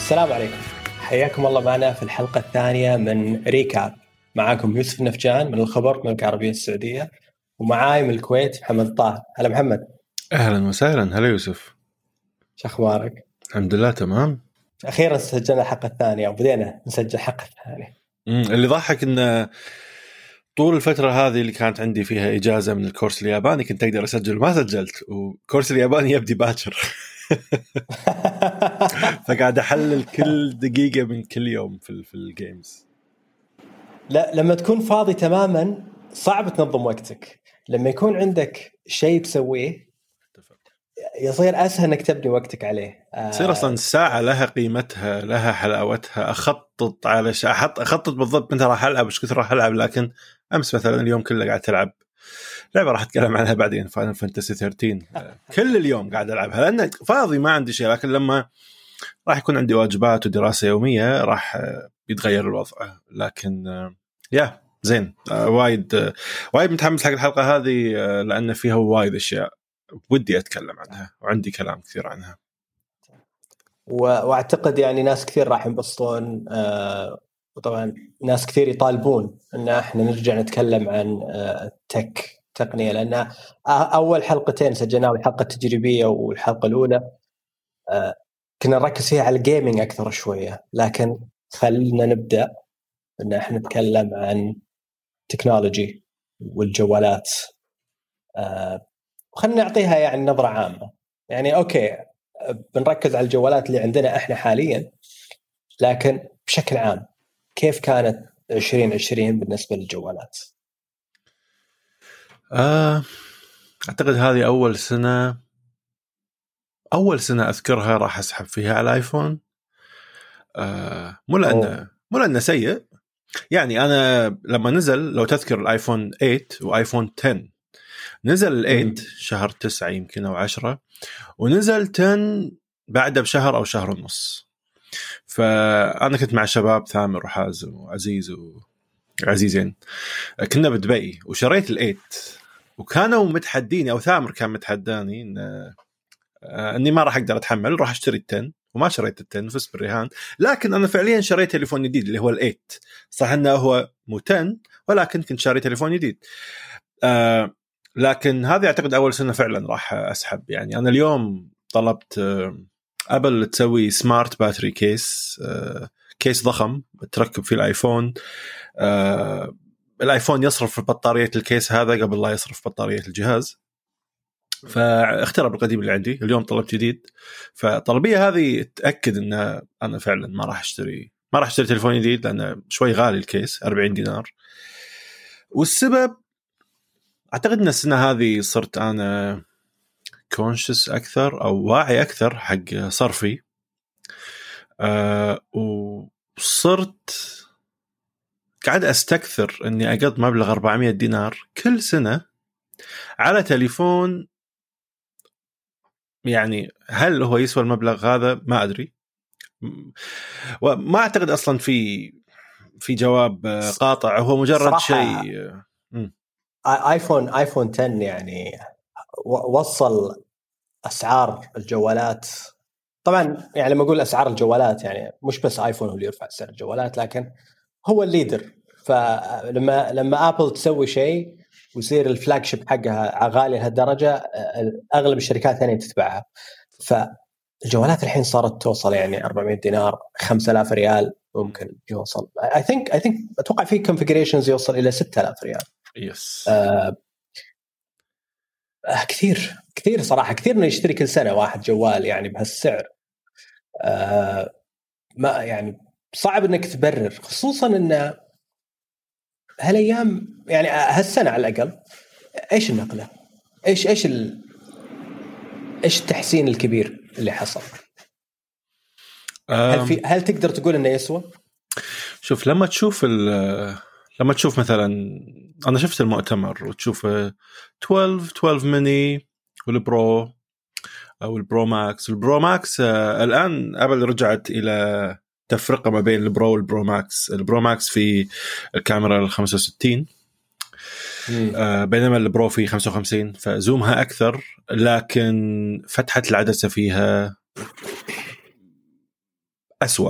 السلام عليكم، حياكم الله معنا في الحلقة الثانية من ريكاب. معاكم يوسف نفجان من الخبر من العربية السعودية، ومعاي من الكويت محمد طاهر. هلا محمد. أهلا وسهلا. هلا يوسف، شو أخبارك؟ الحمد لله تمام. أخيرا سجلنا الحلقة الثانية وبدينا نسجل الحلقة الثانية. اللي ضحك إن طول الفترة هذه اللي كانت عندي فيها إجازة من الكورس الياباني كنت أقدر أسجل، ما سجلت، وكورس الياباني يبدي باكر. فقاعد أحلل كل دقيقة من كل يوم في الجيمز. لا، لما تكون فاضي تماما صعب تنظم وقتك. لما يكون عندك شيء تسويه يصير أسهل إنك تبني وقتك عليه. تصير أصلا الساعة لها قيمتها، لها حلاوتها. أخطط على أخطط بالضبط متى راح ألعب، إيش كثر راح ألعب. لكن أمس مثلا اليوم كله قاعد ألعب لعبة راح أتكلم عنها بعدين، فاينل فانتسي 13. كل اليوم قاعد ألعبها لأن فاضي ما عندي شيء. لكن لما راح يكون عندي واجبات ودراسة يومية راح يتغير الوضع. لكن يا زين، وايد متحمس حق الحلقة هذه لأن فيها وايد أشياء ودي أتكلم عنها وعندي كلام كثير عنها. واعتقد يعني ناس كثير راح ينبسطون، وطبعا ناس كثير يطالبون ان احنا نرجع نتكلم عن تقنية، لان اول حلقتين سجلناها، الحلقة التجريبية والحلقة الاولى كنا نركز فيها على الجيمنج اكثر شوية، لكن خلينا نبدا ان احنا نتكلم عن تكنولوجي والجوالات، وخلنا نعطيها يعني نظرة عامة. يعني اوكي بنركز على الجوالات اللي عندنا احنا حاليا، لكن بشكل عام كيف كانت 2020 بالنسبة للجوالات؟ أعتقد هذه أول سنة أذكرها راح أسحب فيها على الآيفون. مو لأنه سيء. يعني أنا لما نزل، لو تذكر الآيفون 8 وآيفون 10، نزل ال 8 شهر 9 يمكن أو 10، ونزل 10 بعده بشهر أو شهر ونص. فأنا كنت مع شباب ثامر وحازم وعزيز وعزيزين، كنا بدبي وشريت ال 8، وكانوا متحديني، أو ثامر كان متحداني أني ما راح أقدر أتحمل، راح أشتري ال 10. وما شريت ال 10، فزت بالرهان. لكن أنا فعليا شريت تليفون جديد اللي هو ال 8. صح أنه هو مو 10، ولكن كنت شاري تليفون جديد. لكن هذه أعتقد أول سنة فعلا راح أسحب. يعني أنا اليوم طلبت أبل تسوي سمارت باتري كيس، كيس ضخم تركب فيه الآيفون. الآيفون يصرف بطارية الكيس هذا قبل لا يصرف بطارية الجهاز، فاخترب القديم اللي عندي. اليوم طلبت جديد، فطلبية هذه تأكد أن أنا فعلا ما راح أشتري تليفون جديد، لأنه شوي غالي الكيس، 40 دينار. والسبب أعتقد أن السنة هذه صرت أنا كونشس أكثر أو واعي أكثر حق صرفي، وصرت قاعد أستكثر أني أقض مبلغ 400 دينار كل سنة على تليفون. يعني هل هو يسوى المبلغ هذا؟ ما أدري، وما أعتقد أصلا في جواب قاطع. هو مجرد شيء. آيفون 10 يعني وصل أسعار الجوالات. طبعا يعني لما أقول أسعار الجوالات يعني مش بس آيفون هو اللي يرفع سعر الجوالات، لكن هو الليدر. فلما آبل تسوي شيء ويصير الفلاج شيب حقها غالي لهالدرجة، أغلب الشركات الثانية تتبعها. فالجوالات الحين صارت توصل يعني 400 دينار، 5000 ريال ممكن يوصل. أتوقع في configurations يوصل إلى 6000 ريال. يس. كثير صراحة، كثير إنه يشتري كل سنة واحد جوال يعني بهالسعر. ما يعني صعب إنك تبرر، خصوصا إن هالأيام يعني هالسنة على الأقل. إيش النقلة؟ إيش التحسين الكبير اللي حصل؟ هل تقدر تقول إنه يسوى؟ شوف، لما تشوف مثلا، أنا شفت المؤتمر وتشوف 12 ميني والبرو أو البرو ماكس. الآن أبل رجعت إلى تفرقة ما بين البرو والبرو ماكس. البرو ماكس في الكاميرا 65، بينما البرو في 55، فزومها أكثر، لكن فتحة العدسة فيها أسوأ.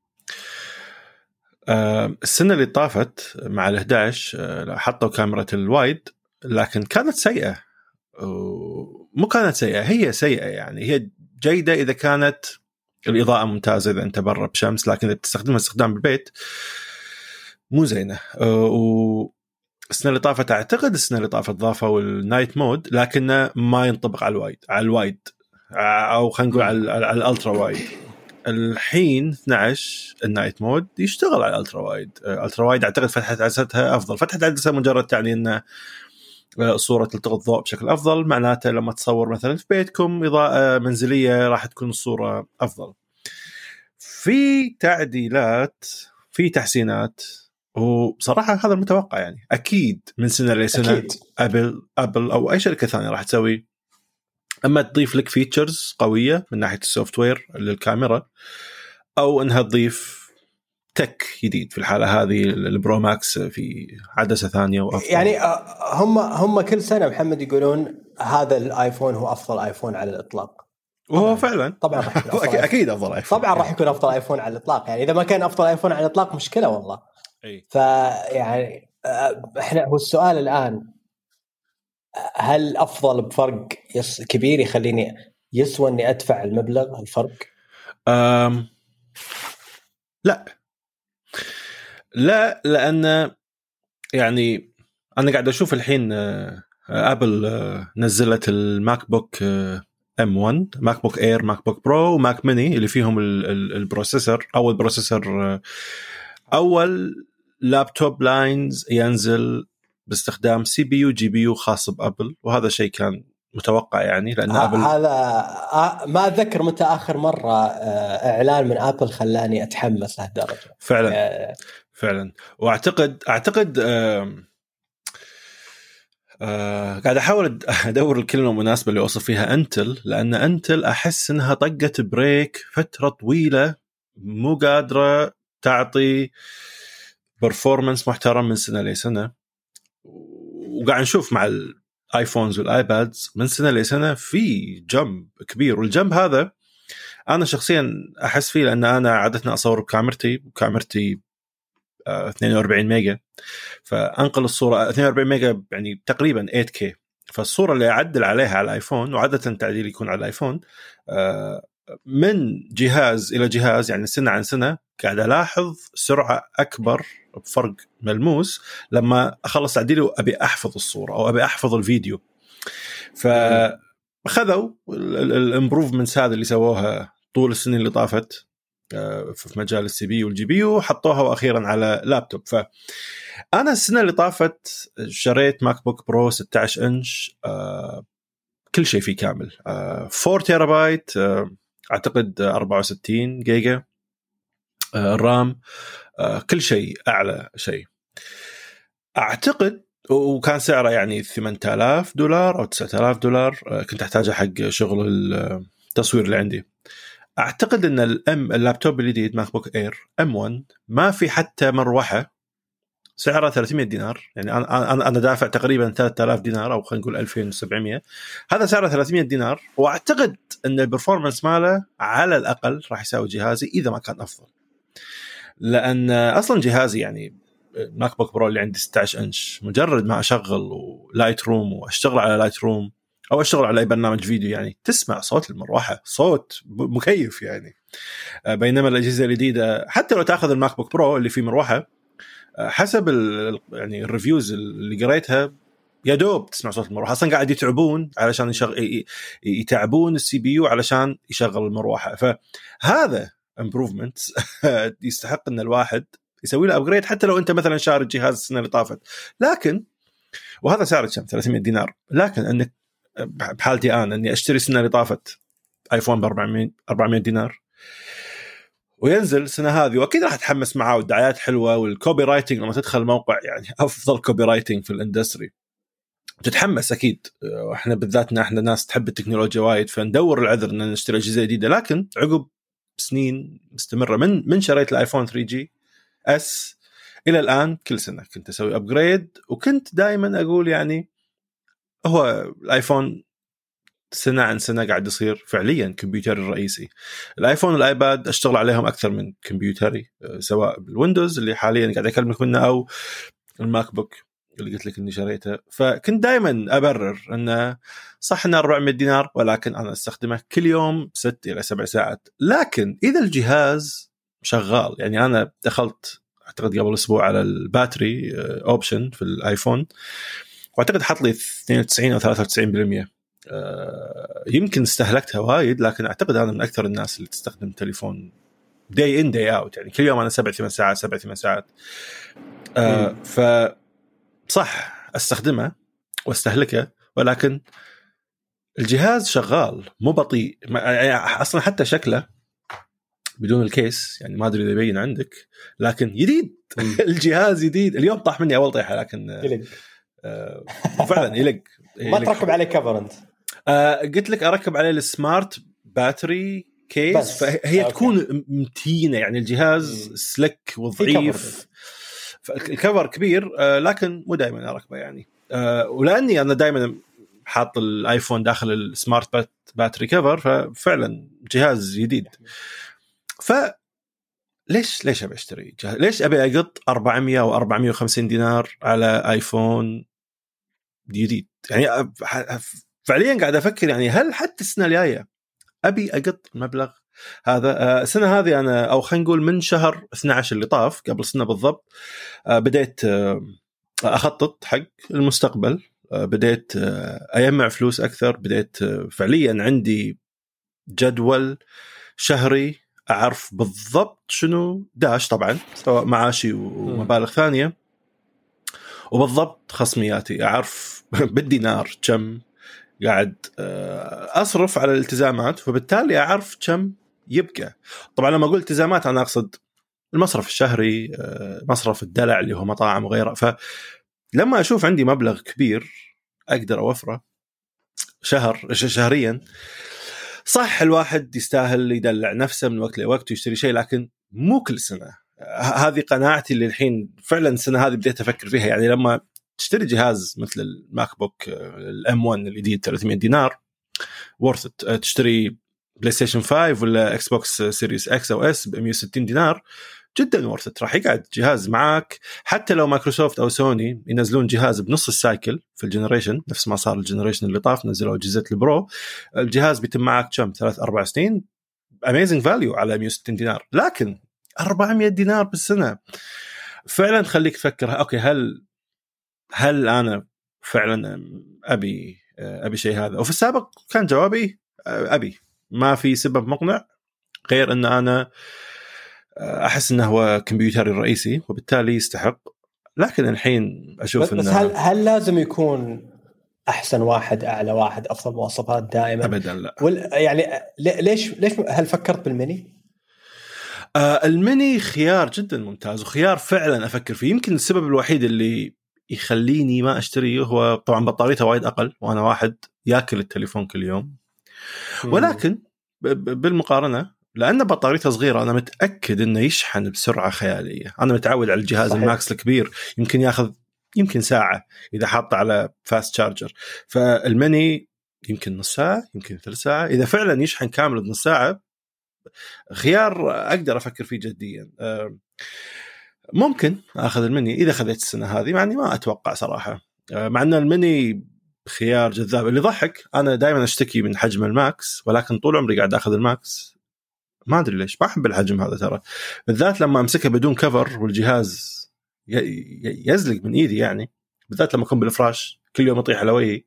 السنة اللي طافت مع ال11 حطوا كاميرا الوايد لكن كانت سيئة. مو كانت سيئة، هي سيئة يعني. هي جيدة إذا كانت الإضاءة ممتازة إذا أنت برا بشمس، لكن إذا بتستخدمها استخدام بالبيت مو زينة. السنة اللي طافت أعتقد السنة اللي طافت ضافوا النايت مود لكنه ما ينطبق على الوايد أو خلينا نقول على الألترا وايد. الحين 12 النايت مود يشتغل على الألترا وايد. الألترا وايد أعتقد فتحة عدستها أفضل. فتحة عدسة مجرد تعني أن الصورة تلتقط الضوء بشكل أفضل، معناته لما تصور مثلا في بيتكم إضاءة منزلية راح تكون الصورة أفضل. في تعديلات، في تحسينات، وبصراحة هذا المتوقع يعني. أكيد من سنة لسنة أبل أو أي شركة ثانية راح تسوي، أما تضيف لك فيتشرز قوية من ناحية السوفت وير للكاميرا، أو أنها تضيف تك جديد في الحالة هذه البرو ماكس في عدسة ثانية وأفضل. يعني هم كل سنة محمد يقولون هذا الآيفون هو أفضل آيفون على الإطلاق، وهو فعلا طبعا راح يكون أكيد أفضل آيفون. طبعا راح يكون أفضل آيفون على الإطلاق، يعني إذا ما كان أفضل آيفون على الإطلاق مشكلة والله. فيعني إحنا هو السؤال الآن، هل أفضل بفرق كبير يخليني يسوى إني أدفع المبلغ الفرق؟ لا، لأن يعني أنا قاعد أشوف الحين أبل نزلت الماك بوك M1، ماك بوك إير، ماك بوك برو وماك ميني اللي فيهم البروسيسور، أول بروسيسور، أول لابتوب لاينز ينزل باستخدام CPU GPU خاص بأبل، وهذا شيء كان متوقع يعني، لأن أبل هذا ما أذكر متى آخر مرة إعلان من أبل خلاني أتحمس لهالدرجة فعلا. وأعتقد قاعد أحاول أدور الكلمة المناسبة اللي أوصف فيها أنتل، لأن أنتل أحس أنها طقت بريك فترة طويلة، مو قادرة تعطي برفورمانس محترم من سنة لسنة. وقاعد نشوف مع الآيفونز والآيبادز من سنة لسنة في جمب كبير، والجمب هذا أنا شخصيا أحس فيه، لأن أنا عادتنا أصور بكاميرتي 42 ميجا، فأنقل الصورة 42 ميجا يعني تقريبا 8K. فالصورة اللي أعدل عليها على الآيفون، وعادة تعديل يكون على الآيفون من جهاز إلى جهاز، يعني سنة عن سنة قاعد ألاحظ سرعة أكبر بفرق ملموس لما أخلص تعديلي وأبي أحفظ الصورة أو أبي أحفظ الفيديو. فأخذوا الامبروفمنتس هذا اللي سووها طول السنين اللي طافت في مجال السي بي والجي بي وحطوها وأخيرا على لابتوب. فأنا السنة اللي طافت شريت ماك بوك برو 16 إنش، كل شيء فيه كامل، 4 تيرا بايت، أعتقد 64 جيجا الرام، كل شيء أعلى شيء أعتقد. وكان سعره يعني $8,000 أو $9,000. كنت أحتاجه حق شغل التصوير اللي عندي. أعتقد أن اللابتوب الجديد ماك بوك إير M1 ما في حتى مروحة، سعره $300. يعني أنا دافع تقريبا $3,000 أو خلينا نقول 2,700. هذا سعره $300، وأعتقد أن البرفورمانس ماله على الأقل راح يساوي جهازي إذا ما كان أفضل، لأن أصلا جهازي يعني ماك بوك برو اللي عندي 16 إنش، مجرد ما أشغل لايت روم وأشتغل على لايت روم أو أشتغل على أي برنامج فيديو يعني تسمع صوت المروحة، صوت مكيف يعني. بينما الأجهزة الجديدة حتى لو تأخذ الماك بوك برو اللي فيه مروحة، حسب يعني الريفيوز اللي قريتها يا دوب تسمع صوت المروحة. أصلا قاعد يتعبون علشان يتعبون السي بي يو علشان يشغل المروحة. فهذا improvement يستحق أن الواحد يسوي له أبجريد، حتى لو أنت مثلا شاري جهاز السنة اللي طافت. لكن وهذا سعره كم $300، لكن أنك بحالتي أنا أني أشتري السنة اللي طافت آيفون $400 وينزل السنة هذه، وأكيد راح أتحمس معاه والدعايات حلوة والكوبي رايتنج لما تدخل موقع يعني أفضل كوبي رايتنج في الاندستري تتحمس أكيد. وإحنا بالذاتنا إحنا ناس تحب التكنولوجيا وايد، فندور العذر أن نشتري أجهزة جديدة. لكن عقب سنين مستمرة من شريت الآيفون 3G S إلى الآن كل سنة كنت أسوي أبجريد، وكنت دائما أقول يعني هو الآيفون سنة عن سنة قاعد يصير فعليا كمبيوتري الرئيسي. الايفون والايباد اشتغل عليهم اكثر من كمبيوتري، سواء بالويندوز اللي حاليا قاعد اكلمك منه او الماك بوك اللي قلت لك اني شريته. فكنت دائما ابرر انه صح انه 400 دينار ولكن انا استخدمه كل يوم 6 إلى 7 ساعات. لكن اذا الجهاز شغال، يعني انا دخلت اعتقد قبل اسبوع على الباتري اوبشن في الايفون، واعتقد حط لي 92 او 93%. يمكن استهلكتها وايد، لكن اعتقد انا من اكثر الناس اللي تستخدم تليفون داي ان داي اوت، يعني كل يوم انا 7-8 ساعات. ف صح استخدمه واستهلكه، ولكن الجهاز شغال مو بطيء. يعني اصلا حتى شكله بدون الكيس، يعني ما ادري اذا يبين عندك، لكن جديد. الجهاز جديد. اليوم طاح مني اول طيحه، لكن يلق. فعلا يلق. ما تركب عليه كفر انت؟ قلت لك اركب عليه السمارت باتري كيس، فهي تكون متينه، يعني الجهاز سلك وضعيف، الكفر كبير، لكن مو دائما اركبه يعني. ولاني انا دائما حاط الايفون داخل السمارت باتري كفر، ففعلا جهاز جديد. ليش ابي اشتري جهاز؟ ليش ابي اقط 400 او 450 دينار على ايفون جديد؟ يعني فعليا قاعد افكر، يعني هل حتى السنه الجايه ابي اقط المبلغ هذا؟ السنه هذه انا، او خلينا نقول من شهر 12 اللي طاف قبل سنه بالضبط، بديت اخطط حق المستقبل، بديت اجمع فلوس اكثر، بديت فعليا عندي جدول شهري اعرف بالضبط شنو داش، طبعا سواء معاشي ومبالغ ثانيه، وبالضبط خصمياتي، اعرف بالدينار كم قاعد اصرف على الالتزامات، فبالتالي اعرف كم يبقى. طبعا لما اقول التزامات انا اقصد المصرف الشهري، مصرف الدلع اللي هو مطاعم وغيره. فلما اشوف عندي مبلغ كبير اقدر اوفره شهريا، صح الواحد يستاهل يدلع نفسه من وقت لوقت ويشتري شيء، لكن مو كل سنه. هذه قناعتي اللي الحين فعلا السنه هذه بديت افكر فيها. يعني لما تشتري جهاز مثل الماك بوك الام 1 الجديد 300 دينار worth it. تشتري بلاي ستيشن 5 ولا اكس بوكس سيريس اكس او اس ب 160 دينار جدا worth it. راح يقعد جهاز معك، حتى لو مايكروسوفت او سوني ينزلون جهاز بنص السايكل في الجنريشن، نفس ما صار الجنريشن اللي طاف نزلوا اجهزه البرو، الجهاز بيتم معك كم 3-4 سنين، amazing value على 160 دينار. لكن 400 دينار بالسنه فعلا تخليك تفكر، اوكي هل انا فعلا ابي شيء هذا؟ وفي السابق كان جوابي ابي، ما في سبب مقنع غير ان انا احس انه هو كمبيوتري الرئيسي وبالتالي يستحق. لكن الحين اشوف بس هل لازم يكون احسن واحد، اعلى واحد، افضل مواصفات دائما؟ ابدا لا. يعني ليش هل فكرت بالميني؟ الميني خيار جدا ممتاز وخيار فعلا افكر فيه. يمكن السبب الوحيد اللي يخليني ما اشتريه هو طبعا بطاريته وايد اقل، وانا واحد ياكل التليفون كل يوم. ولكن بالمقارنه، لأن بطاريته صغيرة، أنا متأكد إنه يشحن بسرعة خيالية. أنا متعود على الجهاز صحيح. الماكس الكبير يمكن ياخذ ساعة إذا حاط على فاست شارجر، فالميني يمكن نص ساعة، يمكن 3 ساعة. إذا فعلا يشحن كامل بنص ساعة، خيار أقدر أفكر فيه جديا. ممكن أخذ الميني إذا خذيت السنة هذه، معني ما أتوقع صراحة، مع أن الميني خيار جذاب. اللي ضحك أنا دائما أشتكي من حجم الماكس، ولكن طول عمري قاعد أخذ الماكس، ما أدري ليش ما أحب الحجم هذا ترى، بالذات لما أمسكه بدون كفر والجهاز يزلق من إيدي، يعني بالذات لما أكون بالفراش كل يوم أطيح على وجهي،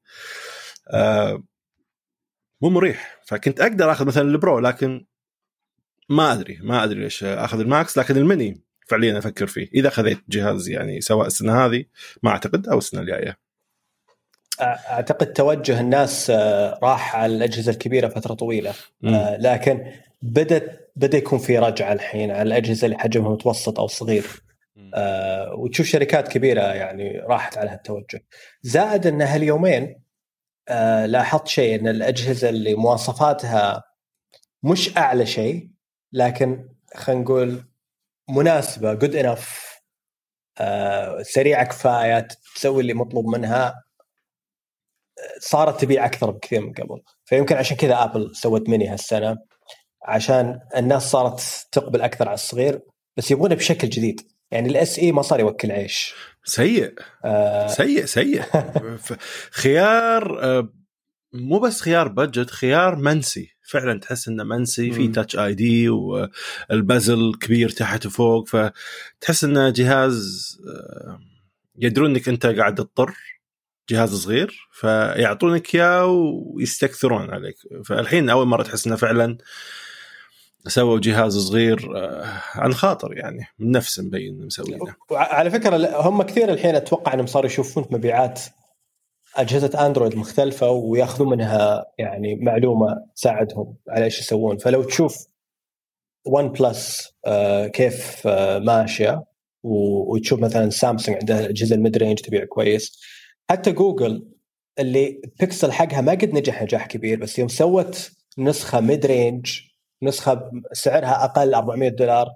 مو مريح. فكنت أقدر أخذ مثلا البرو، لكن ما أدري ليش أخذ الماكس. لكن الميني فعليا أفكر فيه إذا خذيت جهاز، يعني سواء السنة هذه ما أعتقد أو السنة الجاية. أعتقد توجه الناس راح على الأجهزة الكبيرة فترة طويلة، لكن بدأ يكون في رجعة الحين على الأجهزة اللي حجمها متوسط أو صغير، وتشوف شركات كبيرة يعني راحت على هالتوجه. زائد أن هاليومين لاحظت شيء، أن الأجهزة اللي مواصفاتها مش أعلى شيء، لكن خلينا نقول مناسبة good enough، سريعة كفاية تسوي اللي مطلوب منها، صارت تبيع اكثر بكثير من قبل. فيمكن عشان كذا ابل سوت ميني هالسنه، عشان الناس صارت تقبل اكثر على الصغير، بس يبغونه بشكل جديد. يعني الاس اي ما صار يوكل عيش. سيء سيء خيار مو بس خيار بادجت، خيار منسي فعلا. تحس انه منسي، في تاتش اي دي والبازل كبير تحت وفوق، فتحس انه جهاز يدرون انك انت قاعد تضطر جهاز صغير فيعطونك اياه ويستكثرون عليك. فالحين اول مره تحس انه فعلا سووا جهاز صغير عن خاطر، يعني من نفس مبين مسوينه. على فكره هم كثير الحين اتوقع انهم صاروا يشوفون مبيعات أجهزة أندرويد مختلفة ويأخذوا منها يعني معلومة تساعدهم على إيش يسوون. فلو تشوف ون بلس كيف ماشية، وتشوف مثلا سامسونج عندها أجهزة الميد رينج تبيع كويس. حتى جوجل اللي بيكسل حقها ما قد نجح نجاح كبير، بس يوم سوت نسخة ميد رينج، نسخة سعرها أقل $400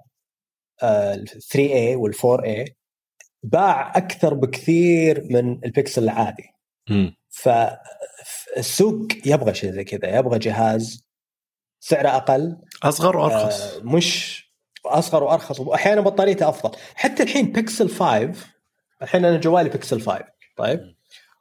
3A وال4A، باع أكثر بكثير من البيكسل العادي. فالسوق يبغى شيء زي كذا، يبغى جهاز سعره أقل، أصغر وأرخص. مش أصغر وأرخص، وأحيانا بطاريته أفضل. حتى الحين بيكسل 5، الحين أنا جوالي بيكسل 5 طيب،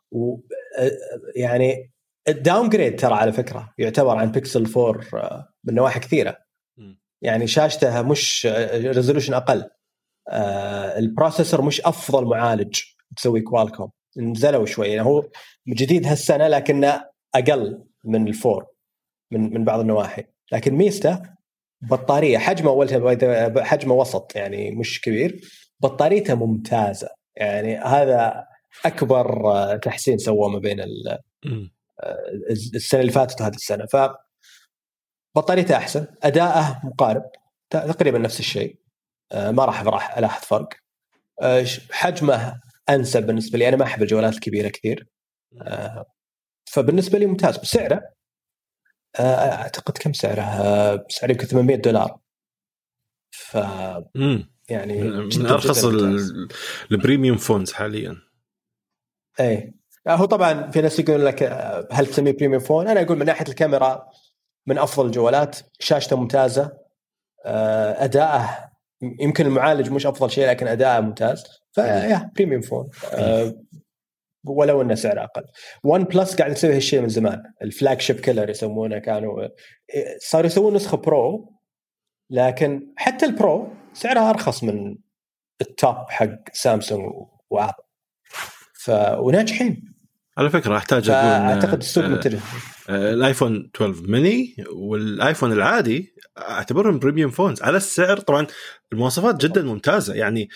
يعني الداون جريد ترى على فكرة يعتبر عن بيكسل 4 من نواحي كثيرة. يعني شاشتها مش ريزولوشن أقل، البروسيسور مش أفضل معالج تسوي كوالكوم، نزلوا شوي. يعني هو جديد هالسنة لكنه أقل من الفور من بعض النواحي. لكن ميزته بطارية، حجمه أولها حجمه وسط يعني مش كبير، بطاريته ممتازة. يعني هذا أكبر تحسين سواه ما بين السنة اللي فاتت وهذه السنة. فبطاريته أحسن، أداءه مقارب تقريبا نفس الشيء، ما راح ألاحظ فرق. حجمه أنسب بالنسبة لي، أنا ما أحب الجوالات الكبيرة كثير، فبالنسبة لي ممتاز. بسعره أعتقد كم سعره؟ سعره يمكن $800. يعني من أرخص البريميوم فونز حاليا. أي هو طبعا في ناس يقول لك هل تسميه بريميوم فون؟ أنا أقول من ناحية الكاميرا من أفضل الجوالات، شاشته ممتازة، أداءه يمكن المعالج مش أفضل شيء لكن أداءه ممتاز، فيا بريميوم فون ولو أنه سعره أقل. ون بلس قاعد يسوي هالشيء من زمان، الفلاج شيب كيلر يسمونه، كانوا صاروا يسوون نسخة برو، لكن حتى البرو سعرها أرخص من التوب حق سامسونج وآبل، وناجحين على فكرة. أحتاج أقول أعتقد السوق متجه. الآيفون 12 ميني والآيفون العادي أعتبرهم بريميوم فونز على السعر. طبعا المواصفات جدا ممتازة. يعني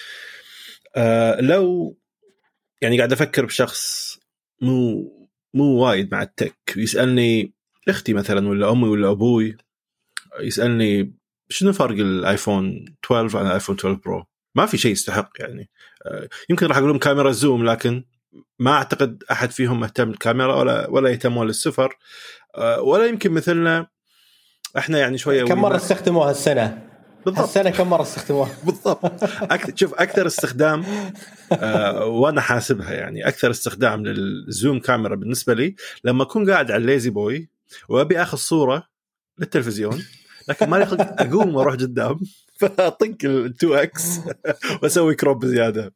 لو يعني قاعد أفكر بشخص مو وايد مع التك، ويسألني أختي مثلا ولا أمي ولا أبوي، يسألني شنو فرق الآيفون 12 عن الآيفون 12 برو، ما في شيء يستحق. يعني يمكن راح أقولهم كاميرا زوم، لكن ما أعتقد أحد فيهم مهتم بالكاميرا ولا يهتمون للسفر، ولا يمكن مثلنا إحنا. يعني شوية كم مرة استخدموها السنة؟ بالضبط. السنة كم مرة استخدموها؟ بالضبط. شوف أكثر استخدام وأنا حاسبها، يعني أكثر استخدام للزوم كاميرا بالنسبة لي لما أكون قاعد على الليزي بوي وأبي أخذ صورة للتلفزيون لكن ما يخلق أقوم وأروح قدام فأطق ال2x وأسوي كروب زيادة.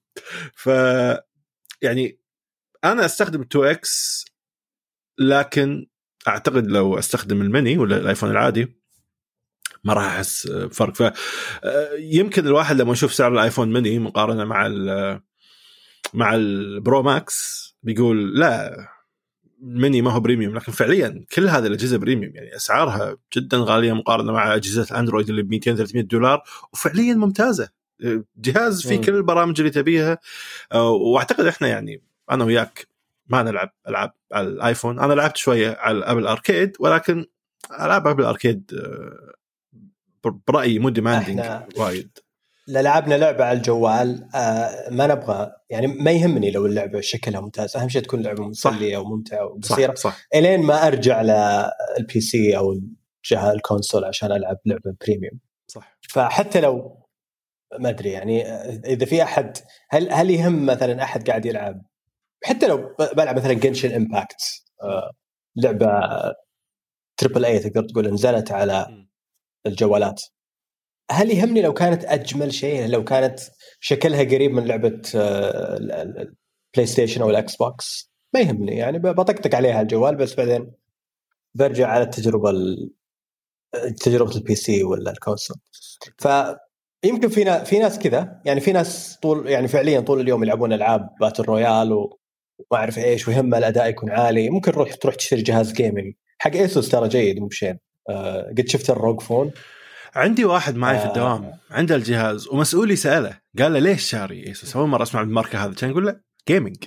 يعني أنا أستخدم 2x، لكن أعتقد لو أستخدم الميني ولا الآيفون العادي ما راح أحس فرق. فيمكن الواحد لما يشوف سعر الآيفون ميني مقارنة مع البرو ماكس بيقول لا، ميني ما هو بريميوم، لكن فعليا كل هذه الأجهزة بريميوم. يعني أسعارها جدا غالية مقارنة مع أجهزة الأندرويد اللي $200-300 وفعليا ممتازة. جهاز فيه كل البرامج اللي تبيها. واعتقد احنا يعني انا وياك ما نلعب العاب على الايفون. انا لعبت شويه على ابل اركيد، ولكن العاب ابل اركيد برايي مو ديماندينج وايد. لا لعبنا لعبه على الجوال، ما نبغى يعني، ما يهمني لو اللعبه شكلها ممتاز، اهم شيء تكون لعبه مسليه وممتعه وقصيره. الين ما ارجع للبي سي او الجهاز الكونسول عشان العب لعبه بريميوم. صح. فحتى لو ما ادري يعني اذا في احد، هل يهم مثلا احد قاعد يلعب، حتى لو بلعب مثلا جنشن امباكت لعبة تريبل اي تقدر تقول نزلت على الجوالات. هل يهمني لو كانت أجمل شيء، لو كانت شكلها قريب من لعبة البلاي ستيشن أو الأكس بوكس؟ ما يهمني يعني، بطقطق عليها الجوال بس بعدين برجع على تجربة البي سي ولا الكونسول. فيمكن في ناس كذا يعني، في ناس فعليا طول اليوم يلعبون ألعاب باتل رويال وما أعرف إيش، ويهم الأداء يكون عالي. ممكن تروح تشتري جهاز جيمنج حق ايسوس، ترى جيد مو بشين. قد شفت الروج فون؟ عندي واحد معي في الدوام عنده الجهاز، ومسؤولي سأله قال له ليش شاري ايسوس؟ أول مرة أسمع بالماركة هذا. كان يقول له جيمنج،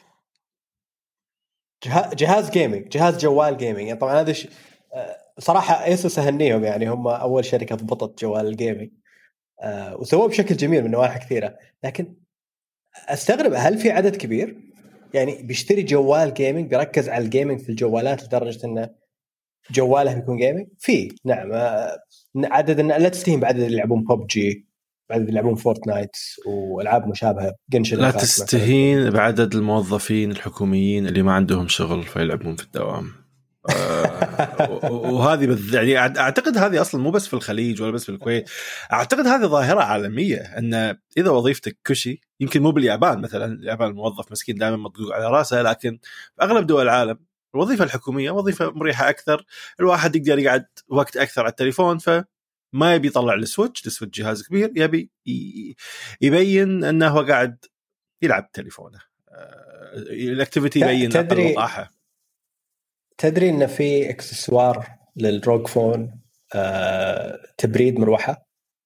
جهاز جيمنج، جهاز جوال جيمنج. يعني طبعا هذا صراحة ايسوس أهنيهم، يعني هم أول شركة ضبطت جوال الجيمنج وسووه بشكل جميل من نواحي كثيرة. لكن أستغرب هل في عدد كبير يعني بيشتري جوال جيمنج، بيركز على الجيمنج في الجوالات لدرجة أنه جواله بيكون جيمنج؟ في نعم عدد، لا تستهين بعدد اللي يلعبون ببجي، بعدد اللي يلعبون فورتنايت والعاب مشابهه، جنشن. لا تستهين بعدد الموظفين الحكوميين اللي ما عندهم شغل فيلعبون في الدوام. وهذه يعني اعتقد هذه اصلا مو بس في الخليج ولا بس في الكويت، اعتقد هذه ظاهره عالميه، ان اذا وظيفتك كشي، يمكن مو باليابان مثلا، اليابان الموظف مسكين دائما مطقوق على راسه، لكن في اغلب دول العالم الوظيفه الحكوميه وظيفه مريحه اكثر، الواحد يقدر يقعد وقت اكثر على التليفون، فما يبي يطلع السويتش جهاز كبير، يبي يبين انه هو قاعد يلعب تليفونه، الاكتيفيتي يبين اقل وضاحه. تدري ان في اكسسوار للروج فون تبريد مروحه؟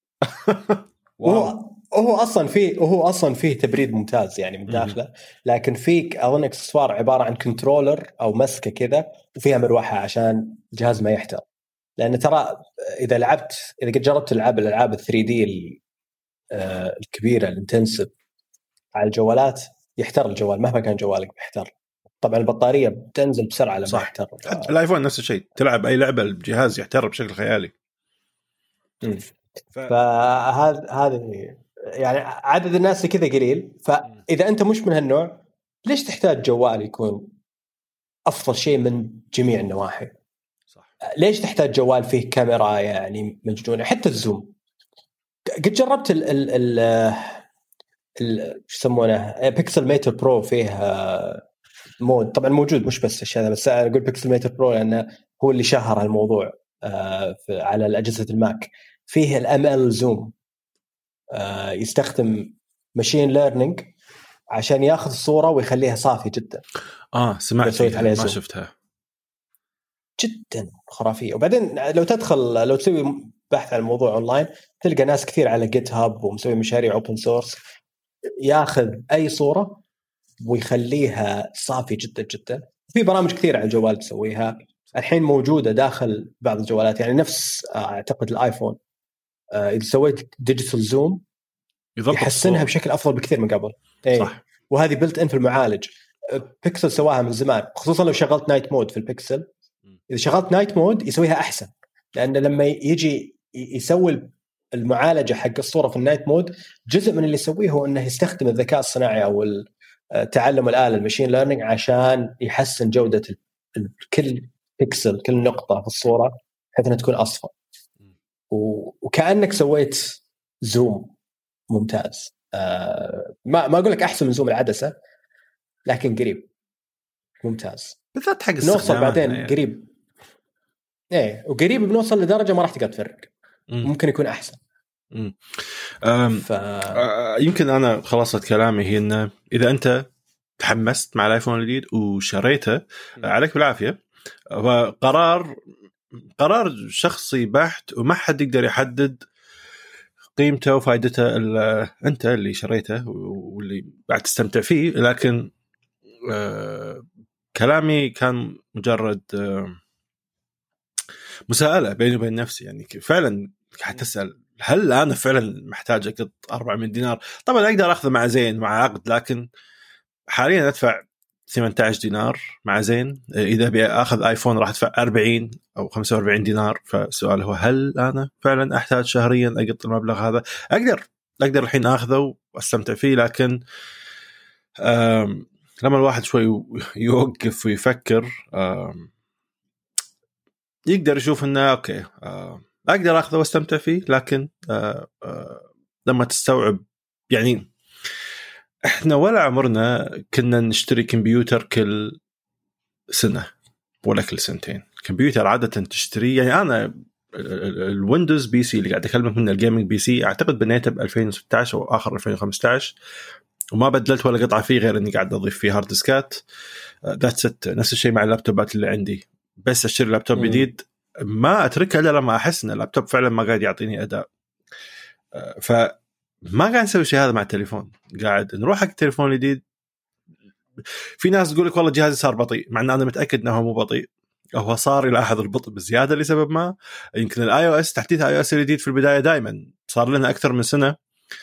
وهو اصلا فيه تبريد ممتاز يعني من داخله، لكن فيك اظن اكسسوار عباره عن كنترولر او مسكه كذا وفيها مروحه عشان الجهاز ما يحتر. لان ترى اذا قد جربت الالعاب ال3 دي الكبيره الانتنسيف على الجوالات، يحتر الجوال مهما كان جوالك بيحتر. طبعا البطاريه بتنزل بسرعه لما يحتر. حتى الايفون نفس الشيء، تلعب اي لعبه الجهاز يحتر بشكل خيالي. فهذه يعني عدد الناس كذا قليل، فاذا انت مش من هالنوع ليش تحتاج جوال يكون افضل شيء من جميع النواحي؟ صح. ليش تحتاج جوال فيه كاميرا يعني مجنونه، حتى الزوم؟ قد جربت شو يسمونه بيكسل ميتر برو، فيه مود طبعا موجود مش بس الشيء هذا، بس انا اقول بيكسل ميتر برو لانه هو اللي شهر الموضوع على الاجهزه الماك. فيه الام ال زوم، يستخدم ماشين ليرنينج عشان ياخذ الصوره ويخليها صافي جدا. سمعت فيها ما شفتها، جدا خرافيه. وبعدين لو تسوي بحث عن الموضوع اونلاين تلقى ناس كثير على جيت هاب ومسوي مشاريع اوبن سورس، ياخذ اي صوره ويخليها صافي جدا جدا. في برامج كثير على الجوال تسويها الحين موجوده داخل بعض الجوالات، يعني نفس اعتقد الايفون اذا سويت ديجيتال زوم يحسنها بشكل افضل بكثير من قبل. صح. وهذه بلت ان في المعالج. بيكسل سواها من زمان، خصوصا لو شغلت نايت مود في البيكسل. اذا شغلت نايت مود يسويها احسن، لان لما يجي يسوي المعالجه حق الصوره في النايت مود، جزء من اللي يسويه هو انه يستخدم الذكاء الصناعي او تعلم الآلة الماشين ليرنينج عشان يحسن جودة كل بيكسل، كل نقطة في الصورة بحيث انها تكون اصفر، وكأنك سويت زوم ممتاز. ما اقول لك احسن من زوم العدسة، لكن قريب ممتاز بالذات حق نوصل بعدين يعني. قريب وقريب بنوصل لدرجة ما راح تقدر تفرق، ممكن يكون احسن. يمكن انا خلاصة كلامي هي انه اذا انت تحمست مع الايفون الجديد وشريته عليك بالعافية، قرار شخصي بحت، وما حد يقدر يحدد قيمته وفائدته انت اللي شريته واللي بعد تستمتع فيه. لكن كلامي كان مجرد مساءلة بيني وبين نفسي، يعني فعلا حتسأل هل أنا فعلا محتاج أقط 400 دينار؟ طبعا أقدر أخذه مع زين مع عقد، لكن حاليا أدفع 18 دينار مع زين. إذا بأخذ آيفون راح أدفع 40 أو 45 دينار. فالسؤال هو هل أنا فعلا أحتاج شهريا أقط المبلغ هذا؟ أقدر الحين أخذه وأستمتع فيه، لكن لما الواحد شوي يوقف ويفكر يقدر يشوف انه اوكي اقدر اخذه واستمتع فيه، لكن لما تستوعب يعني احنا ولا عمرنا كنا نشتري كمبيوتر كل سنة ولا كل سنتين. كمبيوتر عادة تشتري، يعني انا الويندوز بي سي اللي قاعد اكلمك منه الجيمنج بي سي اعتقد بنيته ب 2016 او اخر 2015 وما بدلت ولا قطعة فيه غير اني قاعد اضيف فيه هارد ديسكات. ذاتس ات. نفس الشيء مع اللابتوبات اللي عندي، بس اشتري لابتوب جديد ما اتركه الا لما احس ان اللابتوب فعلا ما قاعد يعطيني اداء. فما قاعد نسوي شيء هذا مع التليفون. قاعد نروح حق التليفون الجديد، في ناس تقول لك والله جهازي صار بطيء، مع ان انا متاكد انه هو مو بطيء، هو صار يلاحظ البطء بالزياده لسبب ما. يمكن الاي او اس تحديث اي او اس الجديد في البدايه دائما صار لنا اكثر من سنه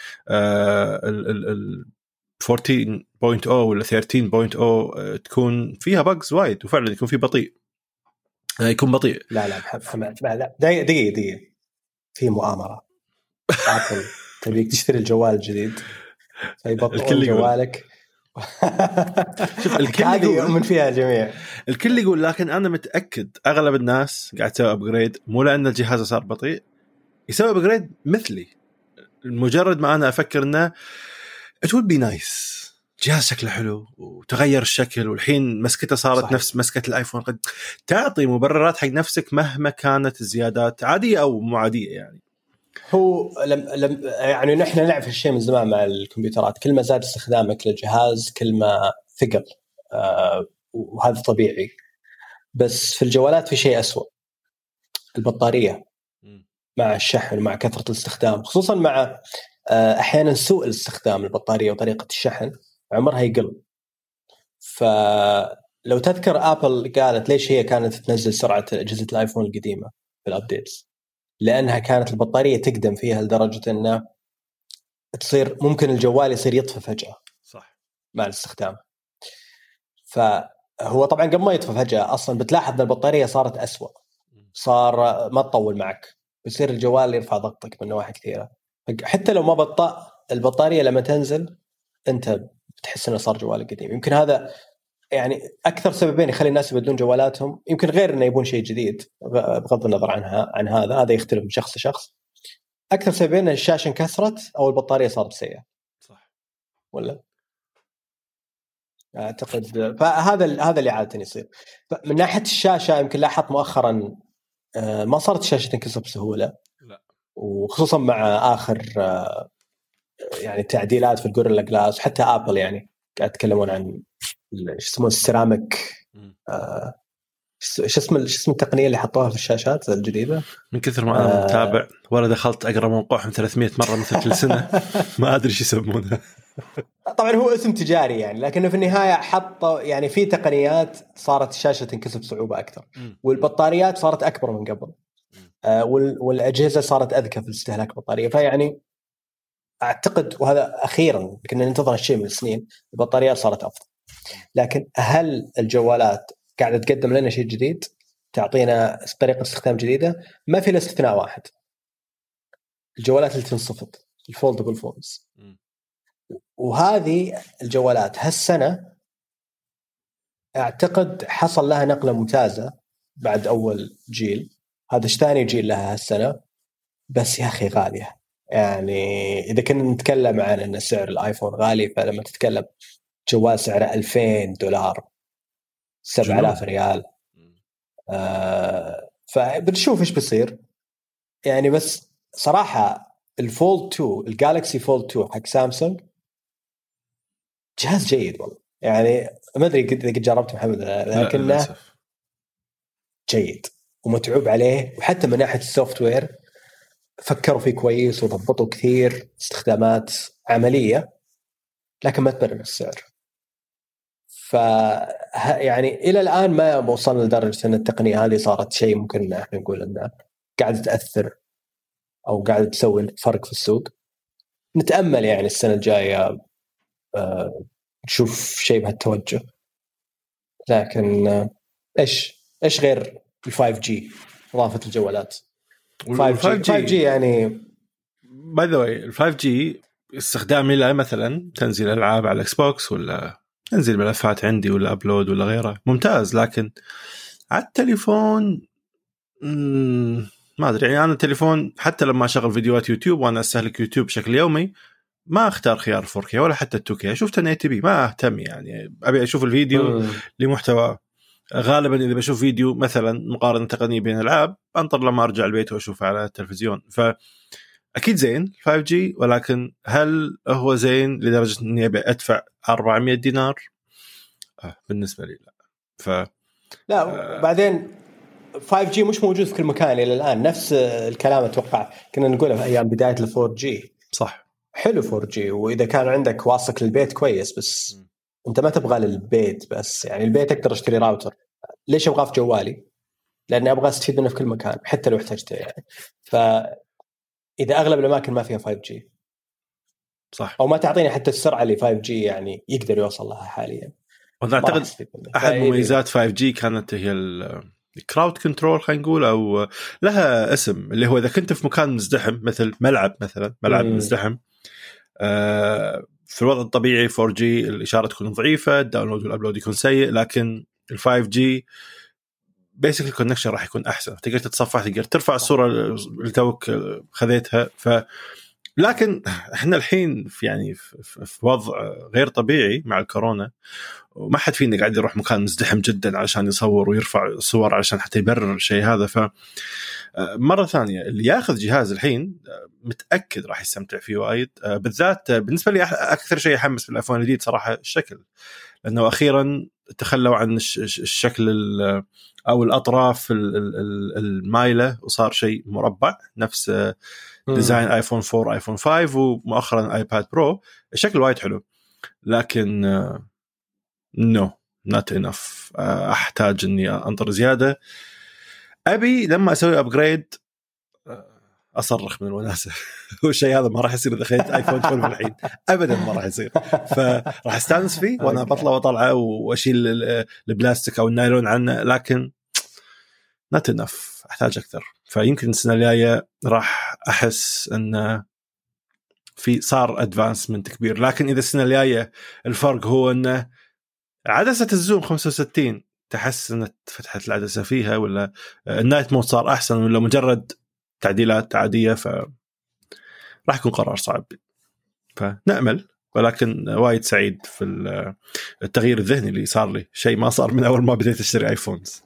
ال 14.0 ولا 13.0 تكون فيها بجز وايد وفعلا يكون في بطيء، يكون بطيء. لا محمد لا دقيقة في مؤامرة. ابل تبيك تشتري الجوال الجديد فيبطئون جوالك. شوف الكل يؤمن فيها الجميع، الكل يقول، لكن انا متاكد اغلب الناس قاعد تسوي ابجريد مو لان الجهاز صار بطيء، يسوي ابجريد مثلي مجرد ما انا افكر انه it would be nice، جهاز شكله حلو وتغير الشكل والحين مسكته صارت صحيح. نفس مسكة الايفون. قد تعطي مبررات حق نفسك مهما كانت الزيادات عادية او مو عادية. يعني هو لم يعني نحن نعرف الشيء من زمان مع الكمبيوترات، كل ما زاد استخدامك للجهاز كل ما ثقل، وهذا طبيعي. بس في الجوالات في شيء أسوأ، البطارية مع الشحن ومع كثرة الاستخدام، خصوصا مع أحيانا سوء الاستخدام البطارية وطريقة الشحن عمرها يقل. فلو تذكر أبل قالت ليش هي كانت تنزل سرعة أجهزة الآيفون القديمة في الأبديتس، لأنها كانت البطارية تقدم فيها لدرجة أنه تصير ممكن الجوال يصير يطفى فجأة صح مع الاستخدام. فهو طبعا قبل ما يطفى فجأة أصلا بتلاحظ أن البطارية صارت أسوأ، صار ما تطول معك، بيصير الجوال يرفع ضغطك من نواحي كثيرة. حتى لو ما بطأ البطارية لما تنزل أنت بتحس أنه صار جوالك قديم. يمكن هذا يعني أكثر سببين يخلي الناس يبدلون جوالاتهم، يمكن غير أنه يبون شيء جديد بغض النظر عن هذا يختلف من شخص لشخص. أكثر سببين الشاشة انكسرت أو البطارية صارت سيئة. صح ولا أعتقد فهذا اللي عادة يصير. من ناحية الشاشة يمكن لاحظت مؤخرا ما صارت الشاشة تنكسر بسهولة، لا. وخصوصا مع آخر يعني تعديلات في الجوريلا جلاس. حتى أبل يعني قاعد يتكلمون عن ايش اسمه السيراميك، ايش اسم التقنيه اللي حطوها في الشاشات الجديده. من كثر ما انا متابع ولا دخلت اقرا موقعهم 300 مره مثل كل سنه ما ادري ايش يسمونها. طبعا هو اسم تجاري يعني، لكنه في النهايه حطوا يعني في تقنيات صارت الشاشه تنكسر بصعوبه اكثر، والبطاريات صارت اكبر من قبل، والاجهزه صارت اذكى في استهلاك البطاريه. فيعني اعتقد وهذا اخيرا كنا ننتظر الشيء من سنين، البطاريات صارت افضل. لكن هل الجوالات قاعدة تقدم لنا شيء جديد تعطينا طريقة استخدام جديدة؟ ما في استثناء واحد، الجوالات اللي تنصفط الفولدبل فونز، وهذه الجوالات هالسنة أعتقد حصل لها نقلة ممتازة بعد أول جيل، هذا ثاني جيل لها هالسنة. بس يا أخي غالية، يعني إذا كنا نتكلم عن أن سعر الآيفون غالي، فلما تتكلم جوال سعره $2000 $7000 ريال، فبنشوف إيش بيصير يعني. بس صراحة الفولد 2 الجالكسي فولد 2 حق سامسونج جهاز جيد والله، يعني ما أدري قد جربت محمد لكنه جيد ومتعوب عليه، وحتى من ناحية السوفت وير فكروا فيه كويس وضبطوا كثير استخدامات عملية، لكن ما تبرر السعر. يعني إلى الآن ما وصلنا لدرجة أن التقنية هذه صارت شيء ممكن إحنا نقول أنها قاعدة تأثر أو قاعدة تسوي فرق في السوق. نتأمل يعني السنة الجاية نشوف شيء بهالتوجه. لكن إيش غير ال 5G إضافة الجوالات 5G يعني باي ذا واي ال 5G استخدامي له مثلا تنزيل ألعاب على الإكس بوكس ولا انزل ملفات عندي ولا ابلود ولا غيره ممتاز. لكن على التليفون ما ادري يعني انا التليفون حتى لما اشغل فيديوهات يوتيوب وانا استهلك يوتيوب بشكل يومي ما اختار خيار 4K ولا حتى 2K، اشوف 1080p ما اهتم يعني ابي اشوف الفيديو لمحتوى. غالبا اذا بشوف فيديو مثلا مقارنه تقنيه بين العاب انطر لما ارجع البيت واشوفه على التلفزيون. فاكيد زين 5G، ولكن هل هو زين لدرجه اني ابي ادفع 400 دينار؟ بالنسبه لي لا. لا بعدين 5G مش موجود في كل مكان الى الان، نفس الكلام اتوقع كنا نقوله في ايام بدايه ال 4G. صح، حلو 4G واذا كان عندك واصلك للبيت كويس، بس انت ما تبغى للبيت بس، يعني البيت اقدر اشتري راوتر، ليش ابغاه في جوالي؟ لاني ابغى استفيد منه في كل مكان حتى لو احتجته يعني. فاذا اغلب الاماكن ما فيها 5G صح، او ما تعطيني حتى السرعه اللي 5G يعني يقدر يوصل لها حاليا، وانا اعتقد احد مميزات 5G كانت هي الكراود كنترول، خلينا نقول، او لها اسم، اللي هو اذا كنت في مكان مزدحم مثل ملعب مثلا، ملعب مزدحم في الوضع الطبيعي 4G الاشاره تكون ضعيفه، الداونلود والابلود يكون سيء، لكن ال 5G بيسك الكونكشن راح يكون احسن، تقدر تتصفح، تقدر ترفع الصوره اللي توك خذيتها. لكن احنا الحين في وضع غير طبيعي مع الكورونا، وما حد فينا قاعد يروح مكان مزدحم جدا علشان يصور ويرفع صور علشان حتى يبرر الشيء هذا. مرة ثانية اللي ياخذ جهاز الحين متأكد راح يستمتع فيه وايد، بالذات بالنسبة لي أكثر شيء يحمس بالآيفون الجديد صراحة الشكل، لأنه أخيرا تخلوا عن الشكل أو الأطراف المايلة وصار شيء مربع نفس ديزاين آيفون 4 آيفون 5 ومؤخرا آيباد برو. الشكل وايد حلو، لكن no not enough. أحتاج أني أنطر زيادة. أبي لما أسوي أبجريد أصرخ من الوناسة. والشيء هذا ما راح يصير إذا خذيت آيفون 12 الحين، أبدا ما راح يصير. فراح أستانس فيه وأنا بطلع وطلعه وأشيل البلاستيك أو النايلون عنه، لكن not enough، أحتاج أكثر. فيمكن السنة الجاية راح أحس أن في صار أدفانسمنت كبير. لكن إذا السنة الجاية الفرق هو أنه عدسة الزوم 65 تحسنت، فتحت العدسة فيها، ولا النايت مود صار أحسن، ولا مجرد تعديلات عادية، راح يكون قرار صعب. فنأمل، ولكن وايد سعيد في التغيير الذهني اللي صار لي، شيء ما صار من أول ما بديت أشتري آيفونز.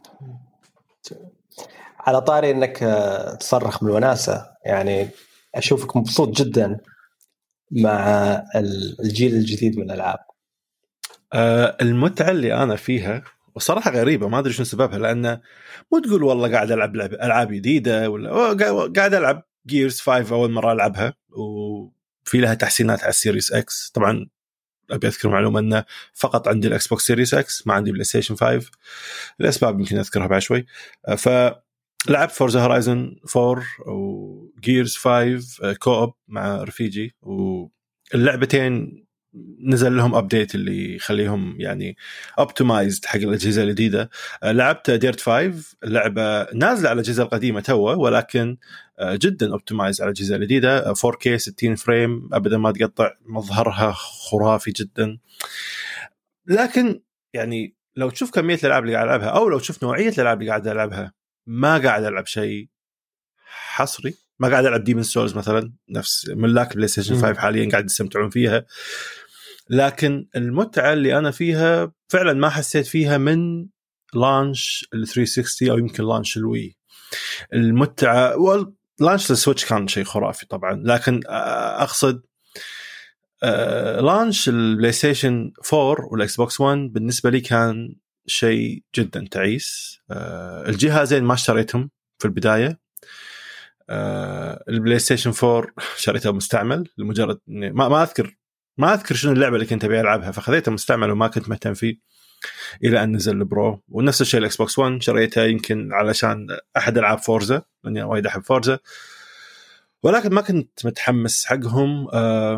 على طاري أنك تصرخ من الوناسة، يعني أشوفك مبسوط جدا مع الجيل الجديد من الألعاب. المتعة اللي أنا فيها وصراحة غريبة، ما أدري شو سببها، لأنه مو تقول والله قاعد ألعب ألعاب جديدة، ولا قاعد ألعب جيرز 5 أول مرة ألعبها، وفي لها تحسينات على السيريس إكس. طبعا أبي أذكر معلومة أنه فقط عندي الإكس بوكس سيريس إكس، ما عندي بلاي ستيشن 5، الأسباب يمكن أذكرها بعد شوي. فلعبت فورزا هورايزن 4 وجيرز 5 كوب مع رفيجي، واللعبتين نزل لهم ابديت اللي يخليهم يعني اوبتمايزد حق الاجهزه الجديده. لعبت ديرت 5، اللعبه نازله على الاجهزه القديمه توه، ولكن جدا اوبتمايز على الاجهزه الجديده، 4K 60 فريم ابدا ما تقطع، مظهرها خرافي جدا. لكن يعني لو تشوف كميه الالعاب اللي قاعد العبها، او لو تشوف نوعيه الالعاب اللي قاعد العبها، ما قاعد العب شيء حصري. ما قاعد العب ديمون سولز مثلا، نفس ملاك بلاي ستيشن 5 حاليا قاعد يستمتعون فيها، لكن المتعة اللي أنا فيها فعلا ما حسيت فيها من لانش ال 360 أو يمكن لانش الوي. المتعة لانش السويتش كان شيء خرافي طبعا، لكن أقصد لانش البلاي ستيشن 4 والإكس بوكس 1 بالنسبة لي كان شيء جدا تعيس. الجهازين ما اشتريتهم في البداية. البلاي ستيشن 4 شريته مستعمل لمجرد ما أذكر شنو اللعبة اللي كنت أبي ألعبها، فخذيته مستعمل وما كنت مهتم فيه إلى أن نزل البرو. ونفس الشيء الإكس بوكس 1 شريته يمكن علشان أحد ألعاب فورزا، لأني وايد أحب فورزا، ولكن ما كنت متحمس حقهم.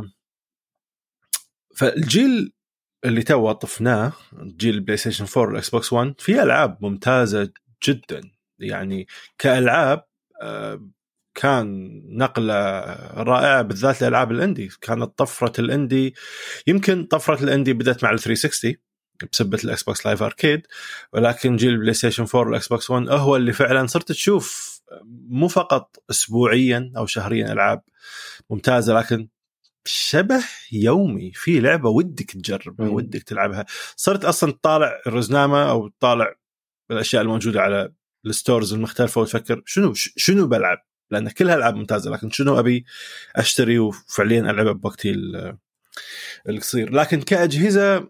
فالجيل اللي تو طفناه، جيل البلاي ستيشن 4 والإكس بوكس 1، فيه ألعاب ممتازة جدا يعني كألعاب. كان نقلة رائعة بالذات لألعاب الاندي. كانت طفرة الاندي، يمكن طفرة الاندي بدأت مع ال 360 بسبة الإكس بوكس لايف أركيد، ولكن جيل البلاي ستيشن 4 والإكس بوكس 1 هو اللي فعلا صرت تشوف مو فقط أسبوعيا أو شهريا ألعاب ممتازة، لكن شبه يومي في لعبة ودك تجربها ودك تلعبها. صرت أصلا تطالع الرزنامة أو تطالع الأشياء الموجودة على الستورز المختلفة وتفكر شنو بلعب، لأن كلها ألعاب ممتازة، لكن شنو أبي أشتري وفعليا ألعبها بوقتي القصير. لكن كأجهزة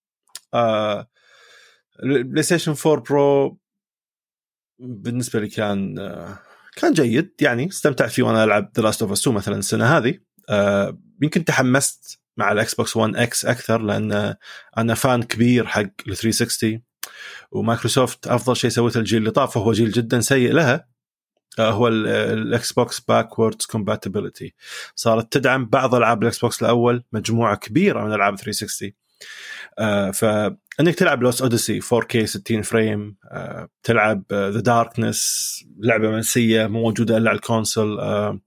البلاي ستيشن 4 برو بالنسبة لي كان جيد، يعني استمتعت فيه وأنا ألعب The Last of Us 2 مثلا السنة هذه. يمكن تحمست مع الإكس بوكس 1 إكس أكثر، لأن أنا فان كبير حق ال 360، ومايكروسوفت أفضل شيء سوته الجيل اللي طاف وهو جيل جدا سيء لها هو الإكس بوكس باكوردز كومباتيبلتي. صارت تدعم بعض ألعاب الإكس بوكس الأول، مجموعة كبيرة من ألعاب 360. فأنك تلعب لوس أوديسي 4K 60 فريم، تلعب The Darkness لعبة منسية مو موجودة إلا على الكونسول.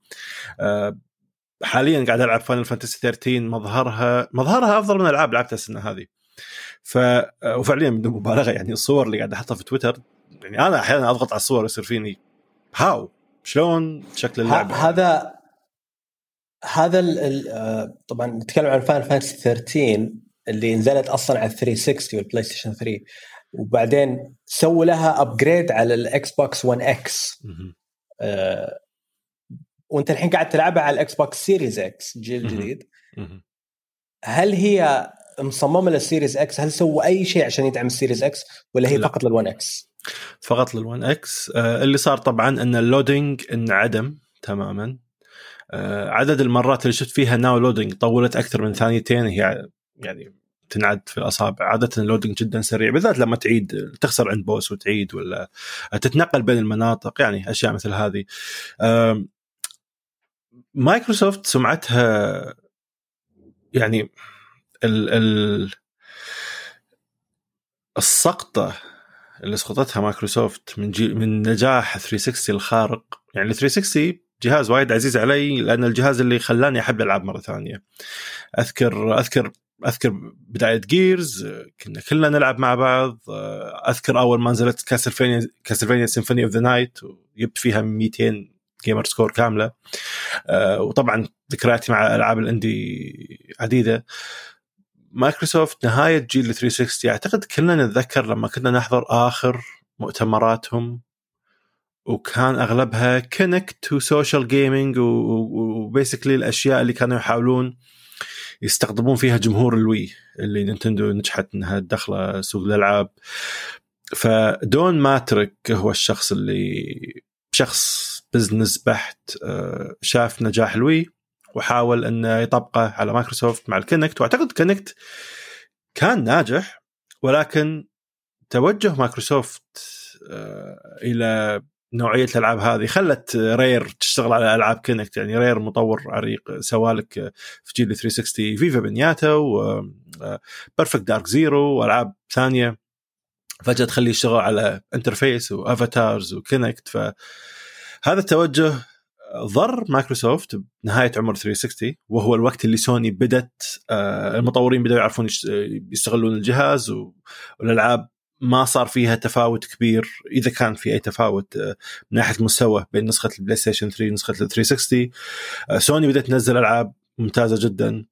حاليا قاعد ألعب فاينل فانتسي 13 مظهرها أفضل من الألعاب لعبتها السنة هذه. وفعليا بدون مبالغة يعني الصور اللي قاعد أحطها في تويتر، يعني أنا أحيانا أضغط على الصور يصير فيني شلون شكل اللعبة. هذا طبعا نتكلم عن فاينل فانتسي 13 اللي نزلت أصلا على 360 والبلاي ستيشن 3، وبعدين سووا لها أبجريد على الإكس بوكس 1 إكس. وانت الحين قاعد تلعبها على الاكس بوكس سيريز اكس جيل جديد. هل هي مصممه للسيريز اكس؟ هل سووا اي شيء عشان يدعم السيريز اكس ولا هي فقط للون اكس؟ فقط للون اكس. اللي صار طبعا ان اللودينج انعدم تماما. عدد المرات اللي شفت فيها ناو لودينج طولت اكثر من ثانيتين، هي يعني تنعد في الأصابع. عادة اللودينج جدا سريع، بالذات لما تعيد تخسر عند بوس وتعيد ولا تتنقل بين المناطق، يعني أشياء مثل هذه. مايكروسوفت سمعتها يعني السقطة اللي سقطتها مايكروسوفت من نجاح 360 الخارق. يعني 360 جهاز وايد عزيز علي، لأن الجهاز اللي خلاني أحب الألعاب مرة ثانية. أذكر بداية جيرز كنا كلنا نلعب مع بعض. أذكر أول ما نزلت كاسلفينيا سيمفوني أوف ذا نايت وجبت فيها 200 جيمر سكور كاملة. وطبعا ذكرياتي مع ألعاب الأندي عديدة. مايكروسوفت نهاية جيل 360 أعتقد كلنا نتذكر لما كنا نحضر آخر مؤتمراتهم، وكان أغلبها كونكت وسوشيال جيمينج وبيسكلي الأشياء اللي كانوا يحاولون يستخدمون فيها جمهور الوي اللي نينتندو نجحت انها تدخله سوق الالعاب. فدون ماتريك هو الشخص اللي شخص بزنس بحت، شاف نجاح الوي وحاول انه يطبقه على مايكروسوفت مع الكونكت، واعتقد كونكت كان ناجح، ولكن توجه مايكروسوفت الى نوعية الألعاب هذه خلت رير تشتغل على ألعاب كونكت. يعني رير مطور عريق سوالك في جيل 360 فيفا بنياتا وبرفكت دارك زيرو وألعاب ثانية، فجأة تخليه يشتغل على انترفيس وأفاتارز وكونكت. فهذا التوجه ضر مايكروسوفت بنهاية عمر 360، وهو الوقت اللي سوني بدت المطورين بدأوا يعرفون يستغلون الجهاز، والألعاب ما صار فيها تفاوت كبير، إذا كان في أي تفاوت من ناحية المستوى بين نسخة البلاي ستيشن 3 ونسخة 360. سوني بدأت تنزل ألعاب ممتازة جدا،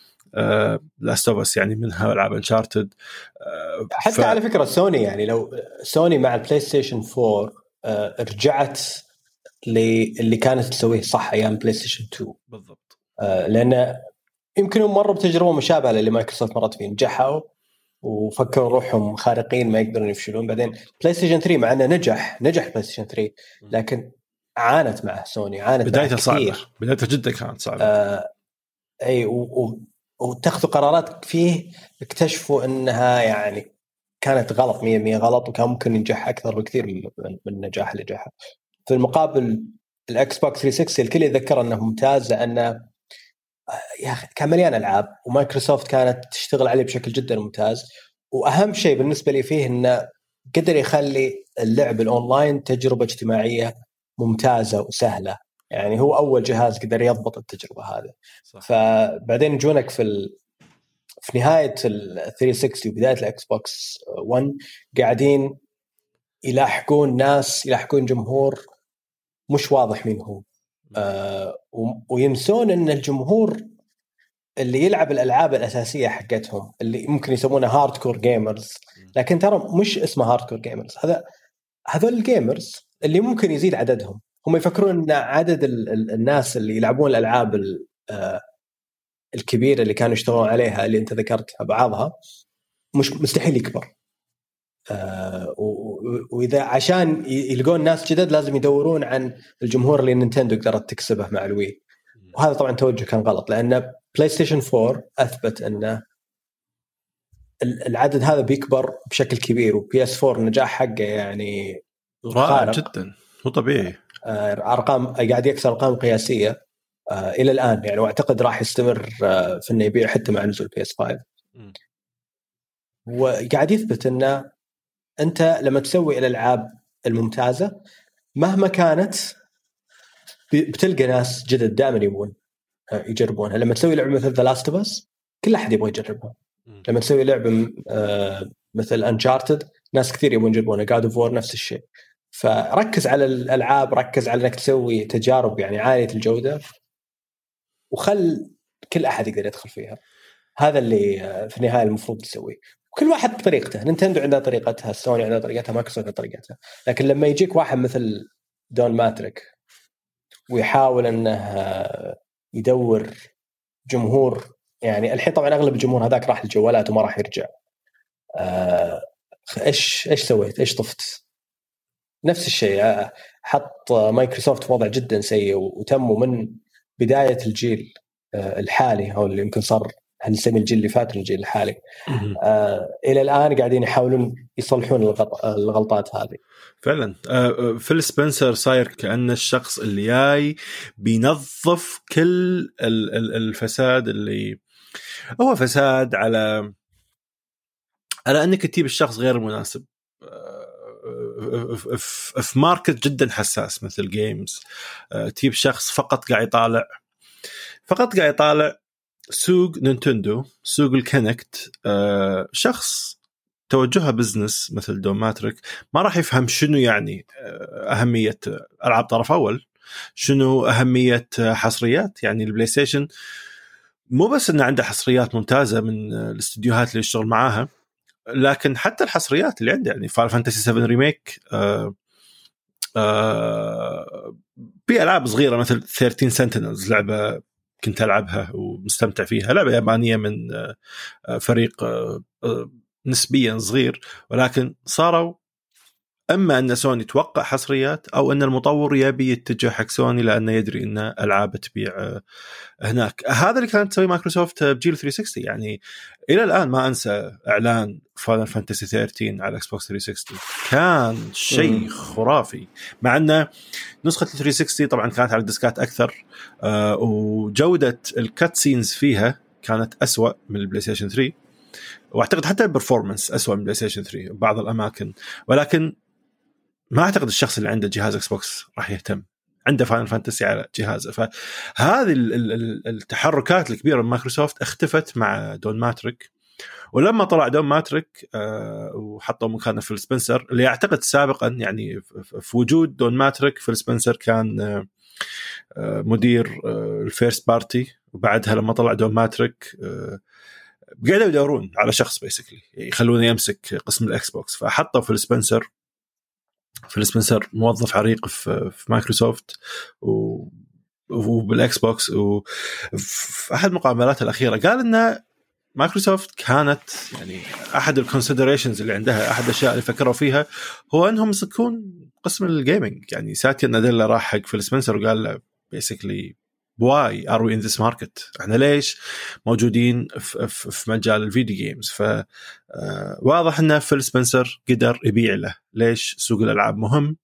لاست اوف اس يعني منها ألعاب انشارتد. حتى على فكرة سوني، يعني لو سوني مع البلاي ستيشن 4 رجعت اللي كانت تسويه صح أيام بلاي ستيشن 2 بالضبط، لأن يمكن مروا بتجربة مشابهة اللي مايكروسوفت مرت فيه، نجحوا وفكروا روحهم خارقين ما يقدرون يفشلون. بعدين بلاي ستيشن 3 مع انه نجح بلاي ستيشن 3، لكن عانت مع سوني، عانت بدايتها صعبة، بدايتها جدا كانت صعبة. اي واتخذوا قرارات فيه اكتشفوا انها يعني كانت غلط 100% غلط، وكان ممكن ينجح اكثر بكثير من النجاح اللي جاها. في المقابل الاكس بوكس 360 الكل يذكر انه ممتاز، لانه يا أخي كان مليان ألعاب، ومايكروسوفت كانت تشتغل عليه بشكل جدا ممتاز. وأهم شيء بالنسبة لي فيه إنه قدر يخلي اللعب الأونلاين تجربة اجتماعية ممتازة وسهلة. يعني هو أول جهاز قدر يضبط التجربة هذه. فبعدين يجونك في في نهايه ال 360 وبدايه الاكس بوكس 1 قاعدين يلاحقون ناس، يلاحقون جمهور مش واضح مين هو. وينسون ان الجمهور اللي يلعب الالعاب الاساسيه حقتهم اللي ممكن يسمونها هارد كور جيمرز، لكن ترى مش اسمه هارد كور جيمرز. هذول الجيمرز اللي ممكن يزيد عددهم. هم يفكرون ان عدد الناس اللي يلعبون الالعاب الكبيره اللي كانوا يشتغلون عليها اللي انت ذكرتها بعضها مش مستحيل يكبر. واذا عشان يلقون ناس جدد لازم يدورون عن الجمهور اللي نينتندو قدرت تكسبه مع الوي. وهذا طبعا توجه كان غلط، لان بلاي ستيشن 4 اثبت ان العدد هذا بيكبر بشكل كبير، وبي اس 4 النجاح حقه يعني رائع جدا، مو طبيعي. ارقام قاعد يكسر ارقام قياسيه الى الان يعني، واعتقد راح يستمر في انه يبيع حتى مع نزول بي اس 5. وقاعد يثبت ان انت لما تسوي الالعاب الممتازه مهما كانت بتلقى ناس جدد دائما يبون يجربونها. لما تسوي لعبه مثل ذا لاست اوف اس كل احد يبغى يجربها. لما تسوي لعبه مثل انشارتد ناس كثير يبون يجربونها. جاد اوف وور نفس الشيء. فركز على الالعاب، ركز على انك تسوي تجارب يعني عاليه الجوده، وخل كل احد يقدر يدخل فيها. هذا اللي في النهايه المفروض تسويه. وكل واحد بطريقته. نينتندو عندها طريقتها، سوني عندها طريقتها، مايكروسوفت عندها طريقتها. لكن لما يجيك واحد مثل دون ماتريك ويحاول انه يدور جمهور، يعني الحين طبعا اغلب الجمهور هذاك راح للجوالات وما راح يرجع. ايش سويت؟ ايش طفت؟ نفس الشيء حط مايكروسوفت في وضع جدا سيء، وتموا من بدايه الجيل الحالي او اللي يمكن صار هل نسمي الجيل اللي فات الجيل الحالي الى الان قاعدين يحاولون يصلحون الغلطات هذه. فعلا فيل سبنسر صاير كأنه الشخص اللي جاي بينظف كل الفساد اللي هو فساد على انك تجيب الشخص غير المناسب في ماركت جدا حساس مثل جيمز. تجيب شخص فقط قاعد يطالع سوق نينتندو، سوق الكونكت. شخص توجهها بزنس مثل دون ماتريك ما راح يفهم شنو يعني أهمية ألعاب طرف أول، شنو أهمية حصريات. يعني البلاي ستيشن مو بس إنه عنده حصريات ممتازة من الاستديوهات اللي يشتغل معاها، لكن حتى الحصريات اللي عنده يعني فاينل فانتسي 7 ريميك، بألعاب صغيرة مثل 13 سنتينلز، لعبة كنت ألعبها ومستمتع فيها، لعبة يابانية من فريق نسبيا صغير، ولكن صاروا اما ان سوني توقع حصريات او ان المطور يبي يتجه حق سوني لانه يدري ان العاب تبيع هناك. هذا اللي كانت تسوي مايكروسوفت بجيل 360. يعني الى الان ما انسى اعلان فاينل فانتسي 13 على اكس بوكس 360 كان شيء خرافي، مع ان نسخه 360 طبعا كانت على الديسكات اكثر، وجوده الكات سينز فيها كانت أسوأ من البلاي ستيشن 3، واعتقد حتى البرفورمانس أسوأ من بلاي ستيشن 3 بعض الاماكن. ولكن ما اعتقد الشخص اللي عنده جهاز اكس بوكس راح يهتم، عنده فاينل فانتسي على جهازه. فهذه التحركات الكبيره من مايكروسوفت اختفت مع دون ماتريك. ولما طلع دون ماتريك وحطوا مكانه فيل سبنسر، اللي اعتقد سابقا يعني في وجود دون ماتريك فيل سبنسر كان مدير الفيرست بارتي، وبعدها لما طلع دون ماتريك قاعدوا يدورون على شخص بيسكلي يخلونه يمسك قسم الاكس بوكس، فحطوا فيل سبنسر. فيل سبنسر موظف عريق في مايكروسوفت وبالاكس بوكس، وفي احد مقابلاته الاخيره قال ان مايكروسوفت كانت يعني احد الكونسيدريشنز اللي عندها، احد الاشياء اللي فكروا فيها هو انهم يسكون قسم الجيمنج. يعني ساتيا ناديلا راح حق فيل سبنسر وقال له بيسكلي why are we in this market؟ احنا ليش موجودين في مجال الفيديو جيمز؟ فواضح ان فيل سبنسر قدر يبيع له ليش سوق الالعاب مهم.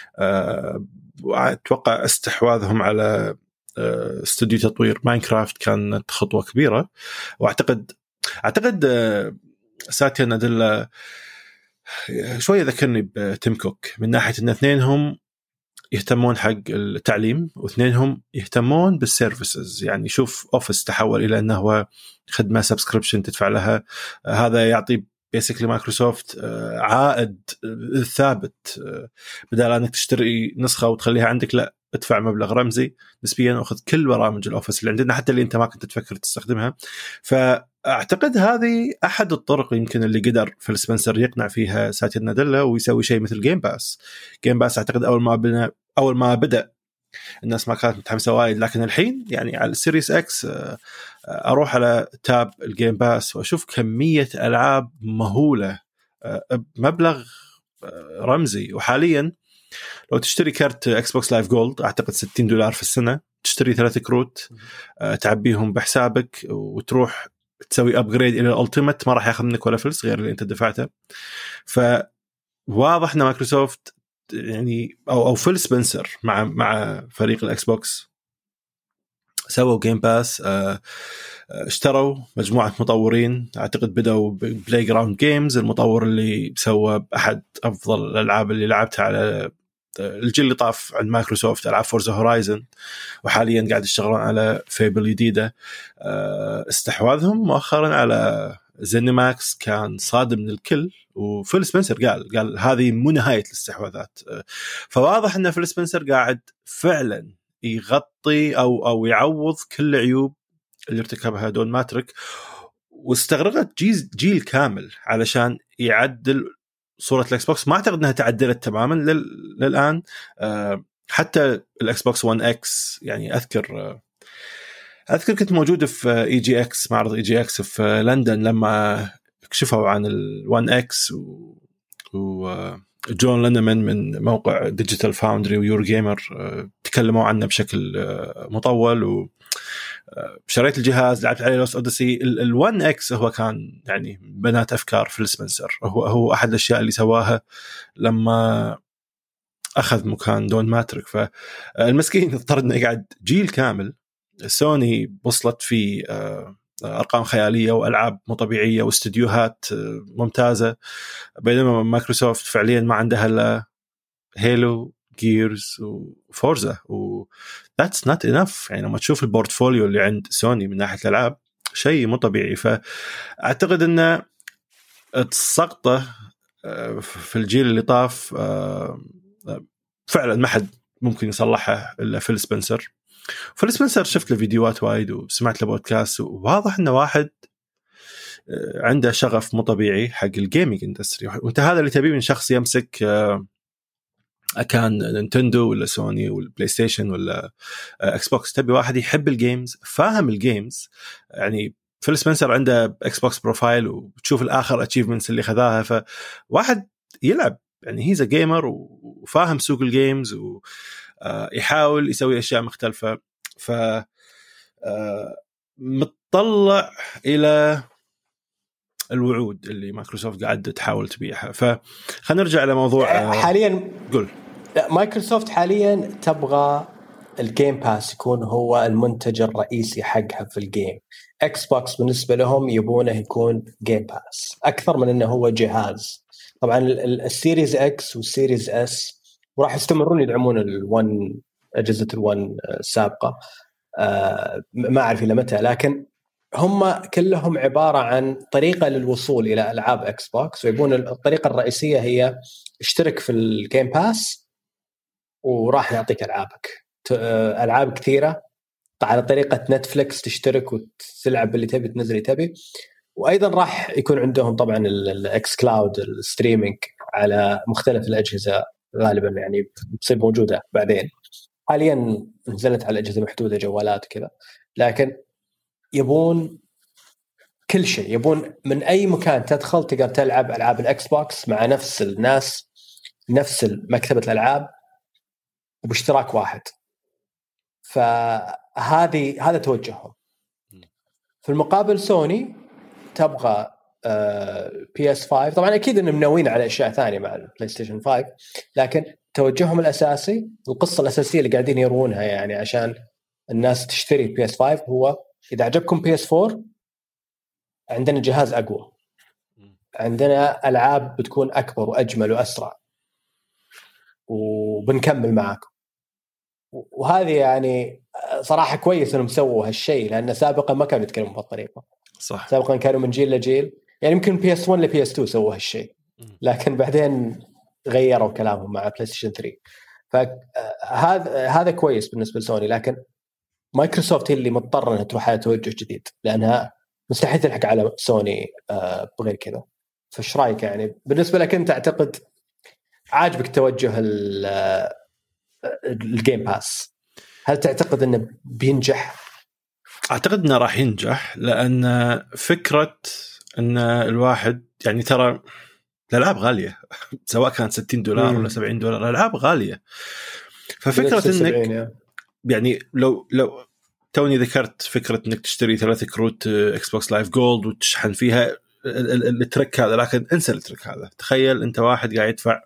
واتوقع استحواذهم على استوديو تطوير ماينكرافت كانت خطوه كبيره. واعتقد ساتيا ناديلا شويه ذكرني بتيم كوك من ناحيه ان اثنينهم يهتمون حق التعليم، واثنينهم يهتمون بالسيرفيسز. يعني شوف اوفيس تحول الى انه هو خدمه سبسكريبشن تدفع لها، هذا يعطي بيسكلي مايكروسوفت عائد ثابت. بدل انك تشتري نسخه وتخليها عندك، لا ادفع مبلغ رمزي نسبيا واخذ كل برامج الاوفيس اللي عندنا حتى اللي انت ما كنت تفكر تستخدمها. فاعتقد هذه احد الطرق يمكن اللي قدر فيل سبنسر يقنع فيها ساتيا ناديلا ويسوي شيء مثل جيم باس. جيم باس اعتقد اول ما بدا الناس ما كانت متحمسه وايد، لكن الحين يعني على السيريس اكس اروح على تاب الجيم باس واشوف كميه العاب مهوله بمبلغ رمزي. وحاليا لو تشتري كارت اكس بوكس لايف جولد اعتقد $60 في السنه، تشتري 3 كروت تعبيهم بحسابك وتروح تسوي ابجريد الى الالتيميت، ما راح ياخذ منك ولا فلس غير اللي انت دفعته. فواضح ان مايكروسوفت يعني او فيل سبنسر مع فريق الاكس بوكس سووا جيم باس. اشتروا مجموعة مطورين، اعتقد بدأوا بلاي جراوند جيمز، المطور اللي سوى احد افضل الالعاب اللي لعبتها على الجيل اللي طاف عند مايكروسوفت، العاب فورزا هورايزن، وحاليا قاعد يشتغلون على فيبل جديدة. استحواذهم مؤخرا على زينماكس كان صادم للكل، وفيل سبنسر قال هذه مو نهاية الاستحواذات. فواضح ان فيل سبنسر قاعد فعلا يغطي او يعوض كل عيوب اللي ارتكبها دون ماتريك، واستغرقت جيل كامل علشان يعدل صورة الأكس بوكس. ما أعتقد أنها تعدلت تماما للآن. حتى الأكس بوكس 1 إكس يعني أذكر كنت موجود في إي جي إكس، معرض إي جي إكس في لندن، لما كشفوا عن ال1 إكس وجون لينمان من موقع ديجيتال فاوندري ويور جيمر تكلموا عنه بشكل مطول. وشريت الجهاز، لعبت عليه لوست أوديسي. ال1 إكس هو كان يعني بنات أفكار فيل سبنسر، هو أحد الأشياء اللي سواها لما أخذ مكان دون ماتريك. فالمسكين اضطر إنه يقعد جيل كامل. سوني وصلت في أرقام خيالية وألعاب مو طبيعية واستديوهات ممتازة، بينما مايكروسوفت فعليا ما عندها إلا هيلو، جيرز وفورزا، و that's not enough. يعني لما تشوف البورتفوليو اللي عند سوني من ناحية الألعاب شيء مو طبيعي. فأعتقد أن السقطة في الجيل اللي طاف فعلا ما حد ممكن يصلحها إلا فيل سبنسر. فيل سبنسر شفت له فيديوهات وايد وسمعت له بودكاست، وواضح انه واحد عنده شغف مو طبيعي حق الجيمنج اندستري. وانت هذا اللي تبيه من شخص يمسك كان نينتندو ولا سوني ولا بلاي ستيشن ولا اكس بوكس. تبي واحد يحب الجيمز، فاهم الجيمز. يعني فيل سبنسر عنده اكس بوكس بروفايل وتشوف الاخر اتشيفمنتس اللي خذاها، فواحد يلعب يعني هيز جيمر وفاهم سوق الجيمز ويحاول يسوي اشياء مختلفه. ف متطلع الى الوعود اللي مايكروسوفت قاعده تحاول تبيعها. فخلينا نرجع على موضوع حاليا. قول. مايكروسوفت حاليا تبغى الجيم باس يكون هو المنتج الرئيسي حقها في الجيم. اكس بوكس بالنسبه لهم يبونه يكون جيم باس اكثر من انه هو جهاز. طبعا السيريز اكس والسيريز اس وراح يستمرون يدعمون ال1 اجهزه ال1 السابقه، ما أعرف إلى متى، لكن هم كلهم عبارة عن طريقة للوصول إلى ألعاب إكس بوكس، ويبون الطريقة الرئيسية هي اشترك في الجيم باس وراح نعطيك ألعاب كثيرة على طريقة نتفليكس، تشترك وتلعب اللي تبي تنزل اللي تبي. وأيضا راح يكون عندهم طبعا الإكس كلاود الستريمينج على مختلف الأجهزة غالبا، يعني بتصير موجودة بعدين. حاليا نزلت على أجهزة محدودة جوالات كذا، لكن يبون كل شيء. يبون من أي مكان تدخل تقدر تلعب ألعاب الأكس بوكس مع نفس الناس، نفس مكتبة الألعاب، وباشتراك واحد. هذا توجههم. في المقابل سوني تبغى PS5. طبعا أكيد إنهم منوين على أشياء ثانية مع البلاي ستيشن 5، لكن توجههم الأساسي، القصة الأساسية اللي قاعدين يروونها يعني عشان الناس تشتري PS5 هو إذا عجبكم PS4 عندنا جهاز أقوى، عندنا ألعاب بتكون أكبر وأجمل وأسرع، وبنكمل معاكم. وهذه يعني صراحه كويس انهم سووا هالشيء، لان سابقا ما كانوا يتكلمون بهالطريقه. صح. سابقا كانوا من جيل لجيل، يعني يمكن PS1 ل PS2 سووا هالشيء، لكن بعدين غيروا كلامهم مع بلاي ستيشن 3. فهذا كويس بالنسبه لسوني، لكن مايكروسوفت هي اللي مضطره انها تروح على توجه جديد، لانها مستحيل تلحق على سوني بغير كذا. فايش رايك يعني بالنسبه لك انت؟ اعتقد عاجبك توجه الجيم باس؟ هل تعتقد انه بينجح؟ اعتقد انه راح ينجح، لان فكره ان الواحد يعني ترى الالعاب غاليه سواء كانت $60 ولا $70، الالعاب غاليه. ففكره انك يعني لو توني ذكرت فكره انك تشتري 3 كروت اكس بوكس لايف جولد وتشحن فيها الترك هذا، لكن انسى الترك هذا. تخيل انت واحد قاعد يدفع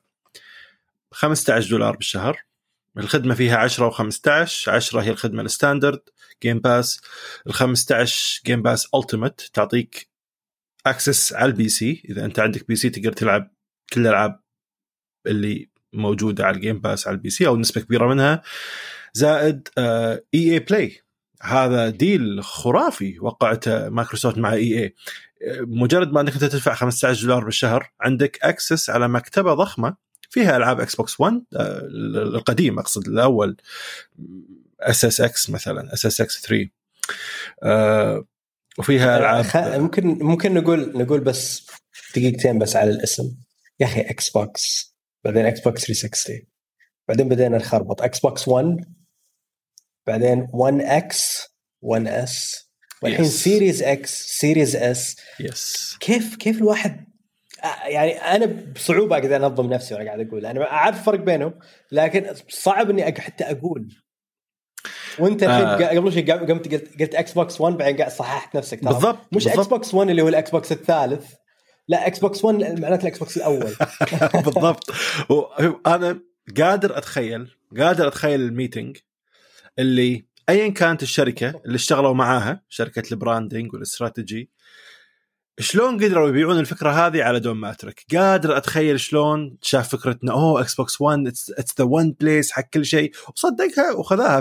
$15 بالشهر، الخدمة فيها 10 و15. 10 هي الخدمة الستاندرد جيم باس، ال15 جيم باس ألتيميت تعطيك أكسس على البي سي. إذا أنت عندك بي سي تقدر تلعب كل الألعاب اللي موجودة على الجيم باس على البي سي أو نسبة كبيرة منها، زائد EA بلاي. هذا ديل خرافي وقعته مايكروسوفت مع EA. مجرد ما أنك أنت تدفع $15 بالشهر عندك أكسس على مكتبة ضخمة فيها ألعاب اكس بوكس 1 القديم، أقصد الأول SSX مثلا SSX 3، وفيها ألعاب ممكن نقول بس دقيقتين بس على الاسم يا أخي. اكس بوكس، بعدين اكس بوكس 360، بعدين بدينا نخربط اكس بوكس 1، بعدين 1X 1S، والحين سيريز اكس سيريز اس. كيف الواحد يعني انا بصعوبه اقدر انظم نفسي وانا قاعد اقول. انا اعرف الفرق بينهم لكن صعب اني حتى اقول. وانت قبل شيء قمت قلت اكس بوكس 1 بعدين قاعد صححت نفسك. بالضبط مش اكس بوكس 1 اللي هو الاكس بوكس الثالث، لا اكس بوكس 1 معناته الاكس بوكس الاول. بالضبط. انا قادر اتخيل الميتنج اللي ايا كانت الشركه اللي اشتغلوا معاها، شركه البراندنج والاستراتيجي، شلون قدروا يبيعون الفكرة هذه على دون ماترك. قادر أتخيل شلون شاف فكرتنا اكس بوكس 1 it's the one place حق كل شيء، وصدقها وخذاها.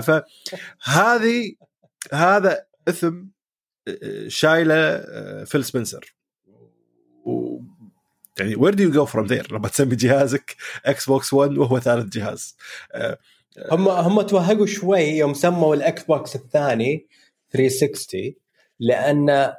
هذا إثم شايله فيل سبنسر. يعني where do you go from there لما تسمي جهازك اكس بوكس 1 وهو ثالث جهاز؟ هم توهقوا شوي يوم سموا الاكس بوكس الثاني 360، لأن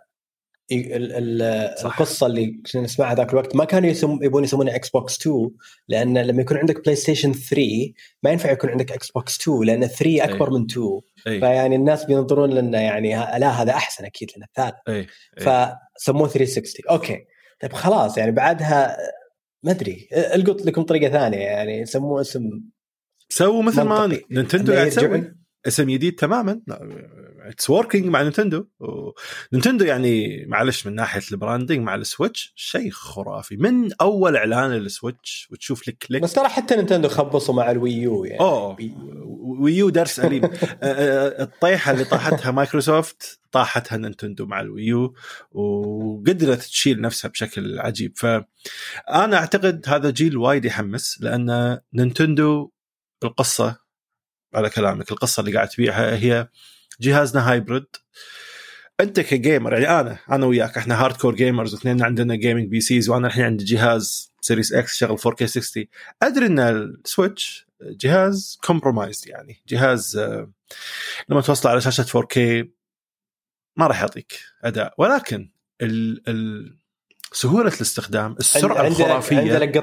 القصة اللي كنا نسمعها ذاك الوقت ما كانوا يبون يسمونه اكس بوكس 2، لأن لما يكون عندك بلاي ستيشن 3 ما ينفع يكون عندك اكس بوكس 2 لأن 3 أكبر من 2. فيعني الناس بينظرون لنا يعني لا هذا أحسن أكيد لأن الثالث. فسموه 360. أوكي طيب خلاص، يعني بعدها ما أدري القط لكم طريقة ثانية، يعني سموه اسم، سووا مثل ما نينتندو قاعد تسوي اسم جديد تماما. اتس وركينج مع نينتندو. نينتندو يعني معلش من ناحيه البراندنج مع السويتش شيء خرافي من اول اعلان للسويتش وتشوف لك كليك. بس ترى حتى نينتندو خبصوا مع الويو يعني. ويو درس أليم. الطيحه اللي طاحتها مايكروسوفت طاحتها نينتندو مع الويو، وقدرت تشيل نفسها بشكل عجيب. فانا اعتقد هذا جيل وايد يحمس، لان نينتندو القصه على كلامك، القصة اللي قاعد تبيعها هي جهازنا هايبرد. أنت كجيمر، يعني أنا وياك إحنا هاردكور جيمرز، واثنين عندنا جيمينج بي سيز، وأنا الحين عندي جهاز سيريس إكس شغل 4K 60. أدري إن السويتش جهاز كومبرومايز، يعني جهاز لما توصل على شاشة 4K ما راح يعطيك أداء، ولكن سهولة الاستخدام، السرعة الخرافية.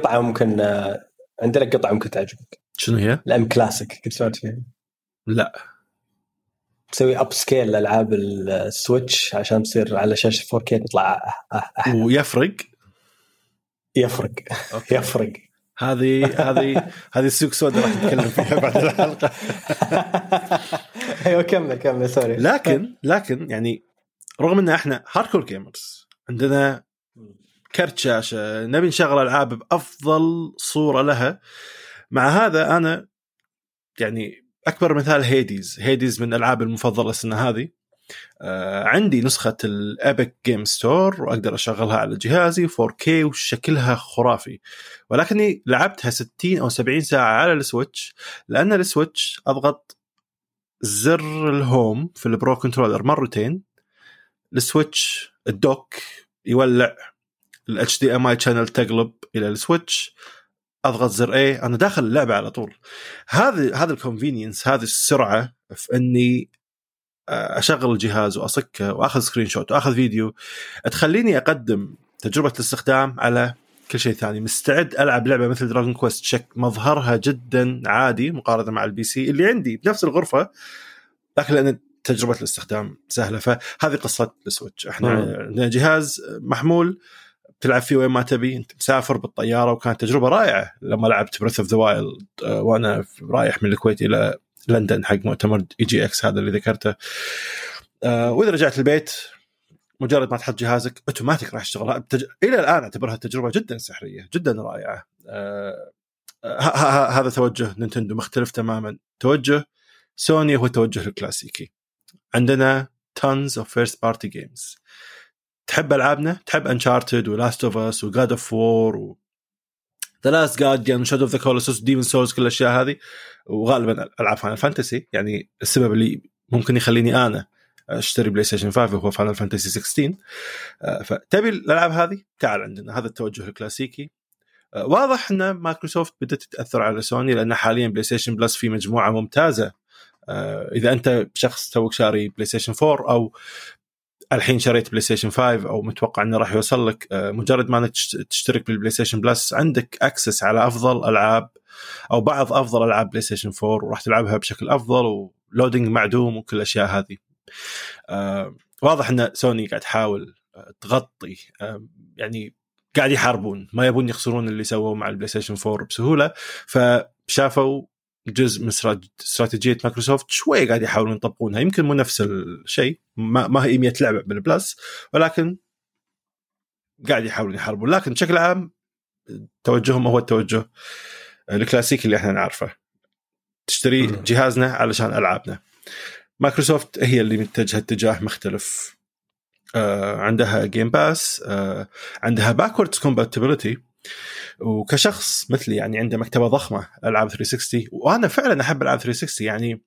عندنا قطعة ممكن تعجبك. شنو هي؟ الام كلاسيك كنت سمعت فيها؟ لا، تسوي اب سكيل لالعاب السويتش عشان تصير على شاشه 4K تطلع أحلى. ويفرق أوكي. يفرق. هذه السوق سوداء راح نتكلم فيها بعد الحلقه. ايوه كمل سوري. لكن يعني رغم ان احنا هاردكور جيمرز عندنا كرت شاشه نبي نشغل العاب بافضل صوره لها، مع هذا انا يعني اكبر مثال هيديز من الالعاب المفضله السنه هذه. عندي نسخه الابيك جيم ستور واقدر اشغلها على جهازي 4K وشكلها خرافي، ولكني لعبتها 60 أو 70 ساعه على السويتش، لان السويتش اضغط زر الهوم في البرو كنترولر مرتين، السويتش الدوك يولع، ال HDMI channel تقلب إلى السويتش، أضغط زر A أنا داخل اللعبة على طول. هذا الكونفينينس، هذه السرعة في أني أشغل الجهاز وأصكه وأخذ سكرين شوت وأخذ فيديو، تخليني أقدم تجربة الاستخدام على كل شيء ثاني. مستعد ألعب لعبة مثل دراجون كويست شك مظهرها جدا عادي مقارنة مع البي سي اللي عندي بنفس الغرفة، لكن لأن تجربة الاستخدام سهلة. فهذه قصة السويتش. احنا عندنا جهاز محمول تلعب فيه وين ما تبي، انت مسافر بالطيارة، وكانت تجربة رائعة لما لعبت بريث اوف ذا وايلد وانا رايح من الكويت الى لندن حق مؤتمر EGX هذا اللي ذكرته. واذا رجعت البيت مجرد ما تحط جهازك اوتوماتيك راح يشتغل. الى الان اعتبرها تجربة جدا سحرية جدا رائعة. هذا توجه نينتندو مختلف تماما. توجه سوني هو توجه الكلاسيكي. عندنا tons of first party games. تحب ألعابنا، تحب Uncharted و Last of Us و God of War و The Last Guardian و Shadow of the Colossus و Demon Souls، كل الأشياء هذه، وغالبا ألعاب Final Fantasy. يعني السبب اللي ممكن يخليني أنا أشتري بلاي ستيشن 5 هو Final Fantasy 16. فتبي الألعاب هذه تعال عندنا. هذا التوجه الكلاسيكي. واضح أن مايكروسوفت بدأت تتأثر على سوني، لأن حاليا بلاي ستيشن بلس في مجموعة ممتازة. إذا أنت شخص توك شاري بلاي ستيشن 4 أو الحين شريت بلاي ستيشن 5 أو متوقع أنه راح يوصل لك، مجرد ما تشترك بالبلاي ستيشن بلس عندك أكسس على أفضل ألعاب أو بعض أفضل ألعاب بلاي ستيشن 4، وراح تلعبها بشكل أفضل ولودينج معدوم وكل الأشياء هذه. واضح أن سوني قاعد تحاول تغطي، يعني قاعد يحاربون، ما يبون يخسرون اللي سووه مع البلاي ستيشن 4 بسهولة. فشافوا جزء من استراتيجية مايكروسوفت شوي قاعد يحاولون يطبقونها. يمكن مو نفس الشيء، ما هي 100 لعبة بالبلس، ولكن قاعد يحاولون يحاربون. لكن بشكل عام توجههم هو التوجه الكلاسيكي اللي احنا نعرفه، تشتري جهازنا علشان ألعابنا. مايكروسوفت هي اللي متجهة اتجاه مختلف. عندها جيم باس، عندها باكوردز كومباتيبلتي، وكشخص مثلي يعني عنده مكتبة ضخمة ألعاب 360، وأنا فعلا أحب ألعاب 360. يعني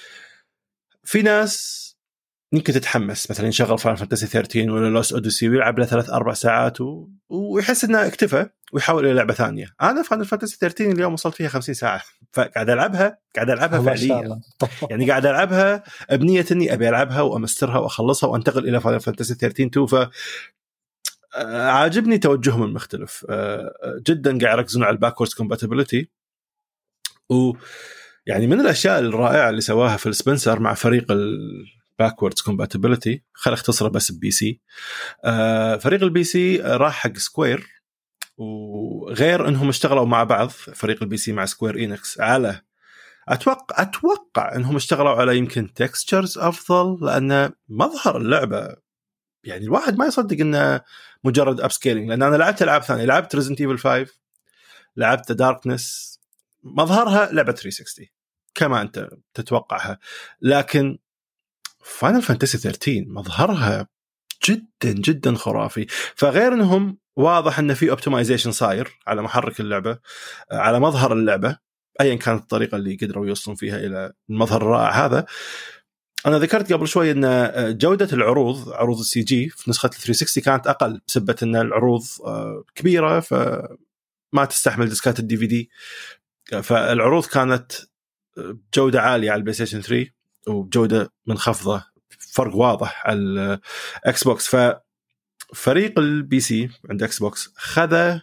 في ناس يمكن تتحمس مثلا يشغل فاينل فانتسي 13 ولا لوس أوديسي ويلعب له 3-4 ساعات ويحس إنه اكتفى ويحاول إلى لعبة ثانية. أنا فاينل فانتسي 13 اليوم وصلت فيها 50 ساعة، فقاعد ألعبها فعليا. يعني قاعد ألعبها بنية إني أبي ألعبها وأمسترها وأخلصها وأنتقل إلى فاينل فانتسي 13 2. عاجبني توجههم المختلف جدا. قاعد يركزون على الباكوردز كومباتيبلتي، ويعني من الأشياء الرائعة اللي سواها في السبنسر مع فريق الباكوردز كومباتيبلتي، خل اختصره بس بي سي. فريق البي سي راح حق سكوير، وغير انهم اشتغلوا مع بعض فريق البي سي مع سكوير إينكس على اتوقع انهم اشتغلوا على يمكن تكستشرز افضل، لان مظهر اللعبه يعني الواحد ما يصدق انه مجرد اب سكيلينج. لان انا لعبت العاب ثانيه، لعبت ريزنت ايفل 5، لعبت داركنس، مظهرها لعبه 360 كما انت تتوقعها. لكن فاينل فانتسي 13 مظهرها جدا جدا خرافي. فغير انهم واضح ان في اوبتمايزيشن صاير على محرك اللعبه، على مظهر اللعبه، ايا كانت الطريقه اللي قدروا يوصلون فيها الى المظهر الرائع هذا. انا ذكرت قبل شوي ان جوده عروض السي جي في نسخه 360 كانت اقل بسبب ان العروض كبيره فما تستحمل ديسكات الدي في دي. فالعروض كانت بجوده عاليه على البلاي ستيشن 3 وبجوده منخفضه، فرق واضح على الاكس بوكس. ففريق البي سي عند اكس بوكس خذ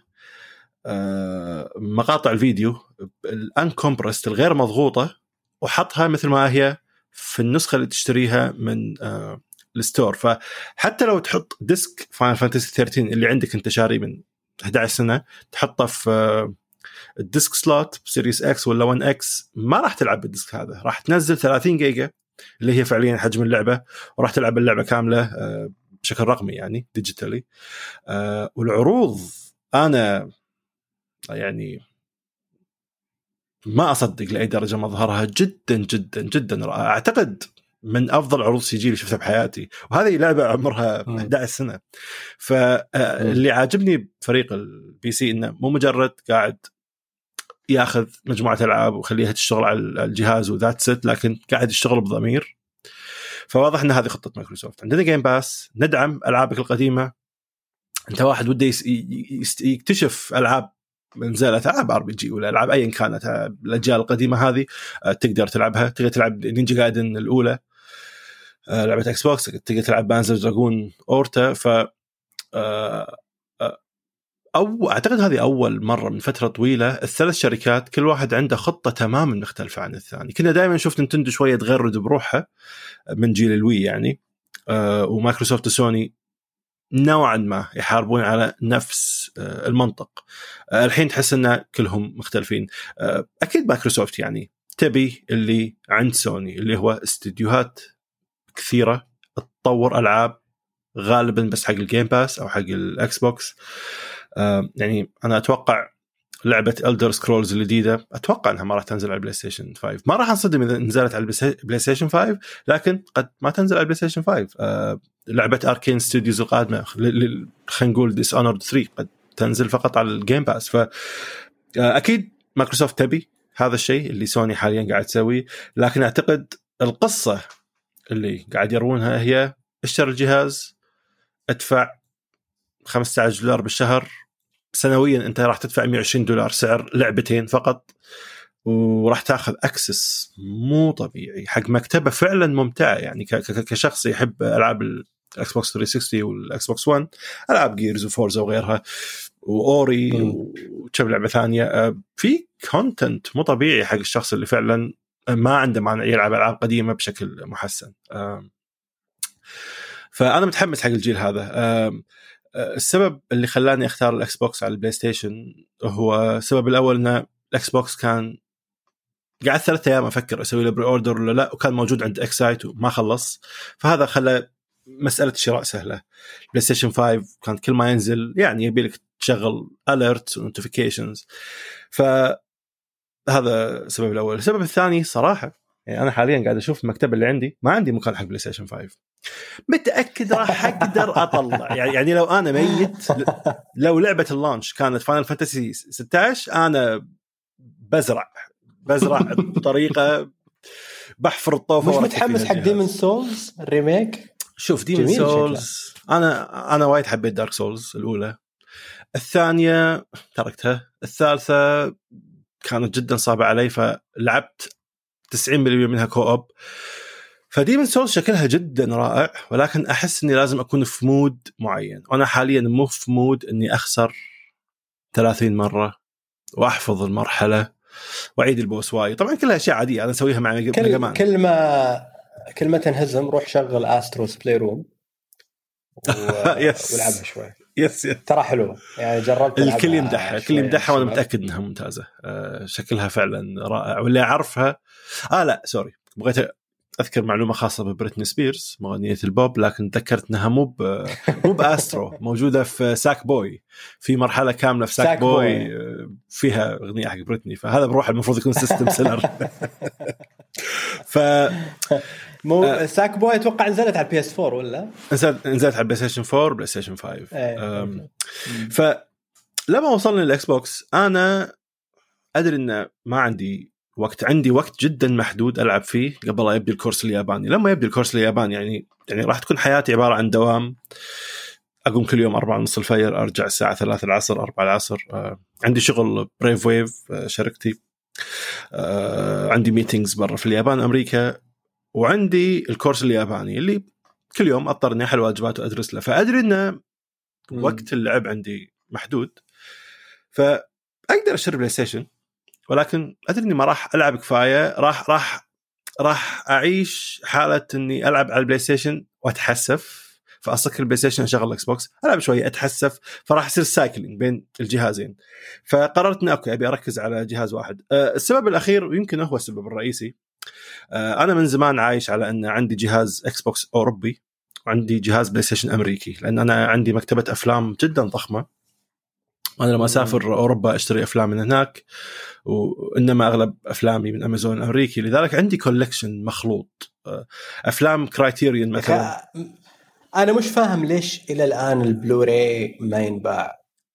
مقاطع الفيديو الانكمبرست الغير مضغوطه وحطها مثل ما هي في النسخة اللي تشتريها من الستور. فحتى لو تحط ديسك فاينل فانتسي 13 اللي عندك انت شاري من 11 سنة تحطه في الديسك سلوت بسيريس اكس ولا 1 اكس، ما راح تلعب بالديسك هذا، راح تنزل 30 جيجا اللي هي فعليا حجم اللعبة، وراح تلعب اللعبة كاملة بشكل رقمي يعني ديجيتالي. والعروض أنا يعني ما أصدق لأي درجة مظهرها جدا جدا جدا رائع. أعتقد من أفضل عروض سي جي اللي شفتها بحياتي، وهذه لعبة عمرها 11 سنة. فاللي عاجبني بفريق البي سي إنه مو مجرد قاعد ياخذ مجموعه العاب وخليها تشتغل على الجهاز وذات ست، لكن قاعد يشتغل بضمير. فواضح ان هذه خطه مايكروسوفت. عندنا جيم باس، ندعم العابك القديمه. انت واحد وده يكتشف العاب نزلت، العاب ار بي جي ولا العاب ايا كانت الاجيال القديمه هذه، تقدر تلعبها. تقدر تلعب نينجا جايدن الاولى، لعبه اكس بوكس، تقدر تلعب بانزر دراجون اورتا. ف أو أعتقد هذه أول مرة من فترة طويلة الثلاث شركات كل واحد عنده خطة تماما مختلفة عن الثاني. كنا دائما نشوف نينتندو شوية تغرد بروحها من جيل الوي يعني، ومايكروسوفت وسوني نوعا ما يحاربون على نفس المنطق. الحين تحس أن كلهم مختلفين. أكيد مايكروسوفت يعني تبي اللي عند سوني، اللي هو استديوهات كثيرة تطور ألعاب غالبا بس حق الجيم باس أو حق الأكس بوكس. يعني أنا أتوقع لعبة Elder Scrolls الجديدة أتوقع أنها ما راح تنزل على البلاي ستيشن 5. ما راح أنصدم إذا نزلت على البلاي ستيشن 5، لكن قد ما تنزل على البلاي ستيشن 5. لعبة Arkane Studios القادمة خلينا نقول Dishonored 3 قد تنزل فقط على الجيم باس. فأكيد مايكروسوفت تبي هذا الشيء اللي سوني حاليا قاعد تسويه، لكن أعتقد القصة اللي قاعد يروونها هي اشتري الجهاز، ادفع $15 بالشهر، سنويا انت راح تدفع $120 سعر لعبتين فقط، وراح تاخذ اكسس مو طبيعي حق مكتبه فعلا ممتعه. يعني كشخص يحب العاب الاكس بوكس 360 والاكس بوكس 1، العاب جيرز وفورزا وغيرها واوري وكم لعبه ثانيه، في كونتنت مو طبيعي حق الشخص اللي فعلا ما عنده مانع يلعب العاب قديمه بشكل محسن. فانا متحمس حق الجيل هذا. السبب اللي خلاني اختار الاكس بوكس على البلاي ستيشن هو السبب الاول، ان الاكس بوكس كان قعدت 3 أيام افكر اسوي له بري اوردر ولا لا، وكان موجود عند اكسايت وما خلص، فهذا خلى مساله الشراء سهله. بلاي ستيشن 5 كان كل ما ينزل يعني يبي لك تشغل اليرت ونوتيفيكيشنز، فهذا السبب الاول. السبب الثاني صراحه يعني انا حاليا قاعد اشوف المكتبه اللي عندي، ما عندي مكان حق بلاي ستيشن 5. متاكد راح اقدر اطلع يعني لو انا ميت، لو لعبه اللانش كانت فاينل فانتسي 16 انا بزرع بطريقه بحفر الطوفه. مش متحمس حق ديمن سولز الريميك؟ شوف ديمن سولز انا وايد حبيت دارك سولز الاولى، الثانيه تركتها، الثالثه كانت جدا صعبه علي فلعبت 90% منها كوب. فديمن سولز شكلها جدا رائع، ولكن أحس أني لازم أكون في مود معين، وأنا حاليا مو في مود أني أخسر 30 مرة وأحفظ المرحلة وأعيد البوس واي. طبعا كلها أشياء عادية أنا أسويها مع ميجامان. كل ما تنهزم روح شغل أستروس بلاي روم ولعبها شوي. يس ترى حلوة يعني، جربت الكل يمدحها وأنا متأكد أنها ممتازة. شكلها فعلا رائع. واللي أعرفها لا سوري، بغيت أذكر معلومة خاصة ببريتني سبيرز مغنية البوب، لكن تذكرت أنها مو بأسترو، موجودة في ساك بوي، في مرحلة كاملة في ساك بوي فيها أغنية حق بريتني، فهذا بروح المفروض يكون سيستم سيلر. ساك بوي أتوقع نزلت على البي اس 4 ولا نزلت على بلاي ستيشن 4 بلاي ستيشن 5. فلما وصلنا للإكس بوكس أنا أدري أن ما عندي وقت جدا محدود ألعب فيه قبل لا يبدأ الكورس الياباني. لما يبدأ الكورس الياباني يعني راح تكون حياتي عبارة عن دوام، أقوم كل يوم 4:30 الفجر، أرجع الساعة 3 العصر 4 العصر. عندي شغل بريف ويف شركتي، عندي ميتينجز برا في اليابان أمريكا، وعندي الكورس الياباني اللي كل يوم أضطر إني أحل واجبات وأدرس له. فأدري إن وقت اللعب عندي محدود، فأقدر أشتري بلاي ستيشن، ولكن أدري إني ما راح ألعب كفاية. راح أعيش حالة إني ألعب على البلاي ستيشن وأتحسف، فأصك البلاي ستيشن أشغل الإكس بوكس ألعب شوية أتحسف، فراح يصير سايكلينج بين الجهازين. فقررت إني أوكي أبي أركز على جهاز واحد. السبب الأخير ويمكن هو السبب الرئيسي، أنا من زمان عايش على أن عندي جهاز إكس بوكس أوروبي وعندي جهاز بلاي ستيشن أمريكي، لأن أنا عندي مكتبة أفلام جدا ضخمة. أنا لما أسافر أوروبا أشتري أفلام من هناك، وإنما أغلب أفلامي من أمازون الأمريكي، لذلك عندي كولكشن مخلوط. أفلام كرايتيريون مثلا. أنا مش فاهم ليش إلى الآن البلوراي ما ينباع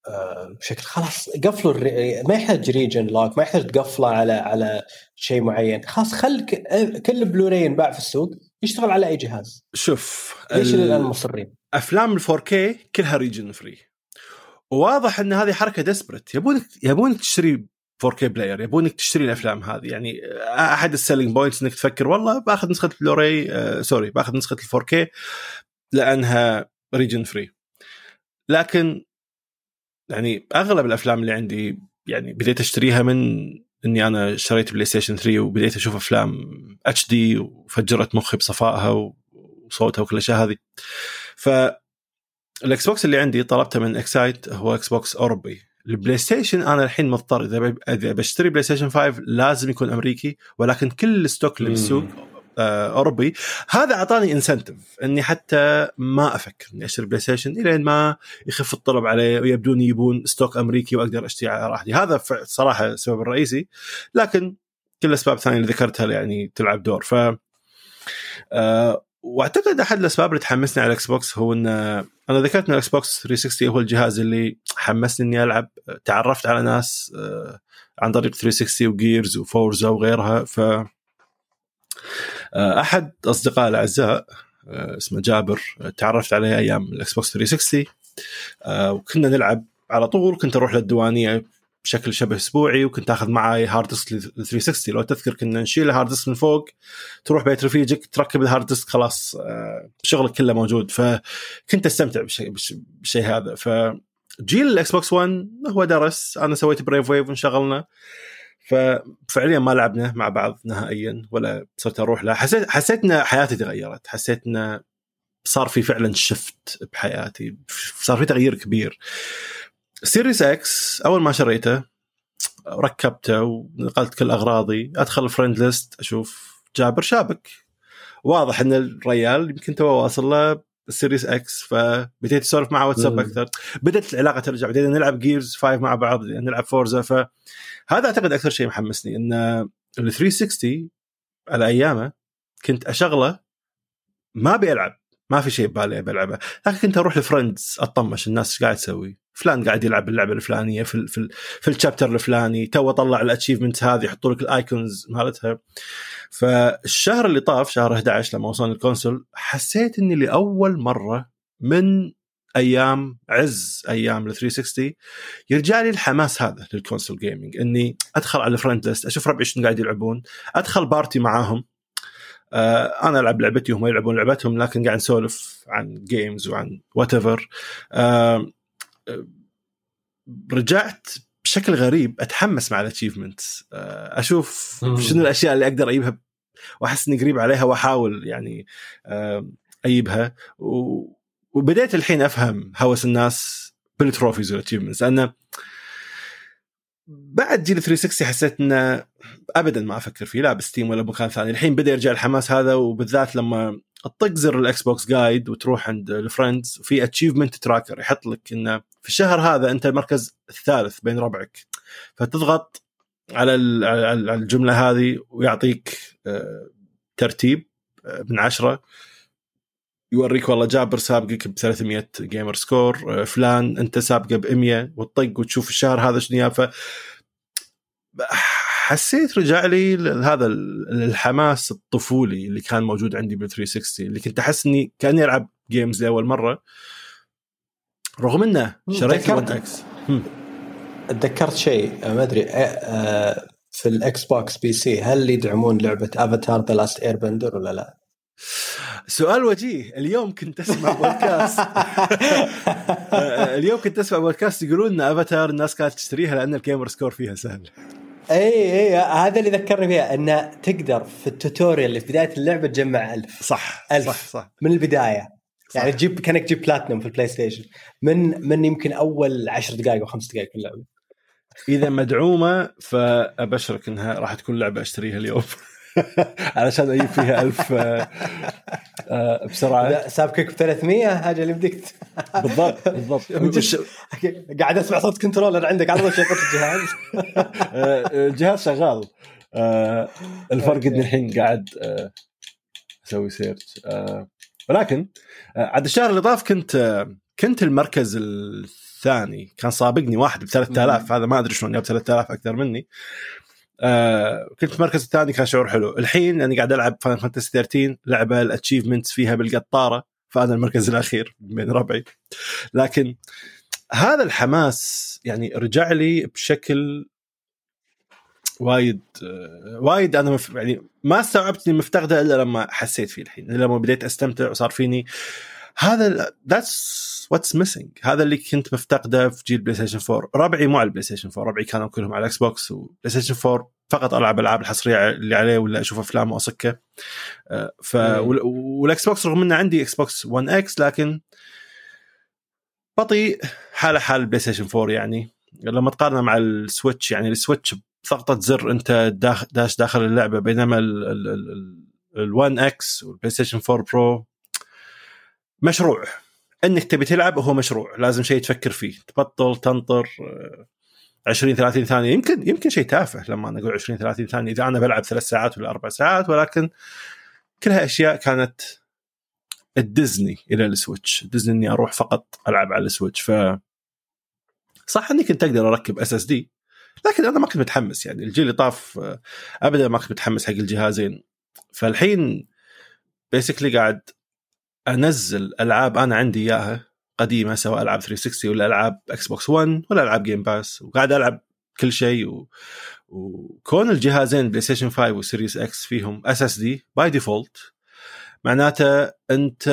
بشكل خلاص قفلوا ما يحتاج ريجن لوك، ما يحتاج تقفله على شيء معين. خلاص خلك كل بلوراي ينباع في السوق يشتغل على اي جهاز. شوف ليش الان مصرين؟ افلام ال4K كلها ريجن فري، وواضح ان هذه حركه ديسبرت، يبونك تشتري 4K بلاير، يبونك تشتري الافلام هذه. يعني احد السيلينج بوينتس انك تفكر والله باخذ نسخه بلوراي باخذ نسخه ال4K لانها ريجن فري. لكن يعني اغلب الافلام اللي عندي يعني بديت اشتريها من اني انا اشتريت بلاي ستيشن 3 وبديت اشوف افلام اتش دي وفجرت مخي بصفائها وصوتها وكل الاشياء هذه. فالاكس بوكس اللي عندي طلبته من اكسايت هو اكس بوكس اوروبي. البلاي ستيشن انا الحين مضطر اذا بشتري بلاي ستيشن 5 لازم يكون امريكي، ولكن كل الستوك اللي بالسوق اوروبي. هذا اعطاني انسنتيف اني حتى ما افكر اني اشتري بلاي ستيشن الى ما يخف الطلب عليه ويبدون يجيبون ستوك امريكي واقدر اشتري على راحتي. هذا صراحه السبب الرئيسي، لكن كل الاسباب الثانيه اللي ذكرتها يعني تلعب دور. ف واعتقد احد الاسباب اللي تحمسني على الاكس بوكس هو ان انا ذكرت ان الاكس بوكس 360 هو الجهاز اللي حمسني اني العب. تعرفت على ناس عن طريق 360 وجيرز وفورزا وغيرها. ف احد اصدقائي الاعزاء اسمه جابر تعرفت عليه ايام الاكس بوكس 360 وكنا نلعب على طول. كنت اروح للديوانيه بشكل شبه اسبوعي وكنت اخذ معي هارد ديسك 360. لو تذكر كنا نشيل الهارد ديسك من فوق، تروح بيت رفيجك تركب الهارد ديسك، خلاص شغلك كله موجود. فكنت استمتع بالشيء هذا. فجيل الاكس بوكس 1 هو درس، انا سويت بريف ويف وانشغلنا، ففعليا ما لعبنا مع بعض نهائيا ولا صرت اروح له. حسيت ان حياتي تغيرت، حسيت ان صار في فعلا شفت بحياتي، صار في تغيير كبير. سيريس اكس اول ما شريته ركبته ونقلت كل اغراضي، ادخل الفريند ليست اشوف جابر شابك، واضح ان الريال يمكن تو واصل له السيريس اكس. فبديت اسولف معه واتساب اكثر، بدات العلاقه ترجع، بدينا نلعب جيرز 5 مع بعض، نلعب فورزا. فهذا اعتقد اكثر شيء محمسني، ان ال 360 على ايامه كنت اشغله ما بيلعب، ما في شيء ببالي بلعبه، لكن كنت اروح لفريندز اطمش الناس ايش قاعد تسوي، فلان قاعد يلعب اللعبه الفلانيه في الشابتر الفلاني، تو طلع الاتشيفمنت هذه، يحطوا لك الايكونز مالتها. فالشهر اللي طاف شهر 11 لما وصلنا الكونسول حسيت اني لاول مره من ايام عز ايام ال 360 يرجع لي الحماس هذا للكونسول جيمنج، اني ادخل على الفريند ليست اشوف ربعي شنو قاعد يلعبون، ادخل بارتي معاهم، انا العب لعبتي وهم يلعبون لعبتهم، لكن قاعد نسولف عن جيمز وعن واتيفر. رجعت بشكل غريب اتحمس مع الاتشيفمنتس، اشوف شنو الاشياء اللي اقدر اجيبها واحس اني قريب عليها واحاول يعني اجيبها. وبديت الحين افهم هوس الناس بالتروفيز والاتشيفمنتس. انا بعد جيل 360 حسيت انه ابدا ما افكر فيه لا بستيم ولا بمكان ثاني. الحين بدا يرجع الحماس هذا، وبالذات لما تطق زر الاكس بوكس جايد وتروح عند الفريندز وفي اتشيفمنت تراكر يحط لك انه في الشهر هذا انت المركز الثالث بين ربعك، فتضغط على الجمله هذه ويعطيك ترتيب من 10، يوريك والله جابر سابقك ب 300 جيمر سكور، فلان انت سابقه ب 100، وتطق وتشوف الشهر هذا شنو. حسيت رجع لي هذا الحماس الطفولي اللي كان موجود عندي بال 360، اللي كنت احس اني كاني العب جيمز لاول مره رغم انه شريت ال1 اكس. تذكرت شيء ما ادري في الاكس بوكس بي سي هل يدعمون لعبه افاتار ذا لاست اير بندر ولا لا؟ سؤال وجيه. اليوم كنت اسمع بودكاست يقولون ان افاتار الناس كانت تشتريها لان الجيمر سكور فيها سهل. اي هذا اللي ذكرني فيها، انه تقدر في التوتوريال اللي في بدايه اللعبه تجمع 1000. صح 1000 صح من البدايه. صح. يعني تجيب كانك تجيب بلاتينوم في البلاي ستيشن من يمكن اول 10 دقائق او 5 دقائق في اللعبه. اذا مدعومه فابشرك انها راح تكون لعبه اشتريها اليوم علشان اجيب فيها 1000 بسرعه. سابقك ب 300 حاجه اللي بدك. بالضبط قاعد اسمع صوت كنترولر عندك على طول شغلت الجهاز. الجهاز شغال. الفرق اني الحين قاعد اسوي سيرش. ولكن عاد الشهر اللي طاف كنت كنت المركز الثاني، كان سابقني واحد ب3000، هذا ما ادري شلون جاب 3000 اكثر مني. كنت المركز الثاني، كان شعور حلو. الحين انا قاعد العب فاينل فانتسي 13 لعبه الاتشيفمنتس فيها بالقطاره، فانا المركز الاخير بين ربعي. لكن هذا الحماس يعني رجع لي بشكل وايد انا يعني ما استوعبت اني مفتقده الا لما حسيت فيه الحين، لما بديت استمتع وصار فيني هذا that's what's missing. هذا اللي كنت مفتقده في جيل بلاي ستيشن 4. ربعي مو على البلاي ستيشن 4، ربعي كانوا كلهم على الاكس بوكس وبلاي ستيشن 4 فقط. العاب الحصريه اللي عليه ولا اشوف افلام واصكه. والاكس بوكس رغم انه عندي اكس بوكس 1 اكس لكن بطيء حال البلاي ستيشن 4. يعني لما تقارنه مع السويتش، يعني السويتش بضغطه زر انت داخل اللعبه، بينما ال1 اكس والبلاي ستيشن 4 برو مشروع انك تبي تلعب، وهو مشروع لازم شيء تفكر فيه، تبطل تنطر 20-30 ثانيه. يمكن شيء تافه لما انا اقول 20-30 ثانيه اذا انا بلعب 3 ساعات ولا 4 ساعات، ولكن كلها اشياء كانت الديزني الى السويتش. ديزني اني اروح فقط العب على السويتش. ف صح اني كنت اقدر اركب اس اس دي، لكن انا ما كنت متحمس. يعني الجيل اللي طاف ابدا ما كنت متحمس حق الجهازين. فالحين بيسكلي قاعد انزل العاب انا عندي اياها قديمه، سواء العاب 360 ولا العاب اكس بوكس 1 ولا العاب جيم باس، وقاعد العب كل شيء. وكون الجهازين بلاي ستيشن 5 وسيريس اكس فيهم اس اس دي باي ديفولت، معناته انت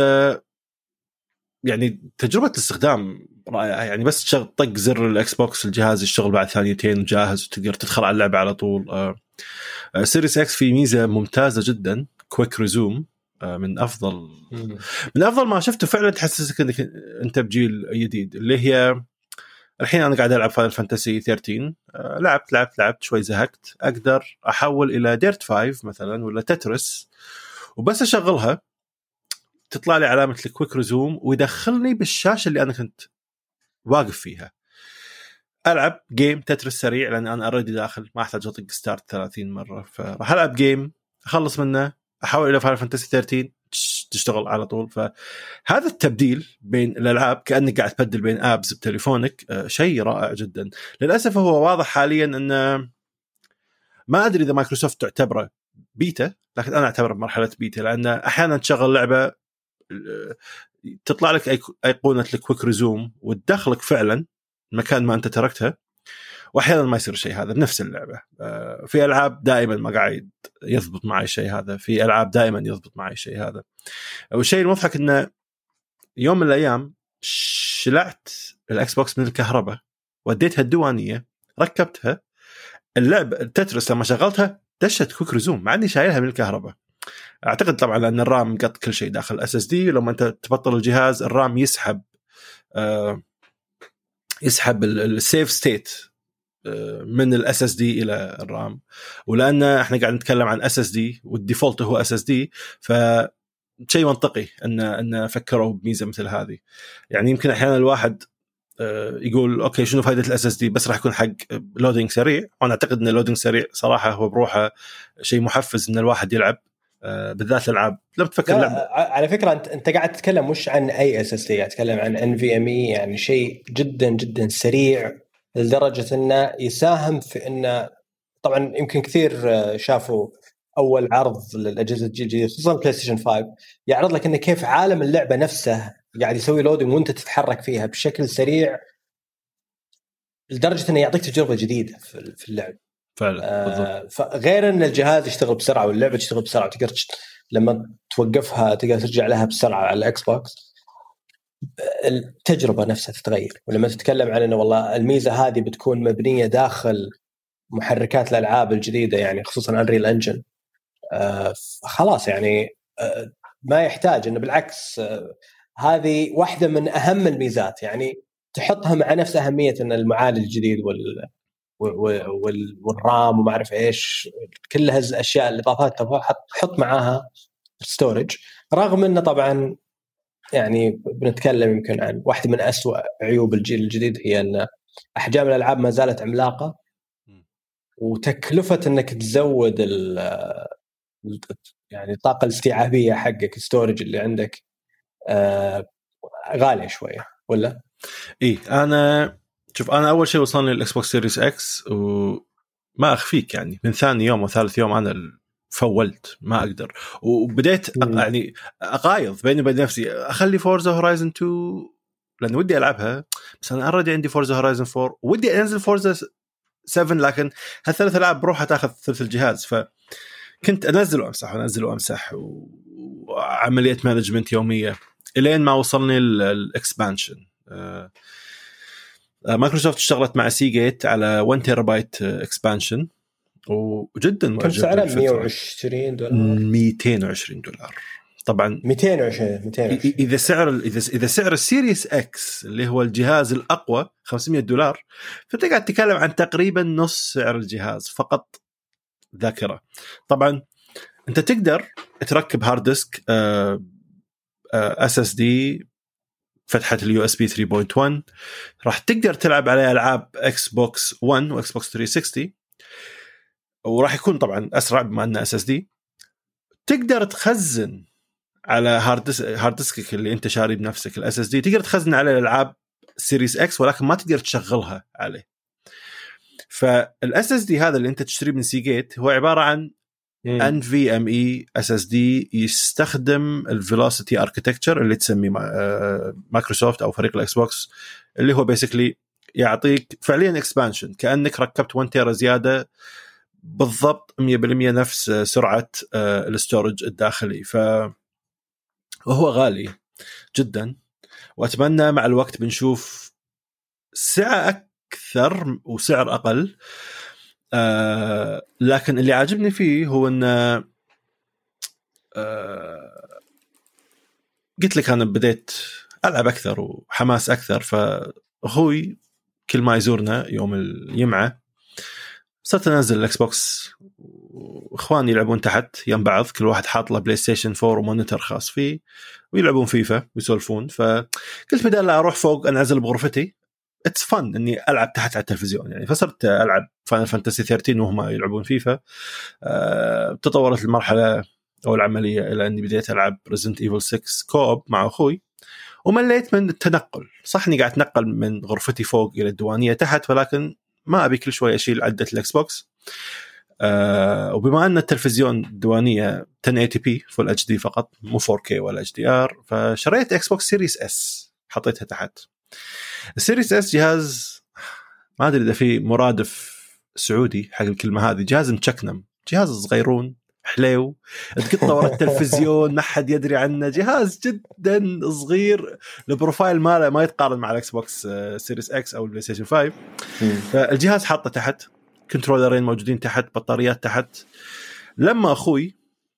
يعني تجربه الاستخدام رائعه. يعني بس طق زر الاكس بوكس الجهاز يشتغل بعد ثانيتين وجاهز وتقدر تدخل على اللعبه على طول. سيريس اكس في ميزه ممتازه جدا، كويك ريزوم، من افضل ما شفته فعلا. تحسسك انك انت بجيل جديد، اللي هي الحين انا قاعد العب فاينل فانتسي 13. لعبت شوي زهقت، اقدر احول الى ديرت 5 مثلا ولا تترس، وبس اشغلها تطلع لي علامه الكويك ريزوم ويدخلني بالشاشه اللي انا كنت واقف فيها. العب جيم تترس سريع لان انا اوريدي داخل، ما احتاج اطق ستارت 30 مره. فراح العب جيم اخلص منه، احول الى فاينل فانتسي 13 تشتغل على طول. فهذا التبديل بين الالعاب كانك قاعد تبدل بين ابس بتليفونك، شيء رائع جدا. للاسف هو واضح حاليا انه ما ادري اذا مايكروسوفت تعتبره بيتا، لكن انا اعتبره بمرحله بيتا، لان احيانا تشغل لعبه تطلع لك ايقونه الكويك ريزوم وتدخلك فعلا مكان ما انت تركتها، واحيانا ما يصير شيء هذا بنفس اللعبه. في العاب دائما ما قاعد يضبط معي الشيء هذا، في العاب دائما يضبط معي الشيء هذا. والشيء المضحك انه يوم من الايام شلعت الاكس بوكس من الكهرباء، وديتها الديوانيه، ركبتها، اللعبه التترس لما شغلتها دشت كويك ريزوم مع اني شايلها من الكهرباء. اعتقد طبعا ان الرام قط كل شيء داخل اس اس دي، لما انت تبطل الجهاز الرام يسحب السيف ستيت من الاس اس دي الى الرام. ولان احنا قاعد نتكلم عن اس اس دي والديفولت هو اس اس دي، فشيء منطقي ان فكروا بميزه مثل هذه. يعني يمكن احيانا الواحد يقول اوكي شنو فائده الاس اس دي، بس راح يكون حق لودينج سريع. وانا اعتقد ان اللودينج سريع صراحه هو بروحه شيء محفز ان الواحد يلعب، بالذات الالعاب. لما تفكر على فكره انت قاعد تتكلم مش عن اي اس اس دي، قاعد تتكلم عن ان في ام اي، يعني شيء جدا جدا سريع لدرجه انه يساهم في انه طبعا يمكن كثير شافوا اول عرض للاجهزه الجيل الجديد خصوصا بلاي ستيشن 5 يعرض لك انه كيف عالم اللعبه نفسه قاعد يسوي لودينج وانت تتحرك فيها بشكل سريع لدرجه انه يعطيك تجربه جديده في اللعب فعلا. فغير ان الجهاز يشتغل بسرعه واللعبه تشتغل بسرعه وتقدر لما توقفها تقدر ترجع لها بسرعه على الاكس بوكس، التجربه نفسها تتغير. ولما تتكلم عن انه والله الميزه هذه بتكون مبنيه داخل محركات الالعاب الجديده، يعني خصوصا انريل انجن، خلاص يعني ما يحتاج انه بالعكس هذه واحده من اهم الميزات، يعني تحطها مع نفس اهميه ان المعالج الجديد والرام وما اعرف ايش، كل هالاشياء الاضافات حط معاها ستورج. رغم انه طبعا يعني بنتكلم يمكن عن واحده من أسوأ عيوب الجيل الجديد هي ان احجام الالعاب ما زالت عملاقه، وتكلفه انك تزود يعني الطاقه الاستيعابيه حقك الستورج اللي عندك غاليه شويه. ولا؟ انا شوف، انا اول شيء وصلني الاكس بوكس سيريس اكس، وما اخفيك يعني من ثاني يوم وثالث يوم انا فولت ما اقدر، وبديت يعني اقايض بيني وبين نفسي اخلي فورزا هورايزن 2 لان ودي العبها، بس انا اوريدي عندي فورزا هورايزن 4 ودي انزل فورزا 7، لكن هالثلاث العاب بروحها تاخذ ثلث الجهاز، فكنت انزل وامسح وعمليه مانجمنت يوميه الين ما وصلني الاكسبانشن. مايكروسوفت اشتغلت مع سيجيت على 1 تيرا بايت اكسبانشن، وجدا معجب. كم سعره؟ $120 $220 طبعا. 220 اذا سعر السيريس اكس اللي هو الجهاز الاقوى $500، فانت قاعد تتكلم عن تقريبا نص سعر الجهاز فقط ذاكره. طبعا انت تقدر تركب هارد ديسك اس اس دي فتحه اليو اس بي 3.1، راح تقدر تلعب عليه العاب اكس بوكس 1 واكس بوكس 360، وراح يكون طبعا اسرع بما انه اس اس دي. تقدر تخزن على هارد ديسك اللي انت شاري بنفسك الاس اس دي، تقدر تخزن عليه الالعاب سيريس اكس، ولكن ما تقدر تشغلها عليه. فالاس اس دي هذا اللي انت تشتريه من سيجيت هو عباره عن NVMe SSD يستخدم الفيلوسيتي اركيتكتشر اللي تسميه مايكروسوفت او فريق الاكس بوكس، اللي هو بيسكلي يعطيك فعليا اكسبانشن كانك ركبت 1 تيرا زياده بالضبط 100% نفس سرعه الاستورج الداخلي. فهو غالي جدا، واتمنى مع الوقت بنشوف سعه اكثر وسعر اقل. لكن اللي عاجبني فيه هو ان قلت لك انا بديت العب اكثر وحماس اكثر، فاخوي كل ما يزورنا يوم الجمعه صرت انزل الاكس بوكس، واخواني يلعبون تحت يم بعض، كل واحد حاط له بلاي ستيشن 4 ومونيتور خاص فيه، ويلعبون فيفا ويسولفون. فقلت بدل لا اروح فوق انزل بغرفتي، اتس فن اني العب تحت على التلفزيون يعني. فصرت العب فاينل فانتسي 13 وهم يلعبون فيفا. تطورت المرحله او العمليه الى اني بديت العب ريزنت ايفل 6 كوب مع اخوي، ومليت من التنقل. صح اني قاعد اتنقل من غرفتي فوق الى الديوانيه تحت، ولكن ما ابي كل شوي اشيل عده الاكس بوكس. وبما ان التلفزيون الديوانيه 1080p فول اتش دي فقط، مو 4K ولا اتش دي ار، فشريت اكس بوكس سيريس اس حطيتها تحت. السيريس اس جهاز ما ادري اذا في مرادف سعودي حق الكلمه هذه، جهاز مشكنم، جهاز صغيرون حليو تقطه ورا التلفزيون ما حد يدري عنه، جهاز جدا صغير، البروفايل ماله ما يتقارن مع الاكس بوكس سيريس اكس او البلاي ستيشن 5. فالجهاز حاطه تحت، كنترولرين موجودين تحت، بطاريات تحت. لما اخوي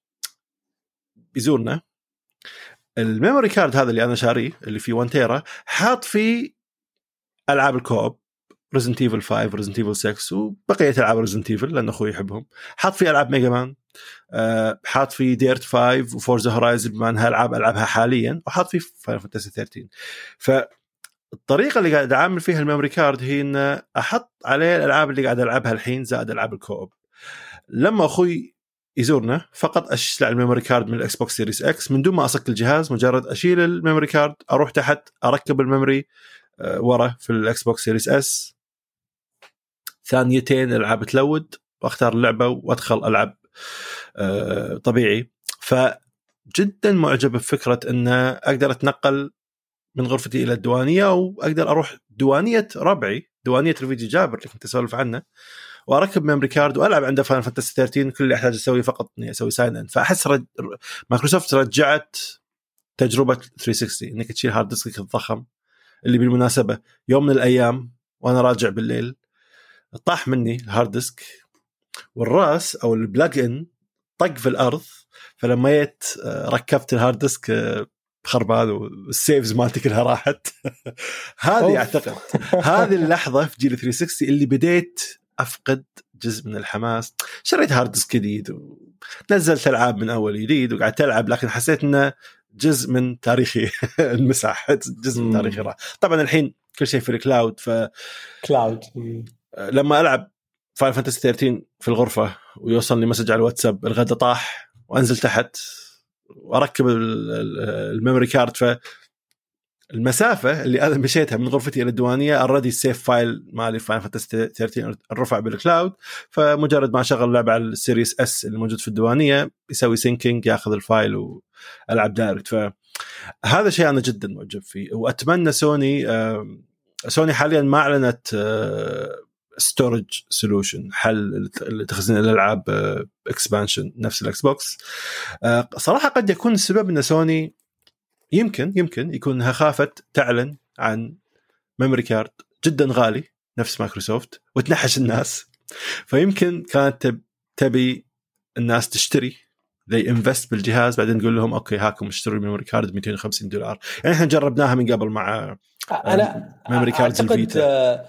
يزورنا، الميموري كارد هذا اللي انا شاريه اللي فيه 1 تيرا حاط فيه العاب الكوب ريزنت ايفل 5 ريزنت ايفل 6 وبقيه العاب ريزنت ايفل لان اخوي يحبهم. حاط فيه العاب ميجا مان، حاط فيه ديرت 5 وفورزا هورايزن بما انها العبها حاليا، وحاط فيه فاينل فانتسي 13. فالطريقه اللي قاعد اعمل فيها الميموري كارد هي ان احط عليه الالعاب اللي قاعد العبها الحين زائد العاب الكوب. لما اخوي يزورنا فقط اشيل الميموري كارد من الاكس بوكس سيريس اكس من دون ما اصك الجهاز، مجرد اشيل الميموري كارد اروح تحت اركب الميموري ورا في الاكس بوكس سيريس اس، ثانيتين العاب تلود واختار اللعبه وادخل العب طبيعي. فجدا معجب بفكره ان اقدر اتنقل من غرفتي الى الديوانيه، واقدر اروح ديوانيه ربعي، ديوانيه الفيديو جابر اللي كنت اسولف عنه، واركب ميموري كارد والعب عنده فاينل فانتسي 13. كل اللي احتاج اسويه فقط اني اسوي ساين ان. فاحس مايكروسوفت رجعت تجربه 360 انك تشيل هارد ديسك الضخم اللي بالمناسبه يوم من الايام وانا راجع بالليل طاح مني الهارد ديسك والراس او البلاج ان طق في الارض، فلما جيت ركبت الهارد ديسك خربان والسيفز مالتي كلها راحت. هذه اعتقد هذه اللحظه في جيل 360 اللي بديت افقد جزء من الحماس. شريت هارد ديسك جديد ونزلت العاب من اول جديد وقعدت العب، لكن حسيت انه جزء من تاريخي المسح، جزء من تاريخي راح. طبعا الحين كل شيء في الكلاود، كلاود لما العب فاينل فانتسي 13 في الغرفه ويوصلني مسج على الواتساب الغدا طاح، وانزل تحت واركب الميموري كارد، المسافه اللي انا مشيتها من غرفتي الى الديوانيه اوريدي السيف فايل مالي فاين فانتسي 13 الرفع بالكلاود، فمجرد ما اشغل اللعبه على السيريس اس اللي موجود في الديوانيه يسوي سينكينج ياخذ الفايل والعب دايركت. فهذا شيء انا جدا معجب فيه، واتمنى سوني حاليا ما اعلنت ستورج سولوشن، حل لتخزين الالعاب اكسبانشن نفس الاكس بوكس. صراحه قد يكون السبب ان سوني يمكن يكون انها خافت تعلن عن ميموري كارد جدا غالي نفس مايكروسوفت وتنحش الناس، فيمكن كانت تبي الناس تشتري they invest بالجهاز بعدين نقول لهم اوكي هاكم اشتروا الميموري كارد $250. يعني احنا جربناها من قبل مع انا ميموري كارد الفيتا.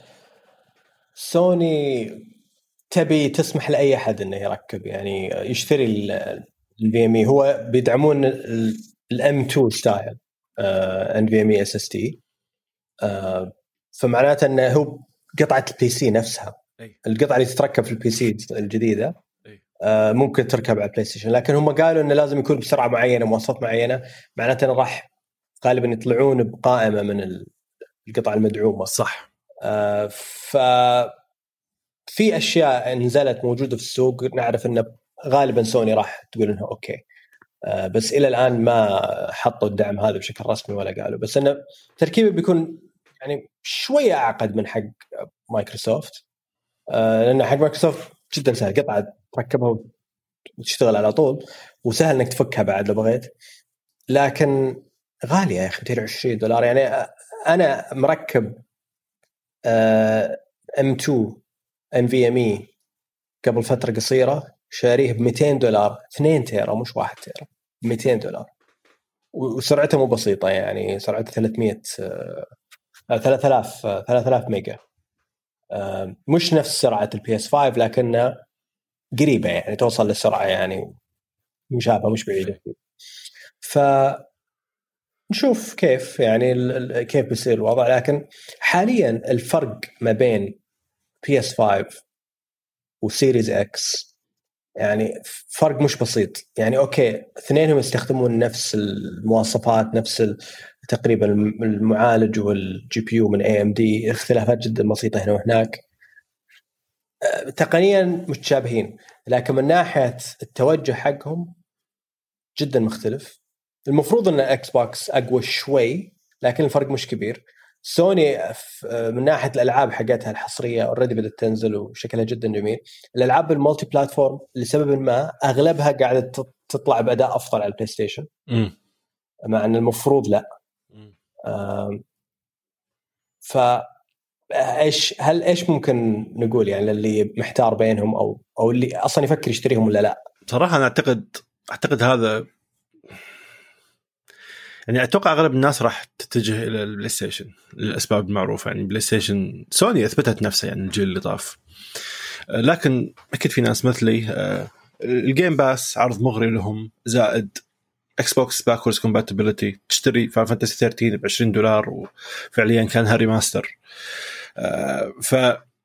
سوني تبي تسمح لاي احد انه يركب يعني يشتري الفي ام اي، هو بيدعمون الام 2 ستايل NVMe SSD، فمعناته انه هو قطعه البي سي نفسها، القطعه اللي تتركب في البي سي الجديده ممكن تركب على البلاي ستيشن، لكن هم قالوا انه لازم يكون بسرعه معينه مواصفات معينه، معناته انه راح غالبا يطلعون بقائمه من القطع المدعومه. صح. ففي اشياء نزلت موجوده في السوق نعرف انه غالبا سوني راح تقول انها اوكي، بس الى الان ما حطوا الدعم هذا بشكل رسمي ولا قالوا، بس انه تركيبه بيكون يعني شويه اعقد من حق مايكروسوفت، لان حق مايكروسوفت جدا سهل، قطعه تركبها وتشتغل على طول، وسهل انك تفكها بعد لو بغيت، لكن غاليه يا اخي $220. يعني انا مركب M2 NVMe قبل فتره قصيره شاريه $200، 2 تيرا مش 1 تيرا، $200، وسرعته مو بسيطه يعني سرعته 3000 ميجا، مش نفس سرعه البي اس 5 لكنها قريبه يعني توصل للسرعه يعني مشابهه مش بعيده. فنشوف كيف يعني كيف بيصير الوضع، لكن حاليا الفرق ما بين بي اس 5 وسيريز اكس يعني فرق مش بسيط، يعني اوكي اثنينهم يستخدمون نفس المواصفات، نفس تقريبا المعالج والجي بي يو من اي ام دي، اختلافات جدا بسيطه هنا وهناك، تقنيا متشابهين، لكن من ناحيه التوجه حقهم جدا مختلف. المفروض ان اكس بوكس اقوى شوي لكن الفرق مش كبير. سوني من ناحيه الالعاب حقتها الحصريه اوريدي بدات تنزل وشكلها جدا جميل، الالعاب المالتي بلاتفورم لسبب ما اغلبها قاعده تطلع باداء افضل على البلاي ستيشن، مع ان المفروض لا. ايش ممكن نقول يعني للي محتار بينهم او اللي اصلا يفكر يشتريهم ولا لا؟ صراحه انا اعتقد هذا يعني اتوقع اغلب الناس راح تتجه الى البلاي ستيشن للاسباب المعروفه، يعني بلاي ستيشن سوني اثبتت نفسها يعني الجيل اللي طاف، لكن اكيد في ناس مثلي الجيم باس عرض مغري لهم، زائد اكس بوكس باكورز كومباتيبلتي، تشتري فاين فانتسي 13 $20 وفعليا كانها ريماستر. ف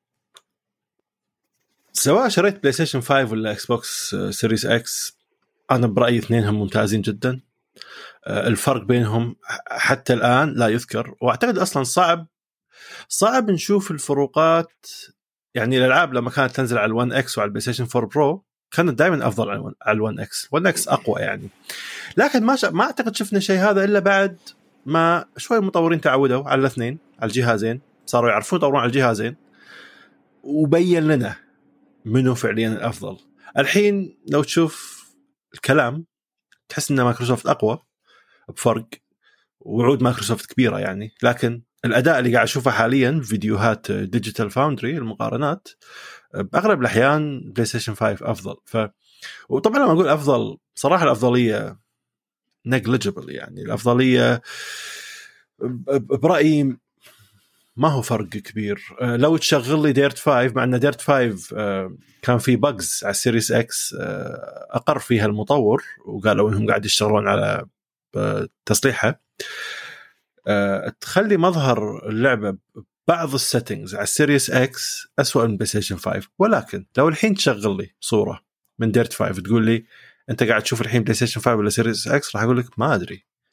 سواء شريت بلاي ستيشن 5 ولا اكس بوكس سيريس اكس انا برايي اثنينهم ممتازين جدا. الفرق بينهم حتى الان لا يذكر، واعتقد اصلا صعب نشوف الفروقات. يعني الالعاب لما كانت تنزل على ال1 اكس وعلى البلاي ستيشن 4 برو كانت دائما افضل على ال1 اكس، ال1 اكس اقوى يعني، لكن ما اعتقد شفنا شيء هذا الا بعد ما شوي المطورين تعودوا على الاثنين، على الجهازين، صاروا يعرفون يطورون على الجهازين، وبين لنا منه فعليا الافضل. الحين لو تشوف الكلام تحس ان مايكروسوفت اقوى بفرق، وعود مايكروسوفت كبيره يعني، لكن الاداء اللي قاعد اشوفه حاليا فيديوهات ديجيتال فاوندري المقارنات باغلب الاحيان بلاي ستيشن 5 افضل. وطبعا لما اقول افضل صراحه الافضليه negligible، يعني الافضليه برايي ما هو فرق كبير. لو تشغل لي ديرت 5، مع ان ديرت 5 كان في بجز على السيريس اكس اقر فيها المطور وقالوا انهم قاعد يشتغلون على تصليحها، تخلي مظهر اللعبه بعض السيتنجز على السيريس اكس أسوأ من بلاي ستيشن 5. ولكن لو الحين تشغل لي صوره من ديرت 5 تقول لي انت قاعد تشوف الحين بلاي ستيشن 5 ولا سيريس اكس، راح اقول لك ما ادري،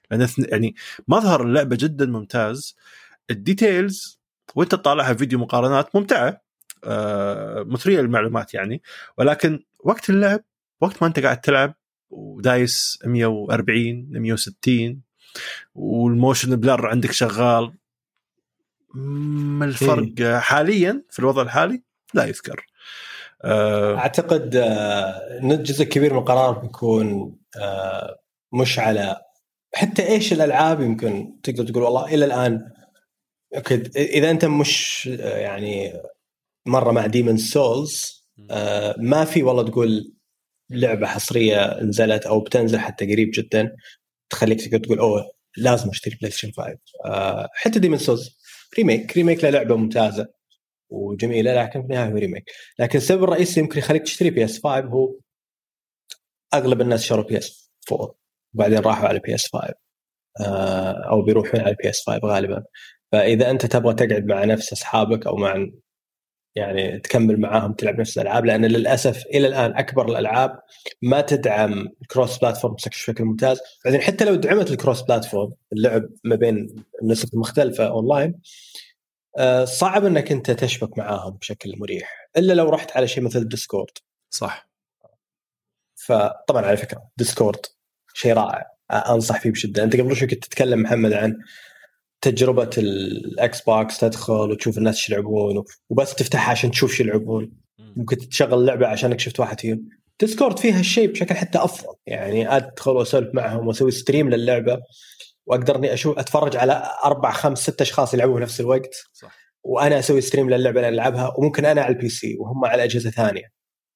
لان يعني مظهر اللعبه جدا ممتاز، الديتيلز وانت تطالعها فيديو مقارنات ممتعه، مثريه للمعلومات يعني، ولكن وقت اللعب، وقت ما انت قاعد تلعب ودايس 140 160 والموشن بلر عندك شغال، ما الفرق حاليا في الوضع الحالي؟ لا يذكر. اعتقد جزء كبير من القرار بيكون مش على حتى ايش الالعاب. يمكن تقدر تقول والله الى الان اكيد اذا انت مش يعني مره مع ديمون سولز ما في والله تقول لعبه حصريه نزلت او بتنزل حتى قريب جدا تخليك تقدر تقول اوه لازم اشتري بلاي ستيشن 5. حتى ديمون سولز ريميك لعبه ممتازه وجميله، لكن في النهايه هو ريميك. لكن السبب الرئيسي يمكن يخليك تشتري بي اس 5 هو اغلب الناس شروا بي اس 4 وبعدين راحوا على بي اس 5 او بيروحون على بي اس 5 غالبا. فاذا انت تبغى تقعد مع نفس اصحابك او مع يعني تكمل معاهم تلعب نفس الالعاب، لان للاسف الى الان اكبر الالعاب ما تدعم الكروس بلاتفورم بشكل ممتاز. بعدين حتى لو دعمت الكروس بلاتفورم اللعب ما بين النسخ المختلفه اونلاين صعب انك انت تشبك معاهم بشكل مريح الا لو رحت على شيء مثل ديسكورد. صح. فطبعا على فكره ديسكورد شيء رائع انصح فيه بشده. انت قبل شوي كنت تتكلم محمد عن تجربه الاكس بوكس، تدخل وتشوف الناس ايش يلعبون وبس تفتحها عشان تشوف ايش يلعبون، ممكن تشغل لعبه عشانك شفت واحد فيهم. ديسكورد فيها الشيء بشكل حتى افضل، يعني ادخل واسولف معهم واسوي ستريم للعبه واقدر اني اشوف اتفرج على 4 5 6 اشخاص يلعبون في نفس الوقت. صح. وانا اسوي ستريم للعبه اللي العبها، وممكن انا على البي سي وهم على اجهزه ثانيه.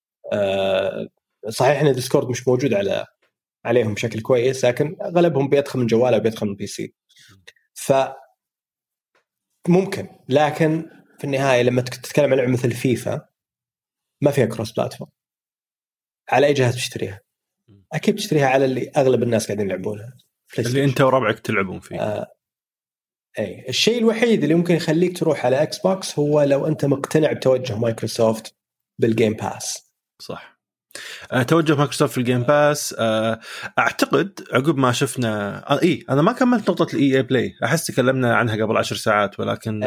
صحيح ان ديسكورد مش موجود عليهم بشكل كويس، لكن اغلبهم بيدخل من جواله وبيدخل من البي سي. ف ممكن، لكن في النهايه لما تتكلم عن لعبه مثل فيفا ما فيها كروس بلاتفورم، على اي جهاز تشتريها؟ اكيد تشتريها على اللي اغلب الناس قاعدين يلعبونها، اللي انت وربعك تلعبون فيه. اي الشيء الوحيد اللي ممكن يخليك تروح على اكس بوكس هو لو انت مقتنع بتوجه مايكروسوفت بالجيم باس. صح. توجه مايكروسوفت في الجيم باس اعتقد عقب ما شفنا انا ما كملت نقطه الاي اي بلاي، احس تكلمنا عنها قبل 10 ساعات، ولكن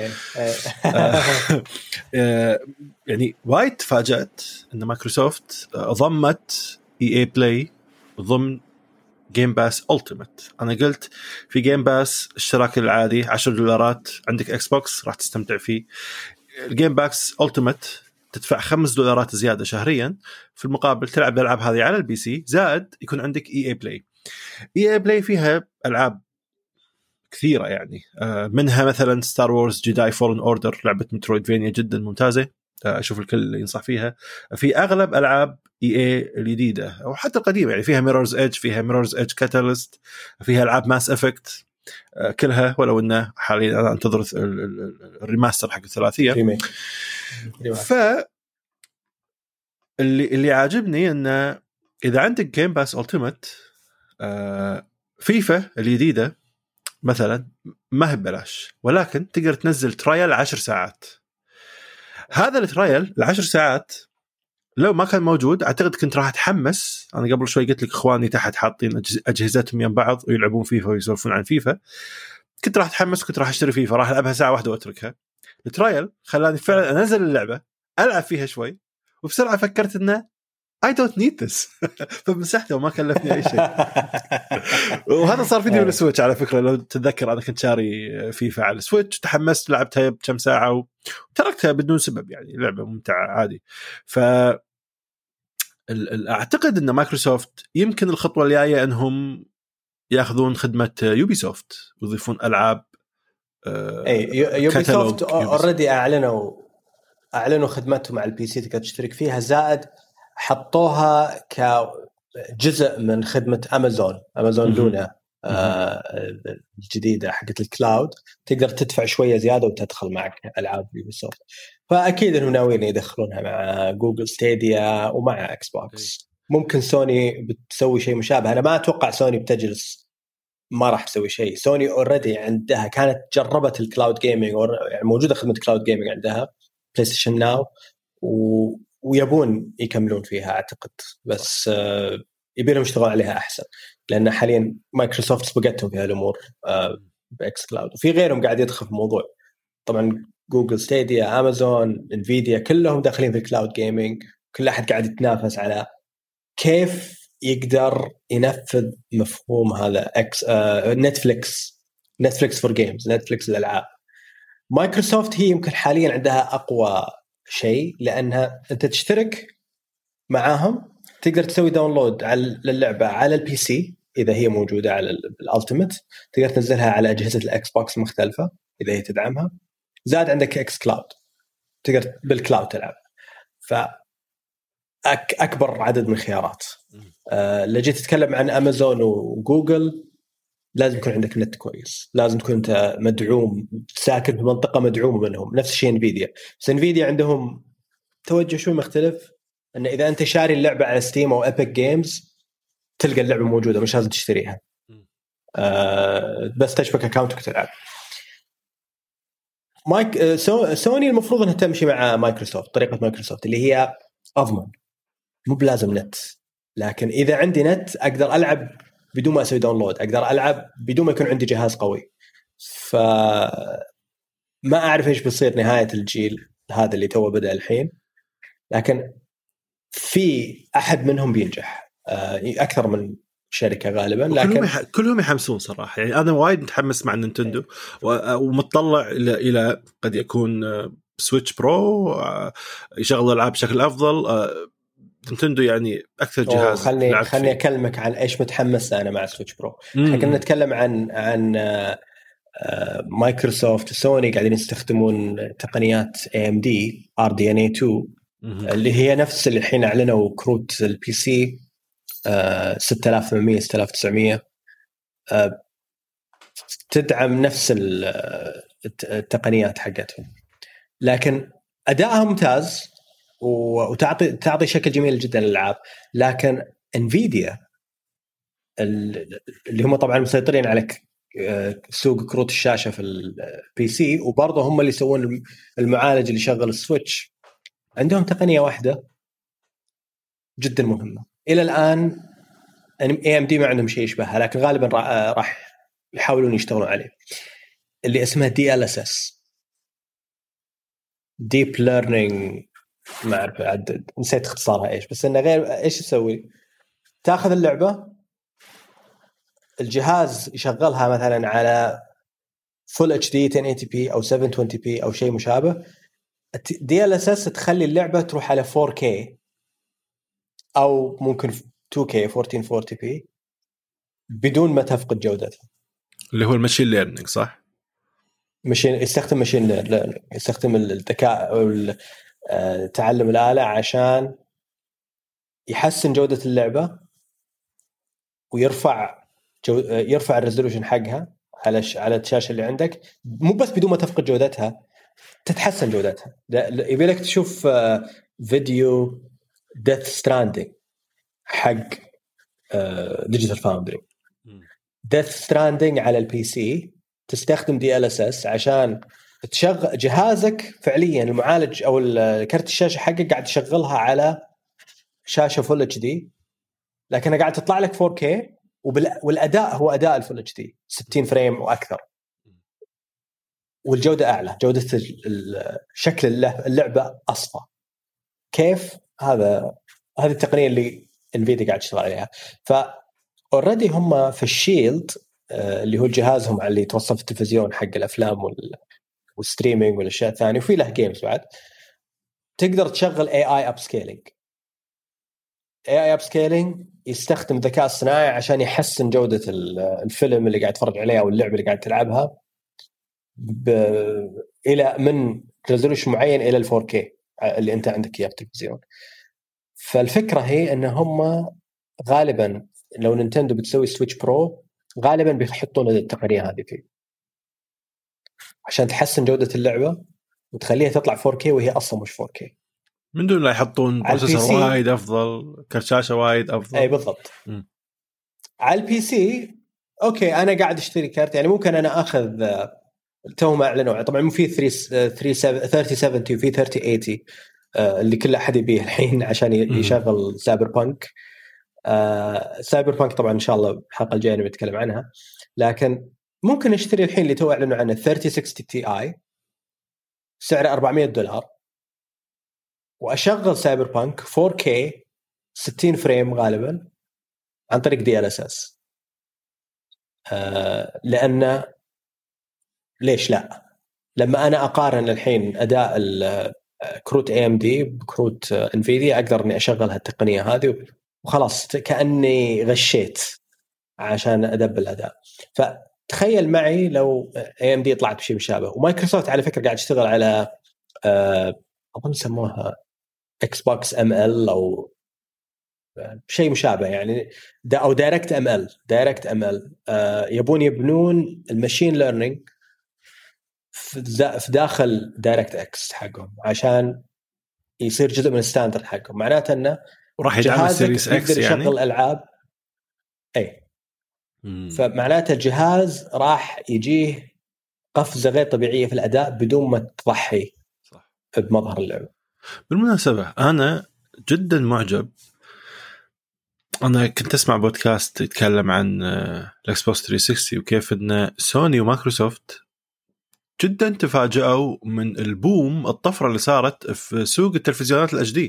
يعني وايد تفاجأت ان مايكروسوفت ضمت اي اي بلاي ضمن جيم باس ألتيمت. أنا قلت في جيم باس اشتراك العادي $10 عندك إكس بوكس راح تستمتع فيه. الجيم باس ألتيمت تدفع $5 زيادة شهريا، في المقابل تلعب الألعاب هذه على البي سي، زائد يكون عندك اي اي بلاي. اي اي بلاي فيها ألعاب كثيرة يعني، منها مثلا ستار وورز جيداي فولن أوردر، لعبة مترويدفينيا جدا ممتازة، أشوف الكل ينصح فيها. في أغلب ألعاب EA الجديدة أو حتى القديمة، يعني فيها ميرورز إيدج، فيها ميرورز إيدج كاتاليست، فيها ألعاب ماس إفكت كلها، ولو إنه حاليا أنا أنتظر الريماستر حق الثلاثية. اللي عاجبني إنه إذا عندك جيم باس ألتيمت، فيفا الجديدة مثلا ما هي ببلاش، ولكن تقدر تنزل ترايل 10 ساعات. هذا الترايل ال10 ساعات لو ما كان موجود اعتقد كنت راح اتحمس. انا قبل شوي قلت لك اخواني تحت حاطين اجهزتهم يم بعض ويلعبون فيفا ويسولفون عن فيفا، كنت راح اتحمس، كنت راح اشتري فيفا، راح العبها ساعه واحده واتركها. الترايل خلاني فعلا انزل اللعبه العب فيها شوي، وبسرعه فكرت انه I don't need this فمسحته وما كلفني أي شيء. وهذا صار فيني من السويتش على فكرة، لو تتذكر أنا كنت شاري فيفا على السويتش، تحمست لعبتها بكم ساعة وتركتها بدون سبب، يعني لعبة ممتعة عادي. أعتقد أن مايكروسوفت يمكن الخطوة الجاية أنهم يأخذون خدمة يوبيسوفت ويضيفون ألعاب. يوبيسوفت already أعلنوا خدمتهم على البي سي تقدر تشترك فيها، زائد حطوها كجزء من خدمة أمازون لونا الجديدة حقت الكلاود، تقدر تدفع شوية زيادة وتدخل معك ألعاب يوبيسوفت. فأكيد إنهم ناويين يدخلونها مع جوجل ستيديا ومع إكس بوكس. ممكن سوني بتسوي شيء مشابه، أنا ما أتوقع سوني بتجلس ما راح تسوي شيء. سوني already عندها كانت جربت الكلاود جيمينج، يعني موجودة خدمة كلاود جيمينج عندها بلاي ستيشن ناو، ويبون يكملون فيها أعتقد، بس يبينهم يشتغلون عليها أحسن. لان حاليا مايكروسوفت سبقتهم في هالامور باكس كلاود، وفي غيرهم قاعد يدخل في الموضوع. طبعا جوجل ستيديا، امازون، انفيديا، كلهم داخلين في الكلاود جيمنج. كل احد قاعد يتنافس على كيف يقدر ينفذ مفهوم هذا نتفليكس فور جيمز، نتفليكس الالعاب. مايكروسوفت هي يمكن حاليا عندها اقوى شيء، لانها انت تشترك معاهم تقدر تسوي داونلود على اللعبه على البي سي اذا هي موجوده على الالتيميت، تقدر تنزلها على اجهزه الاكس بوكس المختلفه اذا هي تدعمها، زاد عندك اكس كلاود تقدر بالكلاود تلعب. ف اكبر عدد من الخيارات. لو جيت تتكلم عن امازون وجوجل لازم يكون عندك نت كويس، لازم تكون انت مدعوم، ساكن في منطقه مدعومه منهم. نفس الشيء انفيديا، بس انفيديا عندهم توجه شوي مختلف، ان اذا انت شاري اللعبه على ستيم او ايبك جيمز تلقى اللعبه موجوده، مش لازم تشتريها. بس تشبك اكاونتك وتلعب. سوني المفروض انها تمشي مع مايكروسوفت، طريقه مايكروسوفت اللي هي اضمن، مو بلازم نت، لكن اذا عندي نت اقدر العب بدون ما اسوي داونلود، اقدر العب بدون ما يكون عندي جهاز قوي. فما اعرف ايش بيصير نهايه الجيل هذا اللي توه بدا الحين، لكن في احد منهم بينجح اكثر من شركه غالبا. لكن كلهم يحمسون صراحه. يعني انا وايد متحمس مع نينتندو ومتطلع الى قد يكون سويتش برو يشغل العاب بشكل افضل. نينتندو يعني اكثر جهاز. خلني اكلمك عن ايش متحمس انا مع سويتش برو. احنا كنا نتكلم عن مايكروسوفت وسوني قاعدين يستخدمون تقنيات AMD RDNA 2 اللي هي نفس اللي الحين اعلنوا كروت البي سي 6800 6900 تدعم نفس التقنيات حقتهم، لكن ادائها ممتاز وتعطي شكل جميل جدا للالعاب. لكن انفيديا اللي هم طبعا مسيطرين على سوق كروت الشاشه في البي سي، وبرضه هم اللي يسوون المعالج اللي يشغل السويتش، عندهم تقنيه واحده جدا مهمه الى الان AMD ما عندهم شيء يشبهها، لكن غالبا راح يحاولون يشتغلون عليه، اللي اسمها DLSS Deep Learning، ما أعرف عدد نسيت اختصارها إيش، بس إنه غير إيش يسوي. تأخذ اللعبة، الجهاز يشغلها مثلا على Full HD 1080p أو 720p أو شيء مشابه. DLSS تخلي اللعبة تروح على 4K أو ممكن 2K 1440p بدون ما تفقد جودتها، اللي هو الماشين ليرنينج. صح؟ يستخدم ماشين ليرنينج، يستخدم الذكاء أو تعلم الآلة عشان يحسن جودة اللعبة ويرفع الريزولوشن حقها على الشاشة اللي عندك، مو بس بدون ما تفقد جودتها، تتحسن جودتها. يبي لك تشوف فيديو ديث ستراندينج حق ديجيتال فاوندري. ديث ستراندينج على البي سي تستخدم DLSS عشان تشغل جهازك فعليا، المعالج او كرت الشاشه حقك قاعد تشغلها على شاشه فول اتش دي، لكنها قاعد تطلع لك 4K والاداء هو اداء الفول اتش دي 60 فريم واكثر، والجوده اعلى، جوده شكل اللعبه اصفى. كيف هذه التقنيه اللي انفيديا قاعد تشتغل عليها. ف اوريدي هم في الشيلد اللي هو جهازهم اللي يتوصل في التلفزيون حق الافلام والستريمينج والاشياء الثانيه، وفي له جيمز بعد، تقدر تشغل AI upscaling. AI upscaling يستخدم ذكاء اصطناعي عشان يحسن جودة الفيلم اللي قاعد تتفرج عليه أو اللعبة اللي قاعد تلعبها إلى من ريزولوشن معين إلى 4K اللي أنت عندك إياه في التلفزيون. فالفكرة هي أن هم غالبا لو نينتندو بتسوي سويتش برو غالبا بيحطون التقنية هذه فيه عشان تحسن جودة اللعبة وتخليها تطلع 4K وهي أصلا مش 4K، من دون لا يحطون بروسيسور وايد افضل، كرت شاشه وايد افضل. اي بالضبط. على البي سي اوكي انا قاعد اشتري كارت، يعني ممكن انا اخذ تو ما اعلنوا طبعا مو في 3070 وفي 3080 اللي كل احد يبيه الحين عشان يشغل سايبر بانك. سايبر بانك طبعا ان شاء الله الحلقه الجايه نتكلم عنها، لكن ممكن اشتري الحين اللي تو اعلنوا عنه 3060 تي اي سعره $400 واشغل سايبر بانك 4K 60 فريم غالبا عن طريق DLSS. لان ليش لا؟ لما انا اقارن الحين اداء كروت AMD بكروت انفيديا اقدر اني اشغل هالتقنيه هذه وخلاص كاني غشيت عشان ادبل الاداء. فتخيل معي لو AMD طلعت بشيء مشابه. ومايكروسوفت على فكره قاعد تشتغل على اظن سموها اكس بوكس ML او شيء مشابه يعني او دايركت ML يبون يبنون الماشين ليرنينج في داخل دايركت اكس حقهم عشان يصير جزء من الستاندرد حقهم. معناته انه راح يدعم سيريس اكس يقدر يشغل يعني العاب اي. فمعناته الجهاز راح يجيه قفزه غير طبيعيه في الاداء بدون ما تضحي صح بمظهر اللعبه. بالمناسبه انا جدا معجب. أنا كنت أسمع بودكاست يتكلم عن الإكس بوكس 360 وكيف أن سوني ومايكروسوفت جدا تفاجأوا من البوم الطفرة اللي صارت في سوق التلفزيونات الHD،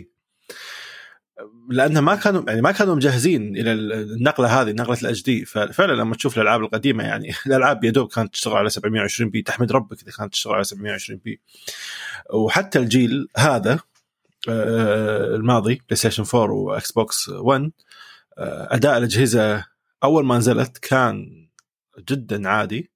لأنها ما كانوا مجهزين إلى النقلة هذه، نقلة الHD. ففعلا لما تشوف الألعاب القديمة يعني الألعاب يدوب كانت تشتغل على 720p، تحمد ربك إذا كانت تشتغل على 720p. وحتى الجيل هذا الماضي بلاي ستيشن 4 وإكس بوكس 1 أداء الأجهزة أول ما نزلت كان جدا عادي،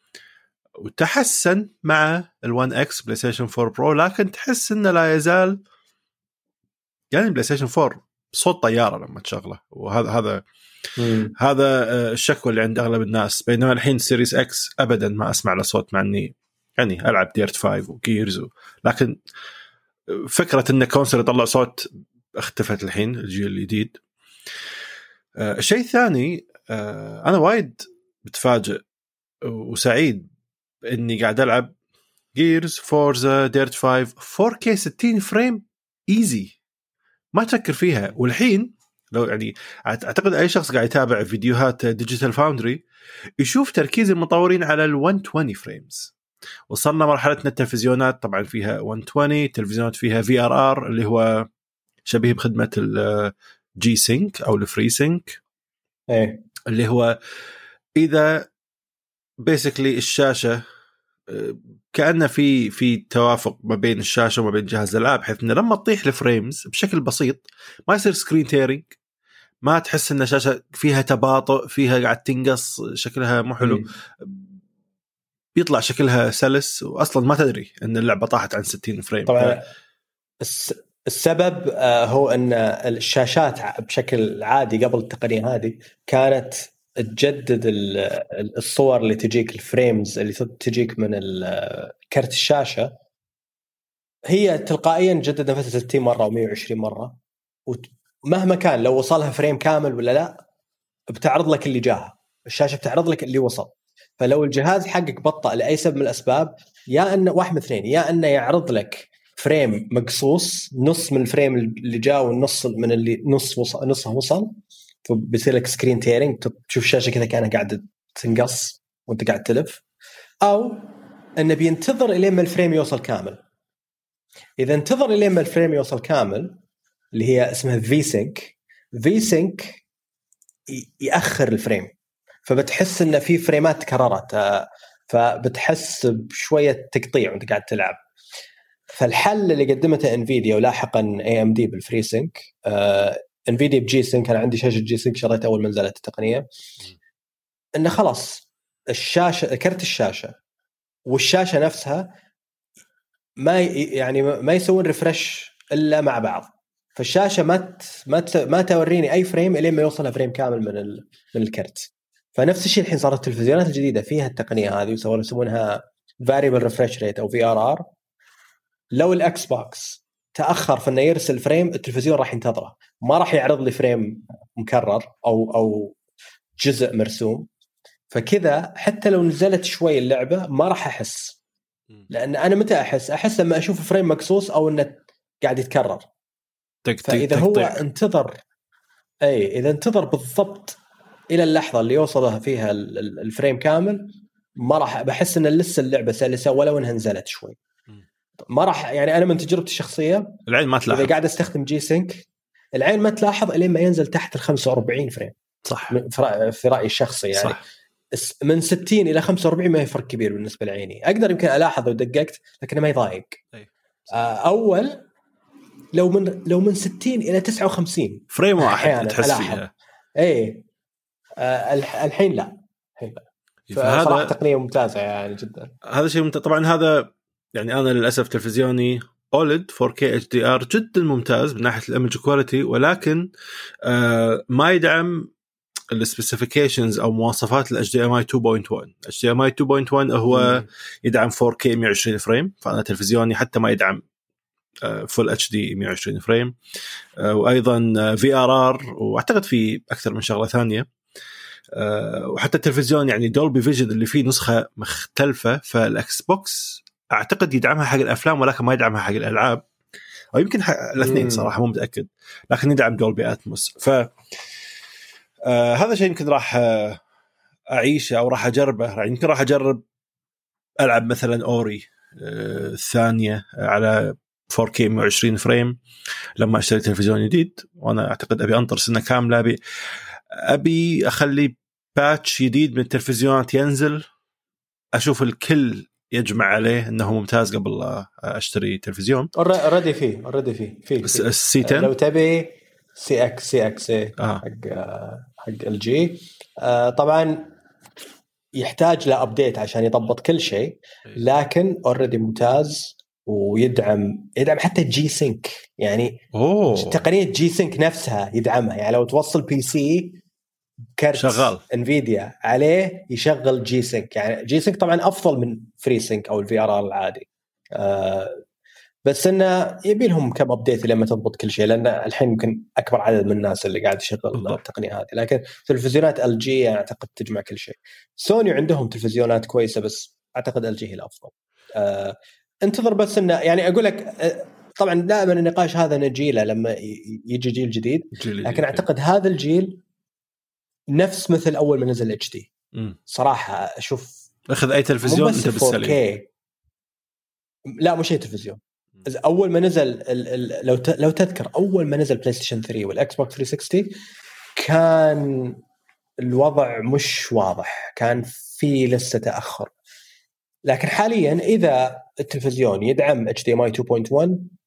وتحسن مع ال1 اكس بلاي ستيشن 4 برو، لكن تحس إنه لا يزال يعني بلاي ستيشن 4 صوت طيارة لما تشغله. وهذا هذا الشكوى اللي عند أغلب الناس. بينما الحين سيريس اكس أبدا ما أسمع له صوت، مع إني يعني ألعب ديرت 5 وجيرز لكن فكرة إن كونسول يطلع صوت اختفت الحين الجيل الجديد. شيء ثاني، أنا وايد بتفاجئ وسعيد إني قاعد ألعب جيرز فورزا ديرت 5 4K 60 فريم إيزي، ما تفكر فيها. والحين لو يعني أعتقد أي شخص قاعد يتابع فيديوهات ديجيتال فاوندري يشوف تركيز المطورين على ال 120 فريمز. وصلنا مرحلة التلفزيونات طبعا فيها 120، تلفزيونات فيها VRR اللي هو شبيه بخدمة الجي سينك أو الفري سينك، اللي هو إذا بيسكلي الشاشة كأنه في توافق ما بين الشاشة وما بين جهاز الألعاب، بحيث إنه لما تطيح الفريمز بشكل بسيط ما يصير سكرين تيرينج، ما تحس إن الشاشة فيها تباطؤ، فيها قاعد تنقص، شكلها مو حلو، بيطلع شكلها سلس وأصلا ما تدري إن اللعبة طاحت عن 60 فريم. طبعا السبب هو أن الشاشات بشكل عادي قبل التقنية هذه كانت تجدد الصور اللي تجيك، الفريمز اللي تجيك من كرت الشاشة هي تلقائيا جدد نفسها 60 مرة و120 مرة، ومهما كان لو وصلها فريم كامل ولا لا بتعرض لك اللي جاها، الشاشة بتعرض لك اللي وصل. فلو الجهاز حقك بطأ لأي سبب من الأسباب، يا أنه واحد من اثنين، يا أنه يعرض لك فريم مقصوص نص من الفريم اللي جاء والنص من اللي نصه وصل، فبيصير لك سكرين تيرينج، تشوف الشاشة كذا كأنها قاعدة تنقص وانت قاعد تلف، أو أنه بينتظر إلين ما الفريم يوصل كامل. إذا انتظر إلين ما الفريم يوصل كامل اللي هي اسمها في سينك يأخر الفريم، فبتحس إن في فريمات تكررت، فبتحس بشوية تقطيع وانت قاعد تلعب. فالحل اللي قدمته انفيديا ولاحقا AMD بالفري سينك، انفيديا بجي سينك، انا عندي شاشه جي سينك شريتها اول ما نزلت التقنيه، انه خلاص الشاشه، كرت الشاشه والشاشه نفسها ما يسوون ريفرش الا مع بعض، فالشاشه ما توريني اي فريم الين ما يوصلها فريم كامل من الكرت. فنفس الشيء الحين صارت التلفزيونات الجديده فيها التقنيه هذه، يسمونها variable refresh rate او VRR. لو الاكس بوكس تاخر في انه يرسل فريم، التلفزيون راح ينتظره، ما راح يعرض لي فريم مكرر او جزء مرسوم. فكذا حتى لو نزلت شوي اللعبه ما راح احس، لان انا متى احس لما اشوف فريم مقصوص او انه قاعد يتكرر. فاذا هو انتظر اي اذا انتظر بالضبط الى اللحظه اللي يوصلها فيها الفريم كامل، ما راح بحس ان لسه اللعبه سلسه ولو انها نزلت شوي. ما راح يعني انا من تجربتي الشخصيه العين ما تلاحظ. اذا قاعد استخدم جي سينك العين ما تلاحظ الين ما ينزل تحت ال 45 فريم. صح في رايي الشخصي يعني صح. من 60 الى 45 ما هي فرق كبير بالنسبه لعيني. اقدر يمكن الاحظ لو دققت لكن ما يضايق. اول لو من 60 الى 59 فريم واحد تحس فيها. اي الحين لا. فصراحه تقنيه ممتازه يعني جدا. هذا شيء طبعا هذا يعني انا للاسف تلفزيوني OLED 4K HDR جدا ممتاز من ناحيه الايمج كواليتي، ولكن ما يدعم السبيسيفيكيشنز او مواصفات ال HDMI 2.1. HDMI 2.1 هو يدعم 4K 120 فريم، فانا تلفزيوني حتى ما يدعم فول HD 120 فريم. وايضا VRR، واعتقد في اكثر من شغله ثانيه. وحتى التلفزيون يعني دولبي فيجن اللي فيه نسخه مختلفه، فالاكس بوكس اعتقد يدعمها حق الافلام ولكن ما يدعمها حق الالعاب، او يمكن الاثنين صراحه مو متاكد، لكن يدعم دولبي اتموس. ف هذا شيء يمكن راح اعيشه او راح اجربه. يمكن راح اجرب العب مثلا اوري الثانيه على 4K 120 فريم لما اشتري تلفزيون جديد، وانا اعتقد ابي انطر سنه كامله. ابي اخلي باتش جديد من التلفزيونات ينزل، اشوف الكل يجمع عليه انه ممتاز قبل اشتري تلفزيون. اوريدي في السي 10 لو تبي سي اكس حق الجي. طبعا يحتاج له ابديت عشان يضبط كل شيء، لكن اوريدي ممتاز ويدعم حتى الجي سينك يعني. تقنيه جي سينك نفسها يدعمها، يعني لو توصل بي سي كارت شغال انفيديا عليه يشغل جي سينك. يعني جي سينك طبعا افضل من فري سينك او الفي ار العادي، بس انه يبي لهم كم ابديت لما تضبط كل شيء، لان الحين يمكن اكبر عدد من الناس اللي قاعد يشغل التقنيه هذه. لكن تلفزيونات ال جي اعتقد تجمع كل شيء. سوني عندهم تلفزيونات كويسه بس اعتقد ال جي هي الافضل. انتظر بس انه يعني اقول لك طبعا دائما النقاش هذا نجيله لما يجي جيل جديد، لكن اعتقد هذا الجيل نفس مثل اول ما نزل اتش دي. صراحه اشوف اخذ اي تلفزيون انت بالسليم. لا مش اي تلفزيون. اول ما نزل لو تذكر اول ما نزل بلاي ستيشن 3 والاكس بوكس 360 كان الوضع مش واضح، كان في لسه تاخر. لكن حاليا اذا التلفزيون يدعم HDMI 2.1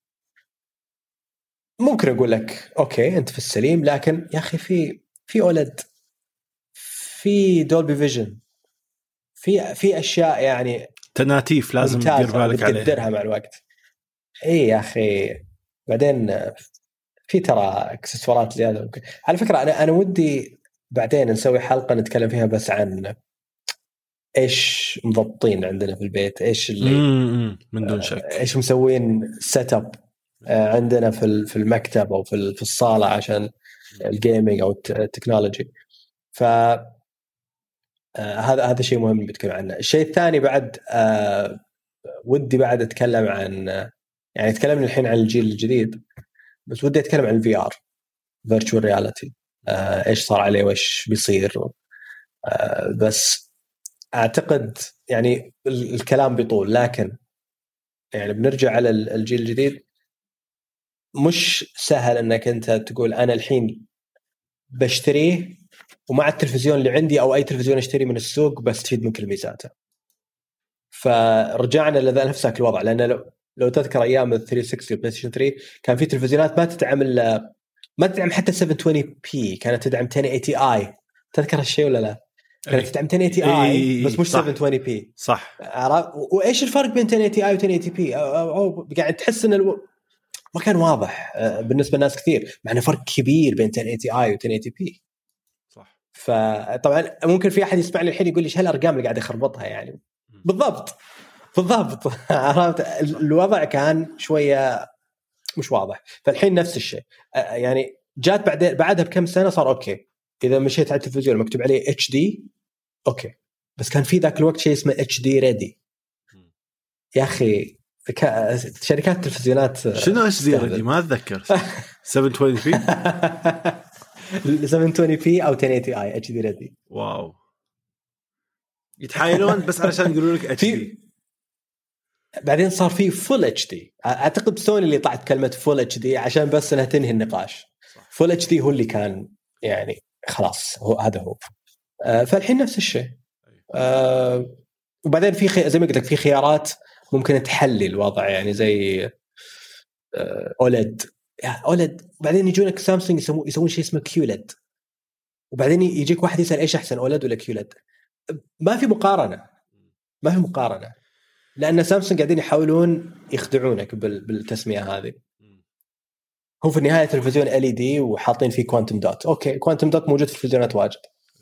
ممكن اقول لك اوكي انت في السليم. لكن يا اخي في اولد، في دولبي فيجن، في اشياء يعني تناتيف لازم تدير بالك عليها، تقدرها مع الوقت. اي يا اخي بعدين في ترى اكسسوارات زياده. على فكره انا ودي بعدين نسوي حلقه نتكلم فيها بس عن ايش مضبطين عندنا في البيت، ايش اللي من دون شك ايش مسوين سيت اب عندنا في المكتب او في الصاله عشان الجيمنج او التكنولوجي. ف هذا شيء مهم بتكلم عنه. الشيء الثاني بعد ودي بعد اتكلم عن، يعني تكلمنا الحين عن الجيل الجديد بس ودي اتكلم عن الفي ار فيرتشوال رياليتي، ايش صار عليه وايش بيصير. بس اعتقد يعني الكلام بيطول، لكن يعني بنرجع على الجيل الجديد. مش سهل انك انت تقول انا الحين بشتريه ومع التلفزيون اللي عندي او اي تلفزيون اشتري من السوق بستفيد من كل ميزاته. فرجعنا لذا نفسك الوضع، لان لو تذكر ايام ال 360 بلاي ستيشن 3 كان في تلفزيونات ما تدعم حتى 720p، كانت تدعم 1080i. تذكر هالشيء ولا لا؟ كانت تدعم 1080i بس مش 720p. صح. وايش الفرق بين 1080i و 1080p؟ او قاعد تحس ان ما كان واضح بالنسبه لناس كثير، مع انه فرق كبير بين 1080i و 1080p. صح. فطبعا ممكن في احد يسمعني الحين يقول لي ايش هالارقام اللي قاعد يخربطها يعني. بالضبط عرفت الوضع كان شويه مش واضح. فالحين نفس الشيء يعني جات بعدها بكم سنه صار اوكي. اذا مشيت على التلفزيون مكتوب عليه اتش دي اوكي، بس كان في ذاك الوقت شيء اسمه اتش دي ريدي. يا اخي شركات التلفزيونات شنو اتش دي ريدي؟ ما اتذكر. 720p 720 بي او 1080 اي اتش دي ريدي. واو يتحايلون بس علشان يقولوا لك اتش دي. بعدين صار في فول اتش دي. اعتقد سوني اللي طلعت كلمه فول اتش دي عشان بس انها تنهي النقاش. فول اتش دي هو اللي كان يعني خلاص هو هذا هو. فالحين نفس الشيء. وبعدين في زي ما قلت لك في خيارات ممكن تحلي الوضع يعني زي اوليد اوليد. بعدين يجونك سامسونج يسوون شيء اسمه كيوليد، وبعدين يجيك واحد يسأل ايش احسن اوليد ولا كيوليد. ما في مقارنه لان سامسونج قاعدين يحاولون يخدعونك بالتسميه هذه. هو في النهايه تلفزيون LED وحاطين فيه كوانتم دوت. اوكي كوانتم دوت موجود في التلفزيونات واجد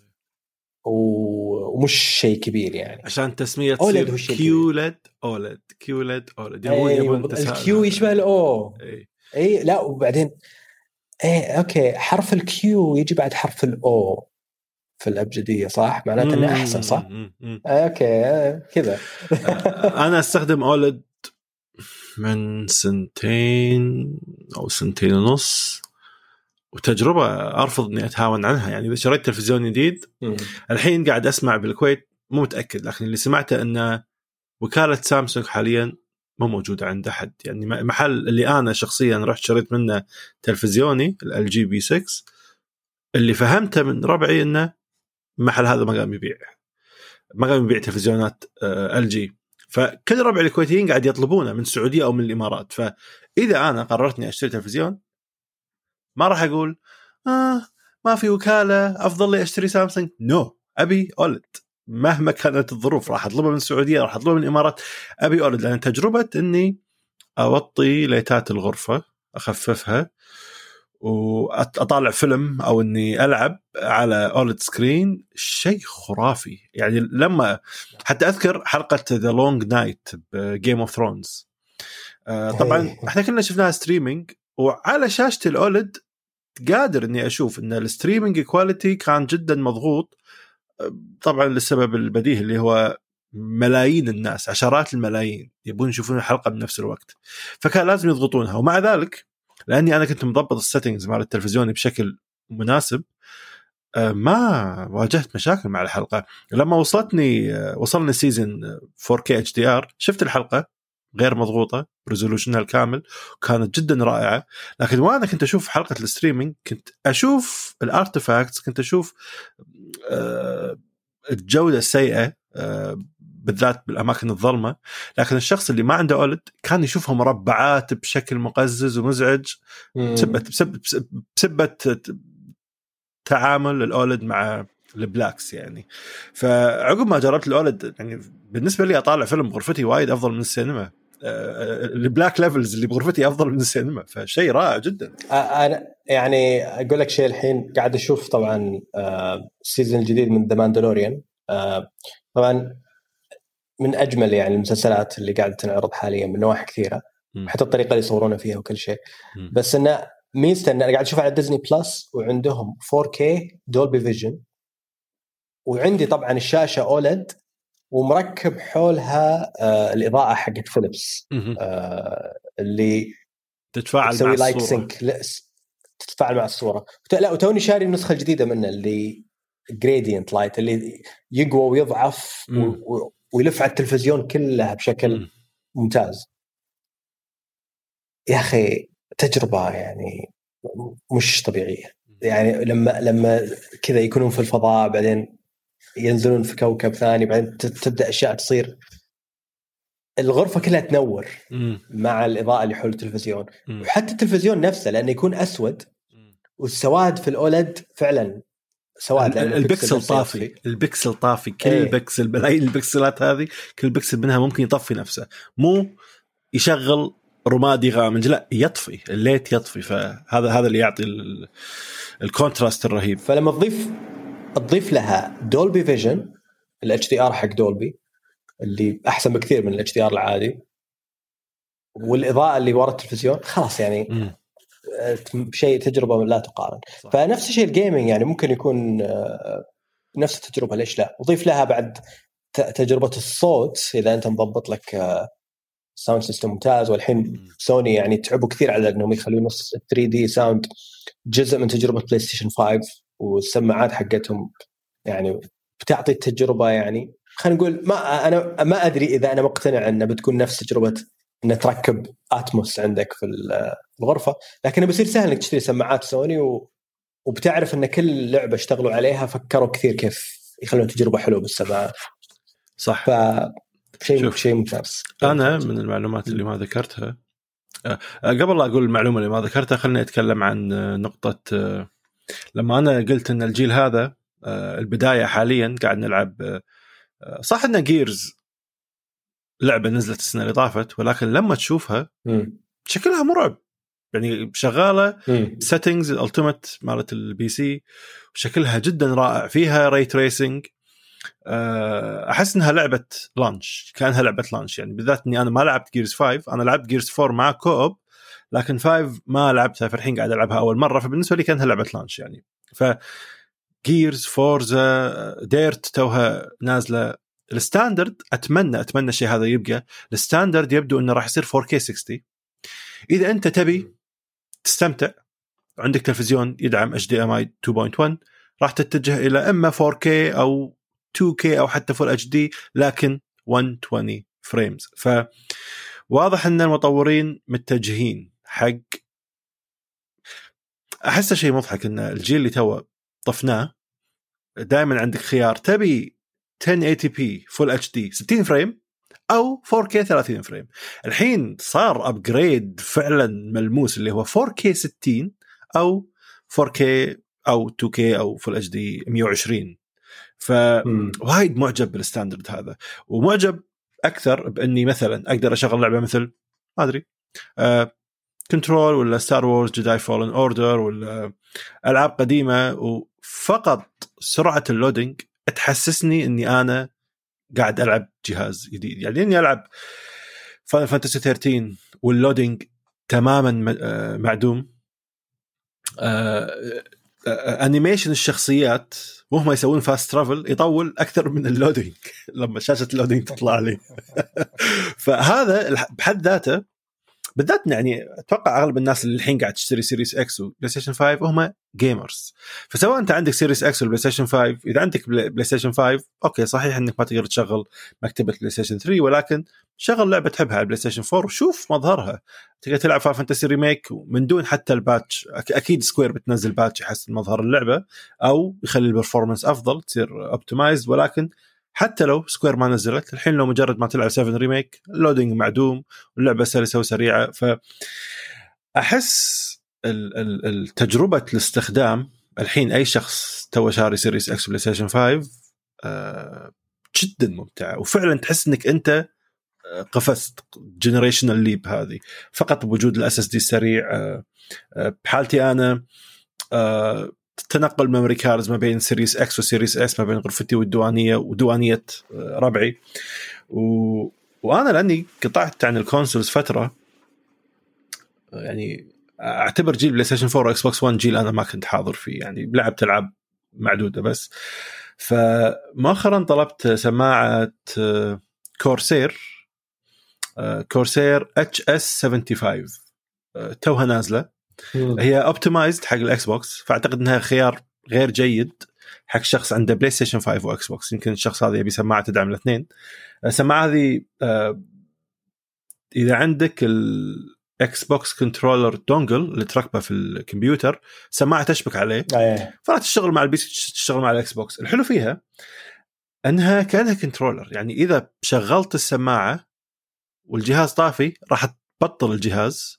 ومش شيء كبير يعني عشان تسميه تصير كيوليد اوليد. هو يبون الكيو يشبه الاو. اي لا وبعدين اوكي حرف الكيو يجي بعد حرف الاو في الابجديه صح؟ معناته انه احسن صح؟ اوكي كذا. انا استخدم اوليد من 2 أو 2.5 سنين وتجربة أرفض إني أتهاون عنها. يعني إذا شريت تلفزيون جديد الحين قاعد أسمع بالكويت مو متأكد، لكن اللي سمعته أن وكالة سامسونج حاليا مو موجودة عند أحد. يعني محل اللي أنا شخصيا رحت شريت منه تلفزيوني LG B6 اللي فهمته من ربعي أنه محل هذا ما قام يبيع تلفزيونات LG. فكل ربع الكويتيين قاعد يطلبونه من السعودية أو من الإمارات. فإذا أنا قررتني أشتري تلفزيون ما راح أقول ما في وكالة أفضل لي أشتري سامسونج. أبي أولد مهما كانت الظروف. راح أطلبها من السعودية، راح أطلبها من الإمارات، أبي أولد. لأن تجربة إني أوطي ليتات الغرفة أخففها وأطالع فيلم أو إني ألعب على أولد سكرين شيء خرافي. يعني لما حتى أذكر حلقة The Long Night بGame of Thrones طبعا احنا كلنا شفناها ستريمينج، وعلى شاشة الأولد قادر إني أشوف إن الستريمينج كواليتي كان جدا مضغوط طبعا للسبب البديهي اللي هو ملايين الناس، عشرات الملايين يبون يشوفون الحلقة بنفس الوقت، فكان لازم يضغطونها. ومع ذلك لأني أنا كنت مضبط السيتنجز مع التلفزيون بشكل مناسب ما واجهت مشاكل مع الحلقة. لما وصلني سيزن 4K HDR شفت الحلقة غير مضغوطة بريزولوشنها الكامل وكانت جدا رائعة. لكن وانا كنت اشوف حلقة الستريمينج كنت اشوف الارتفاكتس، كنت اشوف الجودة السيئة بالذات بالاماكن الظلمة. لكن الشخص اللي ما عنده أولد كان يشوفها مربعات بشكل مقزز ومزعج بسبة تعامل الأولد مع البلاكس. يعني فعقب ما جربت الأولد يعني بالنسبة لي أطالع فيلم بغرفتي وايد أفضل من السينما. البلاك ليفلز اللي بغرفتي أفضل من السينما، فشيء رائع جدا. أنا يعني أقول لك شيء، الحين قاعد أشوف طبعا السيزن الجديد من The Mandalorian. طبعا من أجمل يعني المسلسلات اللي قاعدة تنعرض حاليا من نواحي كثيرة، حتى الطريقة اللي يصورونه فيها وكل شيء. بس إنه ميزته إن أنا قاعد أشوف على ديزني بلس وعندهم 4K دولبي فيجن، وعندي طبعا الشاشة أولد ومركب حولها الإضاءة حقت فيليبس اللي تتفاعل مع لايك سينك، تتفاعل مع الصورة. لا وتوني شاري النسخة الجديدة منه اللي جريدينت لايت اللي يقوى ويضعف ويلف على التلفزيون كلها بشكل ممتاز. يا أخي تجربة يعني مش طبيعية. يعني لما كذا يكونون في الفضاء بعدين ينزلون في كوكب ثاني بعدين تبدأ أشياء تصير، الغرفة كلها تنور مع الإضاءة اللي حول التلفزيون. وحتى التلفزيون نفسه لأنه يكون أسود والسواد في الأولد فعلا سواد، البكسل طافي، البكسل طافي كل بكسل بلاقي البكسلات هذه كل بكسل منها ممكن يطفي نفسه، مو يشغل رمادي غامج، لا يطفي الليت يطفي. فهذا اللي يعطي الكونتراست الرهيب. فلما تضيف لها دولبي فيجن الاتش دي ار حق دولبي اللي احسن بكثير من الاتش دي ار العادي، والاضاءه اللي ورا التلفزيون، خلاص يعني شيء تجربه لا تقارن. صح. فنفس الشيء الجيمنج يعني ممكن يكون نفس التجربه، ليش لا؟ وضيف لها بعد تجربه الصوت اذا انت مضبط لك الساوند سيستم ممتاز. والحين سوني يعني تعبوا كثير على انهم يخلوا نص 3D ساوند جزء من تجربه بلاي ستيشن 5، والسماعات حقتهم يعني بتعطي التجربه. يعني خلينا نقول انا ما ادري اذا انا مقتنع انها بتكون نفس تجربه ان تركب اتموس عندك في الغرفه، لكن بيصير سهل انك تشتري سماعات سوني وبتعرف ان كل لعبه اشتغلوا عليها فكروا كثير كيف يخلون تجربه حلوه بالسماعات. صح. شيء ممتاز. انا من المعلومات اللي ما ذكرتها قبل لا اقول المعلومه اللي ما ذكرتها، خليني اتكلم عن نقطه. لما انا قلت ان الجيل هذا البدايه حاليا قاعد نلعب، صح ان جيرز لعبه نزلت السنه اللي طافت، ولكن لما تشوفها شكلها مرعب. يعني شغاله سيتنجز الالتيميت مالت البي سي، وشكلها جدا رائع، فيها ري تريسنج. احس انها لعبه لانش، كانها لعبه لانش يعني. بالذات اني انا ما لعبت جيرز 5، انا لعبت جيرز 4 مع كوب، لكن 5 ما لعبتها، في الحين قاعد العبها اول مره، فبالنسبه لي كانها لعبه لانش يعني. ف جيرز، فورزا، ديرت توها نازله. الستاندرد اتمنى الشيء هذا يبقى الستاندرد. يبدو انه راح يصير 4K 60. اذا انت تبي تستمتع عندك تلفزيون يدعم HDMI 2.1 راح تتجه الى اما 4K او 2K او حتى Full HD، لكن 120 فريمز. فواضح ان المطورين متجهين حق، احس شيء مضحك ان الجيل اللي تو طفناه دائما عندك خيار تبي 1080p Full HD 60 فريم او 4K 30 فريم. الحين صار ابجريد فعلا ملموس اللي هو 4K 60 او 4K او 2K او Full HD 120. فوايد معجب بالستاندرد هذا، ومعجب اكثر باني مثلا اقدر اشغل لعبه مثل ما ادري كنترول ولا ستار وورز جداي فولن اوردر ولا العاب قديمه، وفقط سرعه اللودينج تحسسني اني انا قاعد العب جهاز جديد. يعني اني العب فاينل فانتسي 13 واللودينج تماما معدوم. انيميشن الشخصيات وهم يسوون فاست ترافل يطول اكثر من اللودينج لما شاشه اللودينج تطلع لي. فهذا بحد ذاته، بالذات يعني اتوقع اغلب الناس اللي الحين قاعد تشتري سيريس اكس وبلاي ستيشن 5 هم جيمرز. فسواء انت عندك سيريس اكس ولا بلاي ستيشن 5، اذا عندك بلاي ستيشن 5 اوكي صحيح انك ما تقدر تشغل مكتبه بلاي ستيشن 3، ولكن شغل لعبه تحبها على بلاي ستيشن 4 وشوف مظهرها. تقدر تلعب فاينل فانتسي ريميك من دون حتى الباتش. اكيد سكوير بتنزل باتش يحسن مظهر اللعبه او يخلي البرفورمانس افضل، تصير اوبتمايزد، ولكن حتى لو سكوير ما نزلت الحين، لو مجرد ما تلعب 7 ريميك اللودينج معدوم واللعبة سلسة وسريعة. فأحس التجربة الاستخدام الحين أي شخص تو شاري سيريس اكس بلاي ستيشن 5 جدا ممتعة، وفعلا تحس انك انت قفزت جنريشنال ليب هذه فقط بوجود الاس اس دي السريع. بحالتي انا تنقل ميموري كاردز ما بين سيريس اكس وسيريس اس، ما بين غرفتي والديوانيه وديوانيه ربعي. وانا لاني قطعت عن الكونسولز فتره، يعني اعتبر جيل بلاي ستيشن 4 واكس بوكس 1 جيل انا ما كنت حاضر فيه، يعني لعبت العاب معدوده بس. فمؤخرا طلبت سماعه كورسير HS75 توها نازله. هي اوبتمايزد حق الاكس بوكس، فاعتقد انها خيار غير جيد حق شخص عنده بلاي ستيشن 5 واكس بوكس. يمكن الشخص هذا يبي سماعه تدعم الاثنين. السماعه هذه اذا عندك الاكس بوكس كنترولر دونجل اللي تركبه في الكمبيوتر، سماعه تشبك عليه فلا تشتغل مع البي سي، تشتغل مع الاكس بوكس. الحلو فيها انها كانها كنترولر، يعني اذا شغلت السماعه والجهاز طافي راح تبطل الجهاز.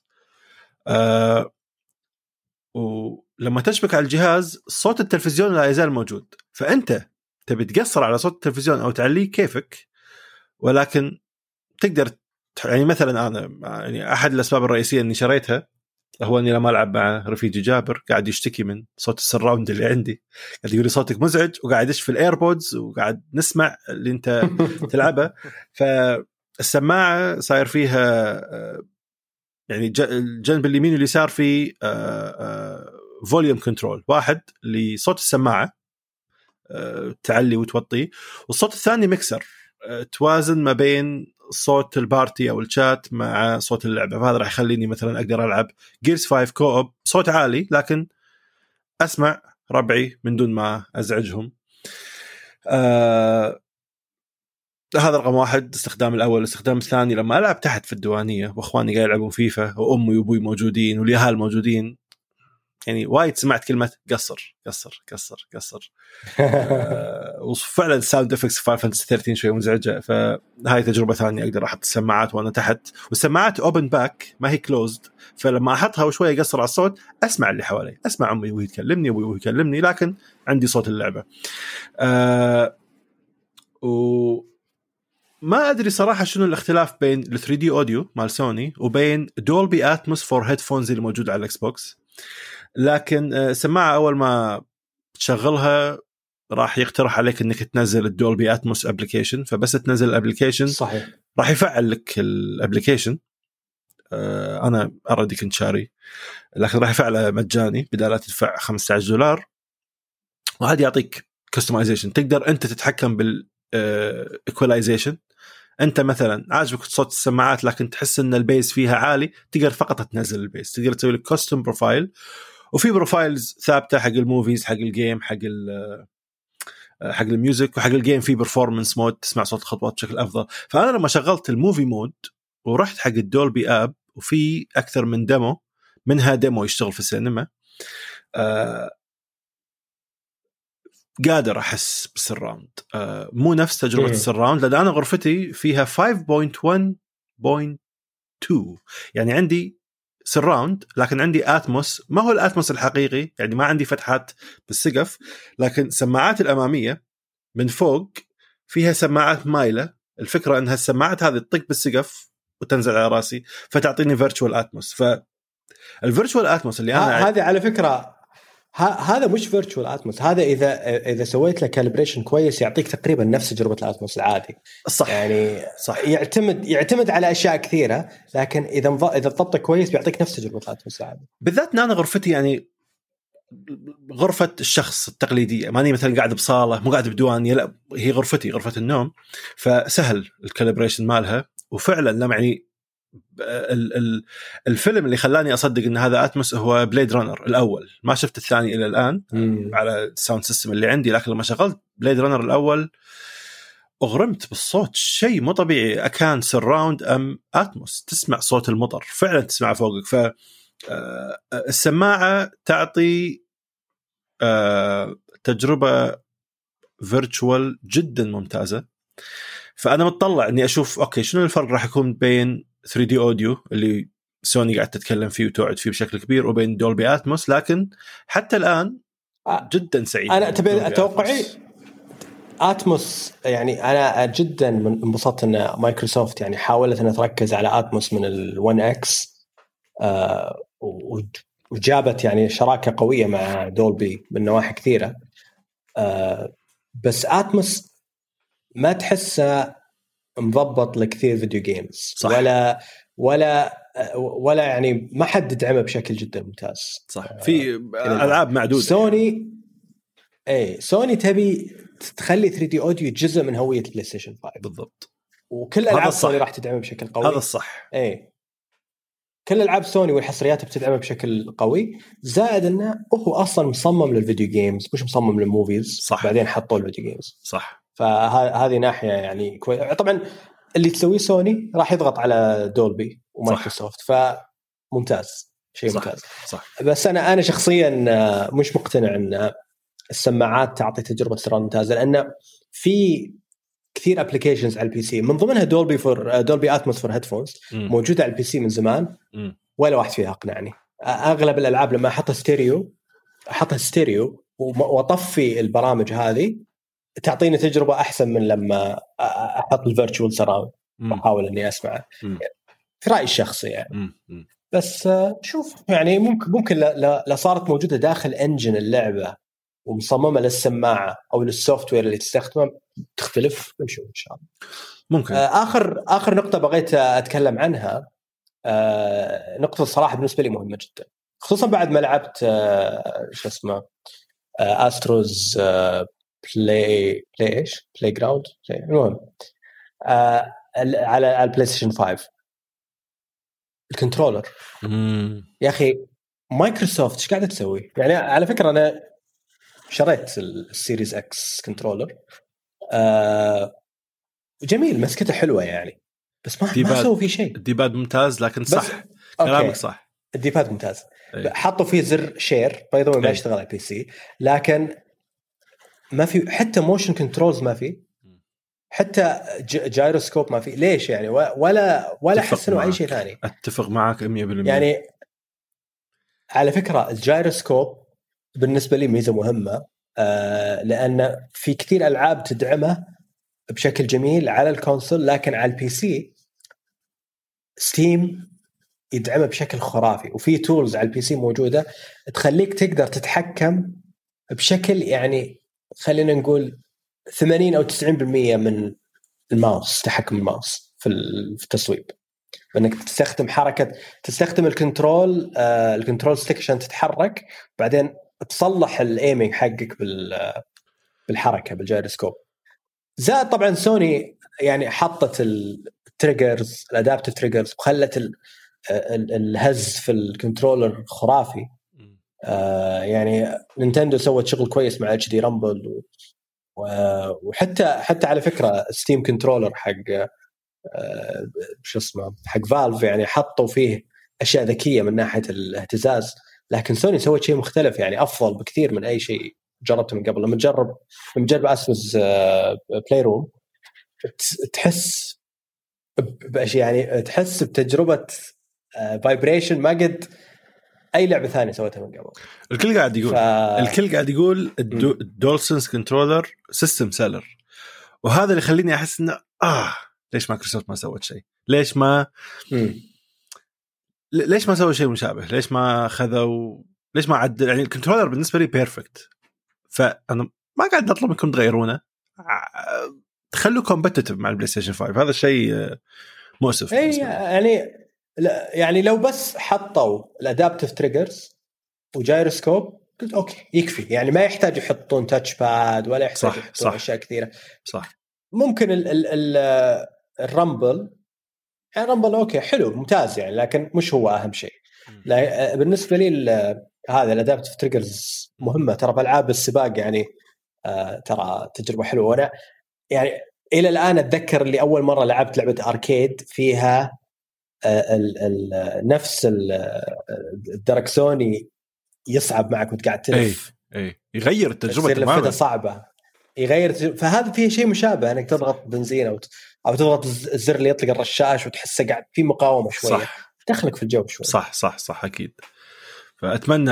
ولما تشبك على الجهاز صوت التلفزيون لا يزال موجود، فأنت تبي تقصر على صوت التلفزيون أو تعليه كيفك، ولكن تقدر يعني مثلا أنا يعني أحد الأسباب الرئيسية أني شريتها هو أني لما ألعب مع رفيجي جابر قاعد يشتكي من صوت السراوند اللي عندي، قاعد يقول لي صوتك مزعج، وقاعد يدش في الإيربودز وقاعد نسمع اللي أنت تلعبه. فالسماعة صاير فيها يعني الجنب اليمين واليسار في فوليوم كنترول، واحد لصوت السماعة تعلي وتوطي، والصوت الثاني ميكسر توازن ما بين صوت البارتي او الشات مع صوت اللعبه، فهذا راح يخليني مثلا اقدر العب جيرز 5 كوب صوت عالي لكن اسمع ربعي من دون ما ازعجهم. هذا رقم واحد، استخدام الأول. الاستخدام الثاني لما ألعب تحت في الديوانية وأخواني قاعد يلعبون فيفا وأمي وأبوي موجودين واليهال موجودين، يعني وايد سمعت كلمة قصر قصر قصر قصر. وفعلا الساوند افكس فاينل فانتسي 13 شوي مزعجة، فهاي تجربة ثانية. أقدر أحط السماعات وأنا تحت، والسماعات أوبن باك ما هي كلوزد، فلما أحطها وشوية يقصر على الصوت أسمع اللي حوالي، أسمع أمي وهي تكلمني وهو يكلمني، لكن عندي صوت اللعبة. ما أدري صراحة شنو الاختلاف بين ال 3D أوديو مال سوني وبين دولبي أتموس فور هيدفونز اللي موجود على الإكس بوكس، لكن سماعة أول ما تشغلها راح يقترح عليك إنك تنزل الدولبي أتموس أبليكيشن، فبس تنزل الأبليكيشن صحيح راح يفعل لك الأبليكيشن. أنا أردي كنت شاري، لكن راح يفعله مجاني بدل لا تدفع $15، وهذا يعطيك كستمايزيشن، تقدر أنت تتحكم بال equalization. انت مثلا عاجبك صوت السماعات لكن تحس ان البيس فيها عالي، تقدر فقط تنزل البيس، تقدر تسوي لك كاستم بروفايل، وفي بروفايلز ثابته حق الموفيز، حق الجيم، حق الميوزك، وحق الجيم في برفورمانس مود تسمع صوت الخطوات بشكل افضل. فانا لما شغلت الموفي مود ورحت حق الدولبي اب، وفي اكثر من ديمو منها ديمو يشتغل في السينما، قادر أحس بالسراوند. مو نفس تجربة السراوند، لأن أنا غرفتي فيها 5.1.2، يعني عندي سراوند لكن عندي آتموس، ما هو الآتموس الحقيقي، يعني ما عندي فتحات بالسقف، لكن سماعات الأمامية من فوق فيها سماعات مايلة. الفكرة أنها السماعات هذه تطق بالسقف وتنزل على راسي فتعطيني فيرتشوال آتموس. فالفيرتشوال آتموس اللي أنا هذه على فكرة هذا مش فيرتشوال اتموس، هذا اذا سويت له كالبريشن كويس يعطيك تقريبا نفس تجربه الاتموس العادي. صح، يعني صح. يعتمد على اشياء كثيره، لكن اذا ضبطه كويس بيعطيك نفس تجربه الاتموس العادي. بالذات ان انا غرفتي يعني غرفه الشخص التقليديه، ماني مثلا قاعد بصاله، مو قاعد بديوانيه، لا هي غرفتي، غرفه النوم، فسهل الكالبريشن مالها. وفعلا لما يعني الفيلم اللي خلاني أصدق أن هذا أتموس هو بليد رانر الأول، ما شفت الثاني إلى الآن على الساوند سيستم اللي عندي، لكن لما شغلت بليد رانر الأول أغرمت بالصوت، شيء مو طبيعي. أكان سراوند أم أتموس، تسمع صوت المطر فعلا تسمع فوقك. فالسماعة تعطي تجربة فيرتشوال جدا ممتازة. فأنا متطلع أني أشوف أوكي شنو الفرق راح يكون بين 3D أوديو اللي سوني قاعد تتكلم فيه وتوعد فيه بشكل كبير وبين دولبي أتموس، لكن حتى الآن جدا سعيد. أنا تبي توقعي أتموس، يعني أنا جدا انبسطت أن مايكروسوفت يعني حاولت أن تركز على أتموس من ال1X، وجابت يعني شراكة قوية مع دولبي من نواحي كثيرة. بس أتموس ما تحسه مضبط لكثير فيديو جيمز، صح. ولا يعني ما حد دعمه بشكل جدا ممتاز. صح، في ألعاب معدودة. سوني تبي تخلي 3D أوديو جزء من هوية بلاي ستيشن 5 بالضبط، وكل ألعاب سوني راح تدعمه بشكل قوي. هذا الصح. كل ألعاب سوني والحصريات بتدعمه بشكل قوي، زائد أنه هو أصلا مصمم للفيديو جيمز مش مصمم للموفيز. صح. بعدين حطوا الفيديو جيمز. صح. فهذه ناحية يعني طبعا اللي تسويه سوني راح يضغط على دولبي ومايكروسوفت، فممتاز، شيء ممتاز. صح. بس أنا شخصيا مش مقتنع أن السماعات تعطي تجربة سراوند ممتازة، لأن في كثير ابلكيشنز على البي سي من ضمنها دولبي اتموس فور هيدفونز موجوده على البي سي من زمان، ولا واحد فيها اقنعني. اغلب الالعاب لما احطها ستيريو واطفي البرامج هذه تعطيني تجربه احسن من لما احط الفيرتشوال سراوند واحاول اني اسمعه، في رايي الشخصي يعني. بس شوف يعني ممكن لا صارت موجوده داخل انجن اللعبه ومصممه للسماعه او للسوفت وير اللي تستخدمه تختلف، نشوف ان شاء الله. ممكن. اخر نقطه بغيت اتكلم عنها، نقطه الصراحه بالنسبه لي مهمه جدا، خصوصا بعد ما لعبت شو اسمه بلاي جراوند. المهم على البلاي ستيشن 5 الكنترولر. يا اخي مايكروسوفت ايش قاعده تسوي؟ يعني على فكره انا شريت السيريز اكس كنترولر، جميل، مسكته حلوه يعني، بس ما سووا فيه شيء. الديباد ممتاز، لكن صح كلامك صح، الديباد ممتاز. أيه. حطوا فيه زر شير بيضاوي ما يشتغل على بي سي، لكن ما في حتى موشن كنترولز، ما في حتى جايروسكوب ما في. ليش يعني؟ ولا حسنوا اي شيء ثاني. اتفق معك 100%. يعني على فكره الجايروسكوب بالنسبه لي ميزه مهمه، لان في كثير العاب تدعمه بشكل جميل على الكونسول، لكن على البي سي ستيم يدعمه بشكل خرافي، وفي تولز على البي سي موجوده تخليك تقدر تتحكم بشكل يعني خلينا نقول 80 أو 90% من الماوس، تحكم الماوس في التصويب، انك تستخدم حركه، تستخدم الكنترول ستيك عشان تتحرك، بعدين تصلح الايمينج حقك بالحركه بالجايروسكوب. زائد طبعا سوني يعني حطت التريجرز، الادابتيف تريجرز، وخلت الهز في الكنترولر خرافي. يعني نينتندو سوت شغل كويس مع اتش دي رامبل، وحتى على فكره ستيم كنترولر حق شو اسمه حق فالف، يعني حطوا فيه اشياء ذكيه من ناحيه الاهتزاز، لكن سوني سوت شيء مختلف يعني افضل بكثير من اي شيء جربته من قبل. لما تجرب اسوس بلاي روم تحس باشياء، يعني تحس بتجربه فايبريشن ما قد اي لعبه ثانيه سوتها من قبل. الكل قاعد يقول الدولسنس كنترولر سيستم سيلر، وهذا اللي يخليني احس انه ليش مايكروسوفت ما سوت شيء؟ ليش ما سووا شيء مشابه؟ ليش ما خذوا، ليش ما عدل؟ يعني الكنترولر بالنسبه لي بيرفكت، فانا ما قاعد نطلب منكم تغيرونه، تخلوا كومبتيتيف مع البلاي ستيشن 5. هذا شيء مؤسف. يعني لو بس حطوا الادابتيف تريجرز وجايروسكوب قلت اوكي يكفي، يعني ما يحتاج يحطون تاتش باد ولا يحتاج يحطون اشياء كثيره. صح. ممكن الرامبل، يعني رامبل اوكي حلو ممتاز يعني، لكن مش هو اهم شيء. بالنسبه لي هذا الادابتيف تريجرز مهمه ترى في العاب السباق، يعني ترى تجربه حلوه. وانا يعني الى الان اتذكر اللي اول مره لعبت لعبه اركيد فيها نفس الدركسوني يصعب معك وانت قاعد تلف، يغير التجربه تماما، صعبه يغير. فهذا فيه شيء مشابه، انك تضغط بنزين او تضغط الزر اللي يطلق الرشاش وتحسه قاعد في مقاومه شويه، دخلك في الجو شوي. صح اكيد. فاتمنى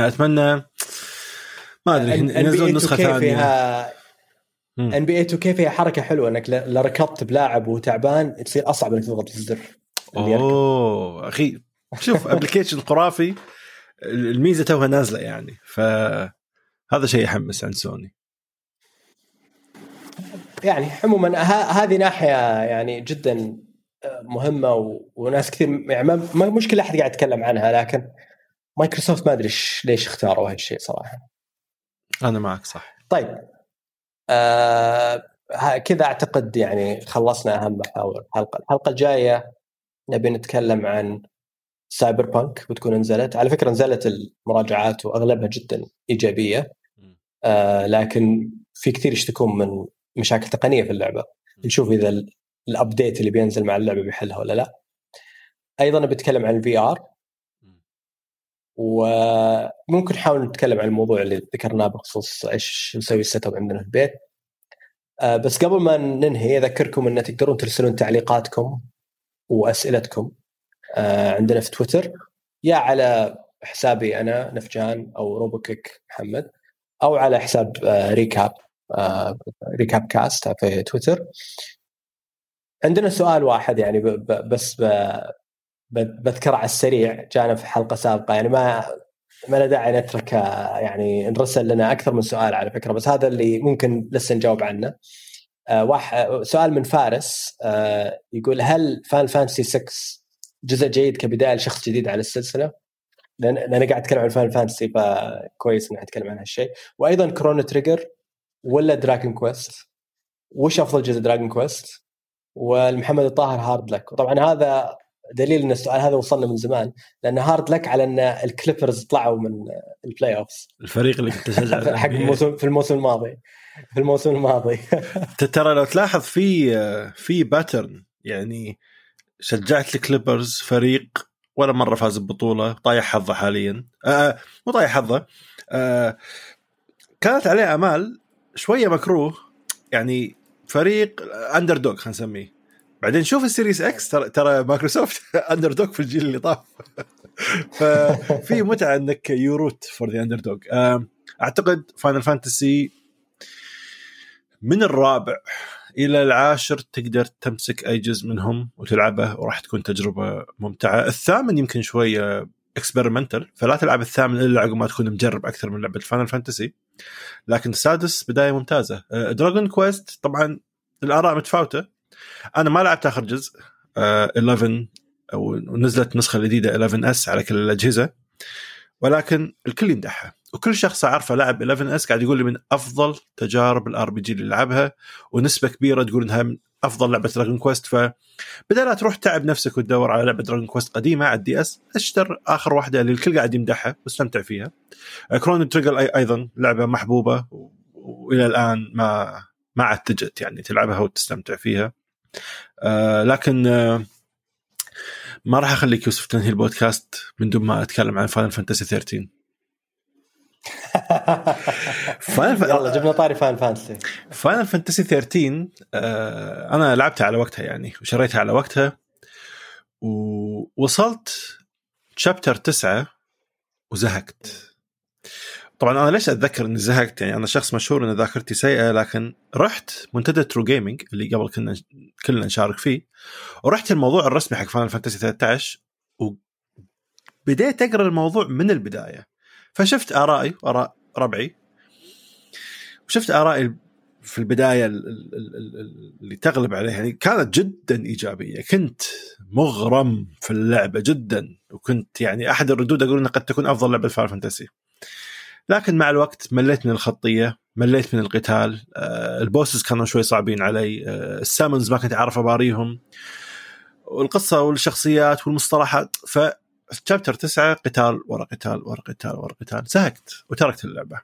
ما ادري ينزلون نسخه ثانيه. NBA 2K فيها حركه حلوه، انك لو ركضت بلاعب وتعبان تصير اصعب انك تضغط الزر. اخي شوف ابلكيشن خرافي، الميزه توها نازله يعني، فهذا شيء يحمس عن سوني. يعني عموما هذه ناحيه يعني جدا مهمه، وناس كثير يعني مش كل احد قاعد يتكلم عنها، لكن مايكروسوفت ما ادري ليش اختاروا هالشيء صراحه. انا معك صح. طيب كذا اعتقد يعني خلصنا اهم محاور الحلقه الجايه نبي نتكلم عن سايبر بانك، بتكون نزلت على فكره، نزلت المراجعات واغلبها جدا ايجابيه، لكن في كثير يشتكون من مشاكل تقنيه في اللعبه. نشوف اذا الابديت اللي بينزل مع اللعبه بيحلها ولا لا. ايضا بتكلم عن الفي ار، وممكن نحاول نتكلم عن الموضوع اللي ذكرناه بخصوص ايش نسوي السيت اب عندنا في البيت. بس قبل ما ننهي اذكركم ان تقدرون ترسلون تعليقاتكم واسئلتكم عندنا في تويتر، يا على حسابي انا نفجان او روبوكيك محمد، او على حساب ريكاب كاست في تويتر. عندنا سؤال واحد يعني بس بذكره على السريع، جانا في حلقه سابقه، يعني ما لا داعي نترك يعني نرسل لنا اكثر من سؤال على فكره، بس هذا اللي ممكن لسه نجاوب عنه. سؤال من فارس يقول هل فان فانتسي 6 جزء جيد كبدايه لشخص جديد على السلسله؟ لأن قاعد أتكلم عن فان فانتسي فكويس إن أتكلم عن هالشيء. وأيضا كرونو تريجر ولا دراجون كويست، وش أفضل جزء دراجون كويست والمحمد الطاهر هارد لك. وطبعا هذا دليل ان السؤال هذا وصلنا من زمان، لان هارد لك على ان الكليبرز طلعوا من البلاي اوفز، الفريق اللي كنت تشجع حق في الموسم الماضي ترى لو تلاحظ في باترن، يعني شجعت الكليبرز فريق ولا مرة فاز ببطولة، طايح حظه حاليا. مو طايح حظه، كانت عليه أمال شوية مكروه، يعني فريق أندر دوغ خلينا نسميه. بعدين شوف السيريس اكس، ترى مايكروسوفت أندر دوغ في الجيل اللي طاف ففي متعة انك يوروت فور ذا أندر دوغ. اعتقد فاينل فانتسي من الرابع إلى العاشر تقدر تمسك أي جزء منهم وتلعبه وراح تكون تجربة ممتعة. الثامن يمكن شوية اكسبيرمنتال، فلا تلعب الثامن إلا عقب ما تكون مجرب أكثر من لعبة فاينل فانتسي. لكن السادس بداية ممتازة. دراجون كويست طبعا الآراء متفاوتة، أنا ما لعبت آخر جزء 11 ونزلت نسخة جديدة 11S على كل الأجهزة، ولكن الكل يمدحها وكل شخص عارفه لعب 11S قاعد يقول لي من افضل تجارب الار بي جي اللي لعبها، ونسبه كبيره تقول انها من افضل لعبه دراجون كويست. فبدل لا تروح تعب نفسك وتدور على لعبه دراجون كويست قديمه على الدي اس، اشتر اخر واحده اللي الكل قاعد يمدحها واستمتع فيها. كرون تريجر ايضا لعبه محبوبه والى الان ما عاد تجت يعني تلعبها وتستمتع فيها. لكن ما راح اخليك يوسف تنهي البودكاست من دون ما اتكلم عن فاينل فانتسي 13. يلا جبنا طاري فاينل فانتسي 13. انا لعبتها على وقتها يعني وشريتها على وقتها، ووصلت شابتر 9 وزهقت. طبعا انا ليش اتذكر اني زهقت؟ يعني انا شخص مشهور ان ذاكرتي سيئه، لكن رحت منتدى ترو جيمنج اللي قبل كلنا نشارك فيه، ورحت الموضوع الرسمي حق فاينل فانتسي 13 وبديت اقرا الموضوع من البدايه. فشفت آرائي وآراء ربعي، وشفت آرائي في البداية اللي تغلب عليها، يعني كانت جدا إيجابية. كنت مغرم في اللعبة جدا، وكنت يعني أحد الردود أقول أنها قد تكون أفضل لعبة فاينل فانتسي. لكن مع الوقت مليت من الخطية، مليت من القتال، البوسز كانوا شوي صعبين علي، السامنز ما كنت أعرف أباريهم، والقصة والشخصيات والمصطلحات. شابتر 9 قتال ورا قتال ورا قتال ورا قتال، زهقت وتركت اللعبة.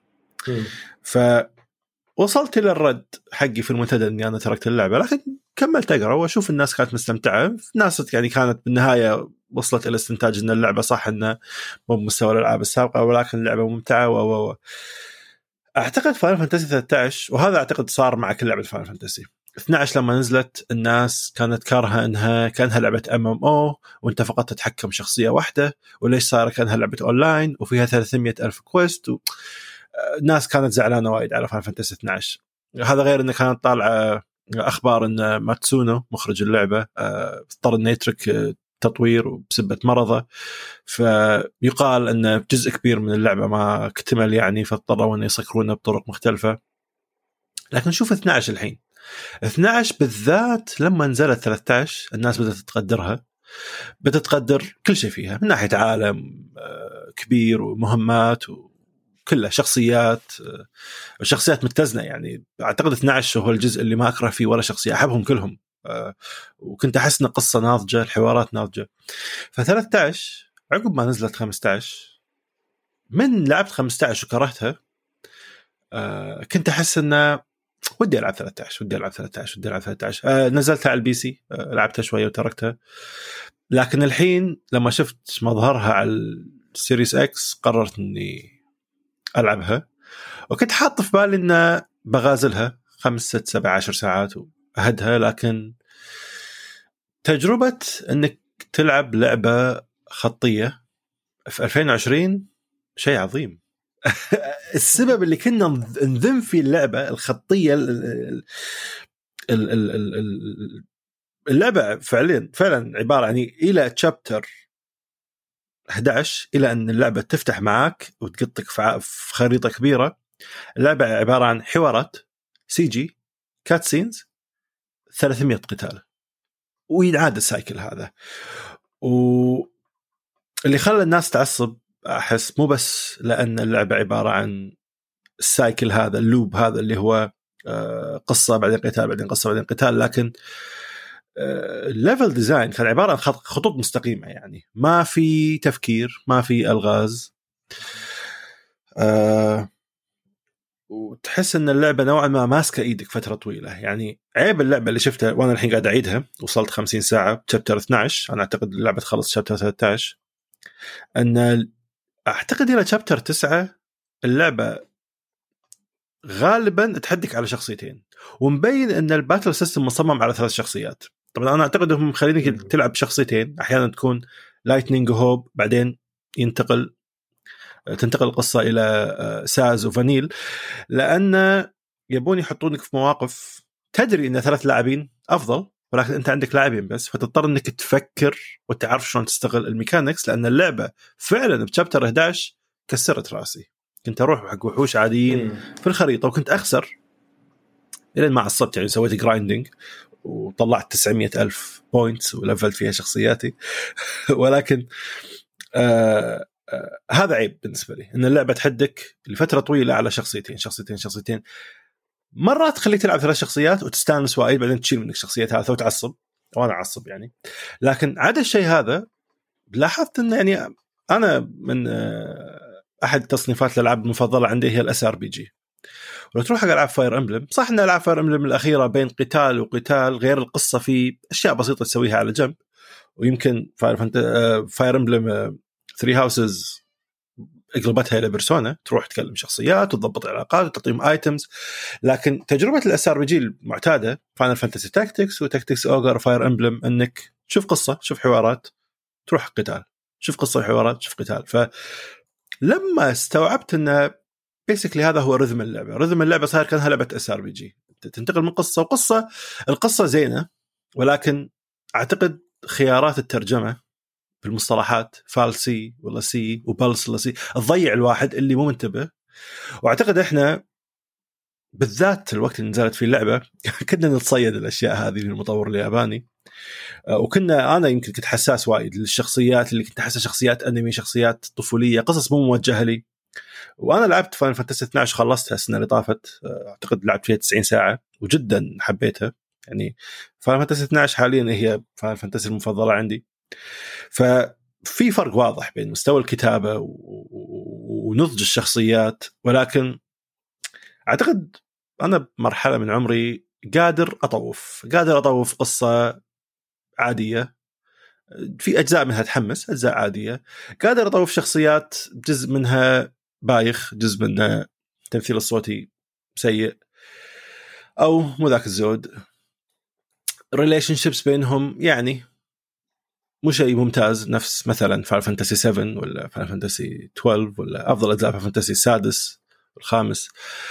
فوصلت إلى الرد حقي في المنتدى أني أنا تركت اللعبة، لكن كملت أقرأ وأشوف الناس كانت مستمتعة. ناس يعني كانت بالنهاية وصلت إلى استنتاج أن اللعبة صح أنها مو بمستوى الألعاب السابقة، ولكن اللعبة ممتعة. أعتقد فاينل فانتسي 13، وهذا أعتقد صار مع كل لعبة فاينل فانتسي 12 لما نزلت، الناس كانت كارهة انها كانها لعبة MMO وانت فقط تتحكم شخصية واحدة، وليش صار كانها لعبة اونلاين وفيها 300,000 كويست. الناس كانت زعلانة وايد على فاينل فانتسي 12. هذا غير انه كانت طالعة اخبار ان ماتسونو مخرج اللعبة اضطر انه يترك تطوير بسبة مرضه، فيقال ان جزء كبير من اللعبة ما اكتمل يعني، فاضطروا ان يسكرونه بطرق مختلفة. لكن شوف 12 الحين، 12 بالذات لما نزلت 13 الناس بدأت تقدرها، بدأت تقدر كل شيء فيها من ناحية عالم كبير ومهمات وكلها شخصيات، الشخصيات متزنة. يعني أعتقد 12 هو الجزء اللي ما أكره فيه ولا شخصية، أحبهم كلهم، وكنت أحس أن قصة ناضجة، الحوارات ناضجة. ف13 عقب ما نزلت 15، من لعبت 15 وكرهتها، كنت أحس أنه ودي ألعب 13. نزلتها على البي سي، لعبتها شوية وتركتها. لكن الحين لما شفت مظهرها على السيريس اكس قررت اني ألعبها، وكنت حاط في بالي ان بغازلها 5 6 7 10 ساعات وأهدها. لكن تجربة انك تلعب لعبة خطية في 2020 شيء عظيم. السبب اللي كنا نذم في اللعبة الخطية، اللعبة فعلا عبارة يعني إلى تشابتر 11 إلى أن اللعبة تفتح معاك وتقطك في خريطة كبيرة. اللعبة عبارة عن حوارات CG كاتسينز 300 قتال، وينعاد السايكل هذا. واللي خلى الناس تعصب أحس مو بس لأن اللعبة عبارة عن السايكل هذا، اللوب هذا اللي هو قصة بعدين قتال بعدين قصة بعدين قتال، لكن الليفل ديزاين كان عباره عن خطوط مستقيمه، يعني ما في تفكير، ما في الغاز. وتحس ان اللعبه نوعا ما ماسكه ايدك فتره طويله. يعني عيب اللعبه اللي شفتها وانا الحين قاعد اعيدها، وصلت 50 ساعه بشابتر 12، انا اعتقد اللعبه تخلص شابتر 13، ان اعتقد الى شابتر 9 اللعبه غالبا تحدك على شخصيتين، ومبين ان الباتل سيستم مصمم على 3 شخصيات. طبعا انا اعتقد انهم مخلينك تلعب شخصيتين، احيانا تكون لايتنينج وهوب، بعدين تنتقل القصه الى ساز وفانيل، لان يبون يحطونك في مواقف تدري ان 3 لاعبين افضل، ولكن انت عندك لاعبين بس، فتضطر انك تفكر وتعرف شلون تستغل الميكانكس. لان اللعبه فعلا بشابتر 11 كسرت راسي، كنت اروح حق وحوش عاديين في الخريطه وكنت اخسر لين ما عصبت. يعني سويت جرايندنج وطلعت 900,000 بوينتس ولفلت فيها شخصياتي ولكن هذا عيب بالنسبه لي، ان اللعبه تحدك لفتره طويله على شخصيتين. مرات تخليك تلعب 3 شخصيات وتستانس وايد، بعدين تشيل منك شخصيه ثالثه وتعصب، وانا اعصب يعني. لكن عدا الشيء هذا لاحظت ان يعني انا من احد تصنيفات الالعاب المفضله عندي هي الاس ار بي جي. ولو تروح حق العاب فاير امبلم، صح ان العاب فاير امبلم الاخيره بين قتال وقتال، غير القصه في اشياء بسيطه تسويها على جنب. ويمكن فاير امبلم 3 هاوسز اقلبتها الى بيرسونا، تروح تكلم شخصيات وتضبط علاقات وتعطيهم ايتمز. لكن تجربه الاس ار بي جي المعتاده، فاينل فانتسي تاكتكس وتاكتكس اوغر فاير امبلم، انك شوف قصه، شوف حوارات، تروح قتال، شوف قصه وحوارات، شوف قتال. فلما استوعبت ان بيسكلي هذا هو رذم اللعبه، رذم اللعبه صار كانها لعبه اس ار بي جي، تنتقل من قصه وقصه. القصه زينه، ولكن اعتقد خيارات الترجمه بالمصطلحات فالسي ولا سي وبلس ولا سي تضيع الواحد اللي مو منتبه. واعتقد احنا بالذات الوقت اللي نزلت فيه اللعبه كنا نتصيد الاشياء هذه من المطور الياباني، وكنا انا يمكن كنت حساس وايد للشخصيات اللي كنت احسها شخصيات انمي، شخصيات طفوليه، قصص مو موجهه لي. وانا لعبت فاينل فانتسي 12 خلصتها السنه اللي طافت، اعتقد لعبت فيها 90 ساعه وجدا حبيتها. يعني فاينل فانتسي 12 حاليا هي فاينل فانتسي المفضله عندي. ففي فرق واضح بين مستوى الكتابه ونضج الشخصيات، ولكن اعتقد انا بمرحله من عمري قادر اطوف قصه عاديه، في اجزاء منها تحمس، اجزاء عاديه. قادر اطوف شخصيات جزء منها بايخ، جزء منها التمثيل الصوتي سيء او مو ذاك الزود، ريليشن شيبس بينهم يعني مو شيء ممتاز، نفس مثلا فاينل فانتسي 7 ولا فاينل فانتسي 12 ولا افضل اجزاء فاينل فانتسي السادس والخامس.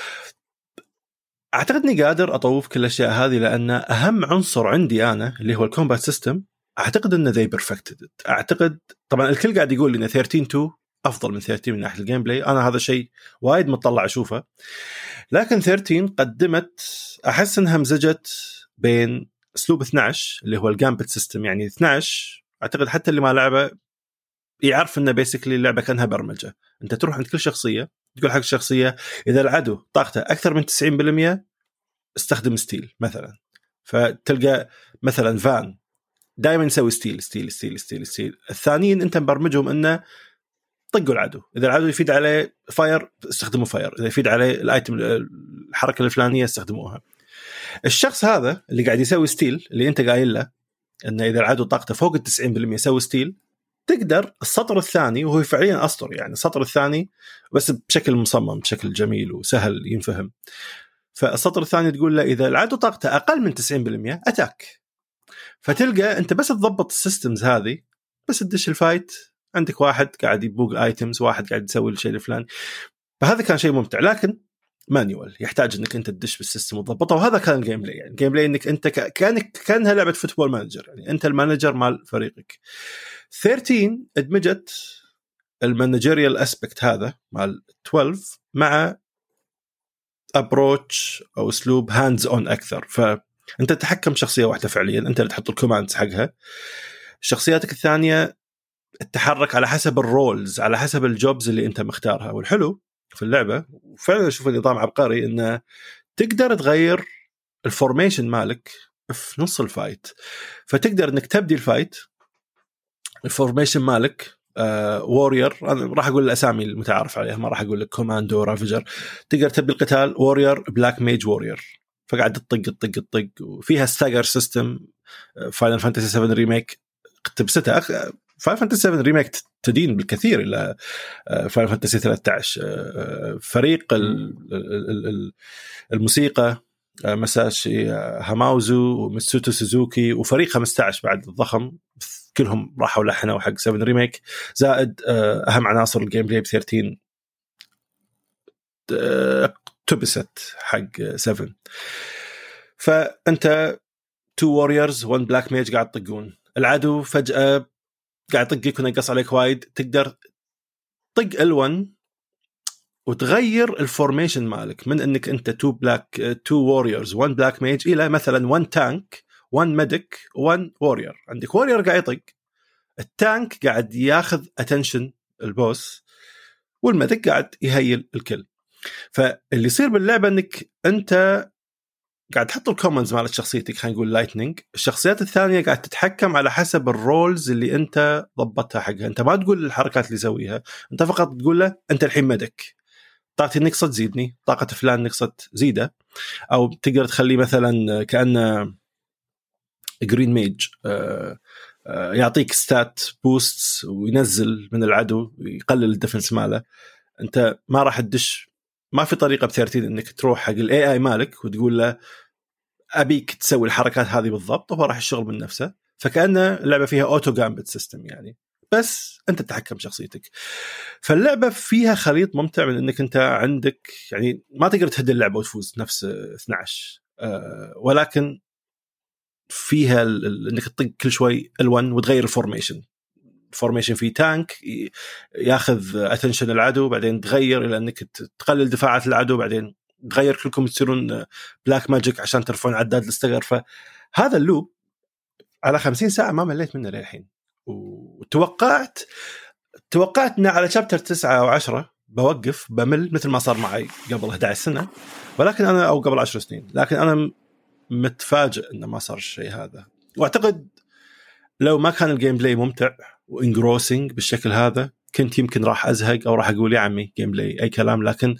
اعتقد اني قادر اطوف كل الاشياء هذه، لان اهم عنصر عندي انا اللي هو الكومبات سيستم، اعتقد انه ذي بيرفكتد. اعتقد طبعا الكل قاعد يقول لي ان 13-2 افضل من 13 من ناحيه الجيم بلاي، انا هذا شيء وايد متطلع اشوفه. لكن 13 قدمت، احس انها مزجت بين اسلوب 12 اللي هو الجامبت سيستم. يعني 12 اعتقد حتى اللي ما لعبه يعرف انه بيسكلي اللعبه كانها برمجه، انت تروح عند كل شخصيه تقول حق الشخصيه اذا العدو طاقته اكثر من 90% استخدم ستيل مثلا. فتلقى مثلا فان دائما يسوي ستيل ستيل ستيل ستيل ستيل. الثانيين انت مبرمجهم انه طقوا العدو، اذا العدو يفيد عليه فاير استخدموا فاير، اذا يفيد عليه الايتم الحركه الفلانيه استخدموها. الشخص هذا اللي قاعد يسوي ستيل، اللي انت قايل له انه اذا العدو طاقته فوق 90% يسوي ستيل، تقدر السطر الثاني، وهو فعليا اسطر يعني السطر الثاني بس بشكل مصمم بشكل جميل وسهل ينفهم. فالسطر الثاني تقول له اذا العدو طاقته اقل من 90% اتاك. فتلقى انت بس تضبط السيستمز هذه، بس تدش الفايت عندك واحد قاعد يبوق ايتمز، واحد قاعد يسوي الشيء الفلاني. فهذا كان شيء ممتع، لكن مانيوال يحتاج انك انت تدش بالسيستم وتضبطه. وهذا كان الجيم بلاي، يعني الجيم بلاي انك انت كانها لعبه فوتبول مانجر، يعني انت المانجر مال فريقك. 13 ادمجت المانجيريال اسبكت هذا مال 12 مع ابروتش او اسلوب هاندز اون اكثر. فانت تتحكم شخصيه واحده فعليا، انت اللي تحط الكوماندز حقها. شخصياتك الثانيه تتحرك على حسب الرولز، على حسب الجوبز اللي انت مختارها. والحلو في اللعبه وفعلا اشوف النظام عبقري، انه تقدر تغير الفورميشن مالك في نص الفايت، فتقدر انك تبدي الفايت الفورميشن مالك وورير. انا راح اقول الاسامي المتعارف عليها، ما راح اقول لك كوماندو رافجر. تقدر تبدي القتال وورير بلاك ميج وورير، فقاعد تطق وفيها ستاجر سيستم. فاينل فانتسي 7 ريميك اقتبستها. فاينل فانتسي 7 ريميك تدين بالكثير الى فاينل فانتسي 13. فريق الموسيقى مساشي هاماوزو وميتسوتو سوزوكي، وفريق 15 بعد الضخم، كلهم راحوا لحنوا حق 7 ريميك، زائد اهم عناصر الجيم بلاي ب 13 اقتبست حق 7. فانت 2 ووريرز 1 بلاك ميج قاعد تطقون العدو، فجأة قاعد يطقك ونقص عليك وايد، تقدر طق L1 وتغير الفورميشن مالك من انك انت 2 ووريرز 1 بلاك ميج الى مثلا 1 تانك 1 ميديك 1 وورير. عندك وورير قاعد يطق، التانك قاعد ياخذ اتنشن البوس، والميديك قاعد يهيل الكل. فاللي يصير باللعبه انك انت قاعد تحط الكومنز مالت شخصيتك، خلينا نقول لايتنينج. الشخصيات الثانيه قاعد تتحكم على حسب الرولز اللي انت ضبطتها حقها. انت ما تقول الحركات اللي يسويها، انت فقط تقول له انت الحين ميديك، طاقتي نقصت زيدني، طاقه فلان نقصت زيده. او تقدر تخليه مثلا كأنه جرين ميج يعطيك ستات بوستس وينزل من العدو ويقلل الديفنس ماله. انت ما راح تدش، ما في طريقه بترتيب انك تروح حق الاي اي مالك وتقول له ابيك تسوي الحركات هذه بالضبط، وهو راح يشتغل من نفسه. فكأنه اللعبه فيها اوتو جامبت سيستم يعني، بس انت تتحكم بشخصيتك. فاللعبه فيها خليط ممتع من انك انت عندك يعني ما تقدر تهدي اللعبه وتفوز نفس 12 ولكن فيها انك تطق كل شوي L1 وتغير الفورميشن في تانك ياخذ اتنشن العدو، بعدين تغير الى انك تقلل دفاعات العدو، بعدين تغير كلكم تصيرون بلاك ماجيك عشان ترفعون عداد الاستغر. فهذا اللوب على 50 ساعه ما مليت منه للحين. وتوقعت انه على شابتر 9 او 10 بوقف بمل مثل ما صار معي قبل 11 سنه، ولكن انا او قبل 10 سنين، لكن انا متفاجئ انه ما صار الشيء هذا. واعتقد لو ما كان الجيم بلاي ممتع وانجروسينج بالشكل هذا كنت يمكن راح ازهق او راح اقول يا عمي جيم بلاي اي كلام. لكن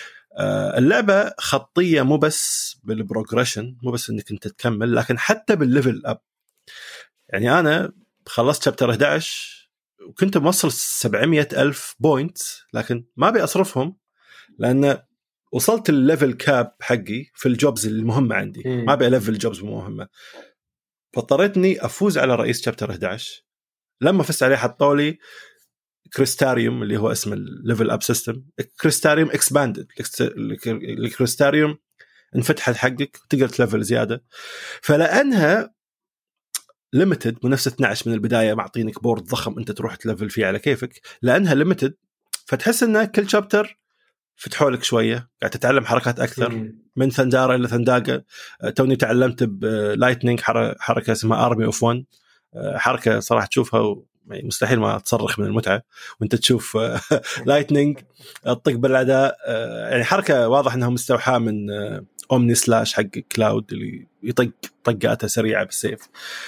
اللعبه خطيه، مو بس بالبروجريشن، مو بس انك انت تكمل، لكن حتى بالليفل اب. يعني انا خلصت شابتر 11 وكنت موصل 700,000 بوينت، لكن ما ابي اصرفهم لان وصلت الليفل كاب حقي في الجوبز المهمه عندي. ما ابي ليفل جوبز مهمه، فاضطريتني افوز على رئيس شابتر 11. لما فزت عليه حطوا لي كريستاريوم اللي هو اسم الليفل اب سيستم، كريستاريوم اكسباندد. الكريستاريوم انفتحت حقك وتقدر تلفل زياده. فلانها ليميتد ونفس 12 من البدايه معطينك بورد ضخم انت تروح تلفل فيه على كيفك، لانها ليميتد فتحس ان كل شابتر فتحوا لك شويه، قاعد تتعلم حركات اكثر من ثنداره الى ثنداقه. توني تعلمت بلايتنينج حركه اسمها ارمي اوف 1، حركه صراحه تشوفها مستحيل ما تصرخ من المتعه وانت تشوف لايتنينج الطق بالاعداء. يعني حركه واضح انها مستوحاه من اومني سلاش حق كلاود اللي يطق طقاته سريعه بالسيف.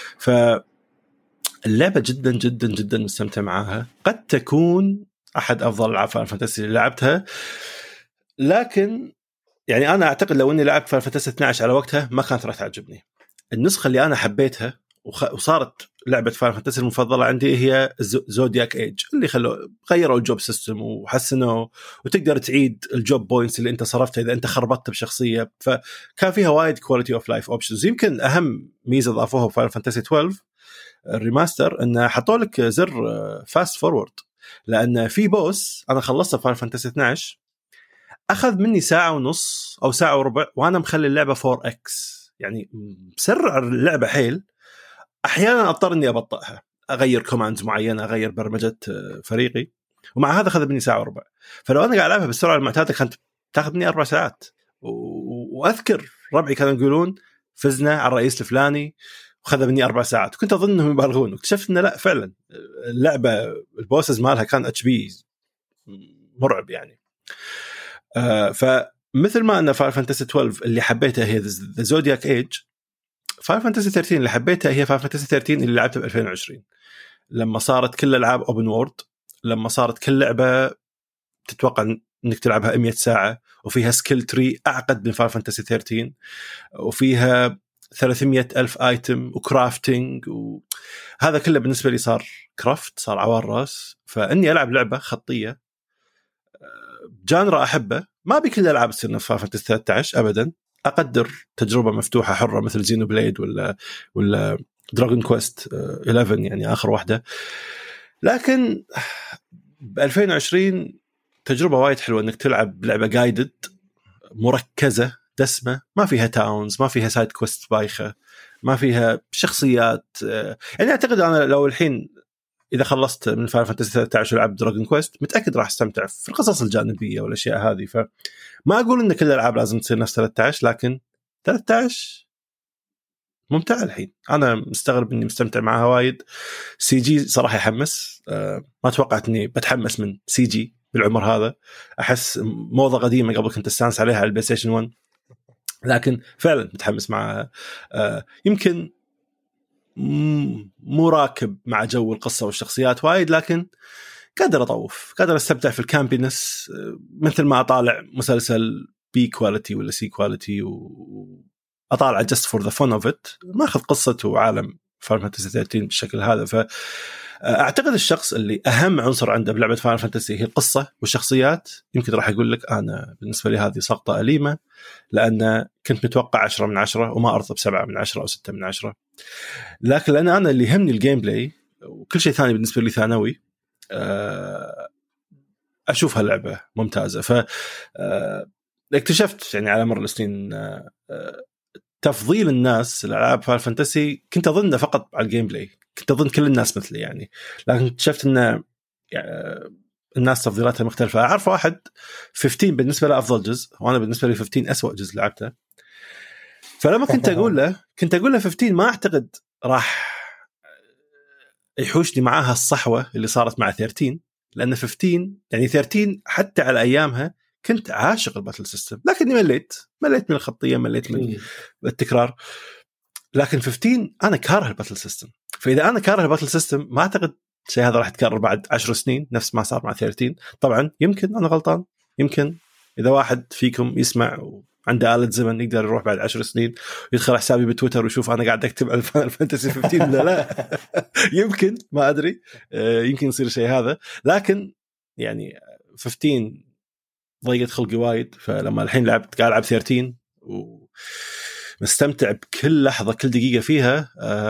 فاللعبه جدا جدا جدا مستمتع معاها، قد تكون احد افضل العاب فاينل فانتسي اللي لعبتها. لكن يعني انا اعتقد لو اني لعبت فاينل فانتسي 12 على وقتها ما كانت راح تعجبني. النسخه اللي انا حبيتها وصارت لعبه فاينل فانتسي المفضله عندي هي زودياك ايج، اللي غيروا الجوب سيستم وحسنوا وتقدر تعيد الجوب بوينتس اللي انت صرفتها اذا انت خربطت بشخصيه. فكان فيها وايد كواليتي اوف لايف اوبشنز. يمكن اهم ميزه ضافوها فاينل فانتسي 12 الريماستر ان حطوا لك زر فاست فورورد، لان في بوس انا خلصته فاينل فانتسي 12 اخذ مني ساعه ونص او ساعه وربع وانا مخلي اللعبه 4x، يعني مسرع اللعبه حيل. احيانا اضطر اني ابطئها، اغير كوماندز معينه، اغير برمجه فريقي، ومع هذا اخذ مني ساعه وربع. فلو انا قاعد العبها بالسرعه المعتاده كانت تاخذ مني 4 ساعات. واذكر ربعي كانوا يقولون فزنا على الرئيس الفلاني وخذ مني 4 ساعات، كنت اظن انهم يبالغون، واكتشفت انه لا فعلا اللعبه البوسز مالها كان اتش بي مرعب يعني. فمثل ما ان فاينل فانتسي 12 اللي حبيتها هي ذا زودياك ايج، فاينل فانتسي 13 اللي حبيتها هي فاينل فانتسي 13 اللي لعبتها ب 2020 لما صارت كل العاب اوبن وورد، لما صارت كل لعبه تتوقع انك تلعبها 100 ساعه، وفيها سكيل تري اعقد من فاينل فانتسي 13، وفيها 300 ألف ايتم وكرافتنج، وهذا كله بالنسبه لي صار كرافت، صار عوار راس. فاني العب لعبه خطيه جانرا احبه، ما بكل الالعاب تصير نفس فاينل فانتسي 13 ابدا. اقدر تجربه مفتوحه حره مثل زينو بليد ولا دراغون كويست 11 يعني اخر واحده، لكن ب 2020 تجربه وايد حلوه انك تلعب لعبه جايدد مركزه دسمه، ما فيها تاونز، ما فيها سايد كويست بايخه، ما فيها شخصيات. يعني اعتقد انا لو الحين اذا خلصت من فاينل فانتسي 13 ولعبت دراجون كويست متاكد راح استمتع في القصص الجانبيه والاشياء هذه. فما اقول ان كل الالعاب لازم تصير نفس 13، لكن 13 ممتع الحين. انا مستغرب اني مستمتع معها وايد. سي جي صراحه يحمس، ما توقعت اني بتحمس من سي جي بالعمر هذا. احس موضه قديمه قبل كنت استانس عليها على البلاي ستيشن 1، لكن فعلا متحمس معها. يمكن مو راكب مع جو القصه والشخصيات وايد، لكن قادر اطوف، قادر استمتع في الكامبينس مثل ما اطالع مسلسل بي كواليتي ولا سي كواليتي، واطالع جست فور ذا فن اوف ات، ما اخذ قصته وعالم فاينل فانتسي 13 بالشكل هذا. فاعتقد الشخص اللي اهم عنصر عنده بلعبه فاينل فانتسي هي القصه والشخصيات. يمكن راح اقول لك انا بالنسبه لي هذه سقطه أليمة، لان كنت متوقع 10 من 10 وما ارضى ب7 من 10 او 6 من 10. لكن لان انا اللي يهمني الجيم بلاي وكل شيء ثاني بالنسبه لي ثانوي، اشوف هاللعبه ممتازه. ف اكتشفت يعني على مر السنين تفضيل الناس الالعاب فاينل فانتسي كنت اظنه فقط على الجيم بلاي، كنت اظن كل الناس مثلي يعني، لكن اكتشفت ان الناس تفضيلاتها مختلفه. اعرف واحد 15 بالنسبه له افضل جزء، وانا بالنسبه لي 15 اسوأ جزء لعبته. فلما كنت اقول له 15 ما اعتقد راح يحوشني معاها الصحوه اللي صارت مع 13، لان 15 يعني 13 حتى على ايامها كنت عاشق الباتل سيستم، لكني مليت من الخطيه، مليت من التكرار. لكن 15 انا كاره الباتل سيستم، فاذا انا كاره الباتل سيستم ما اعتقد الشيء هذا راح يتكرر بعد 10 سنين نفس ما صار مع 13. طبعا يمكن انا غلطان، يمكن اذا واحد فيكم يسمع عنده آلة زمن يقدر يروح بعد 10 سنين يدخل حسابي بتويتر ويشوف أنا قاعد أكتب على فانتسي 15 لا يمكن ما أدري، يمكن يصير شيء هذا. لكن يعني 15 ضيقت خلقي وايد، فلما الحين لعبت قاعد ألعب 13 ومستمتع بكل لحظة كل دقيقة فيها.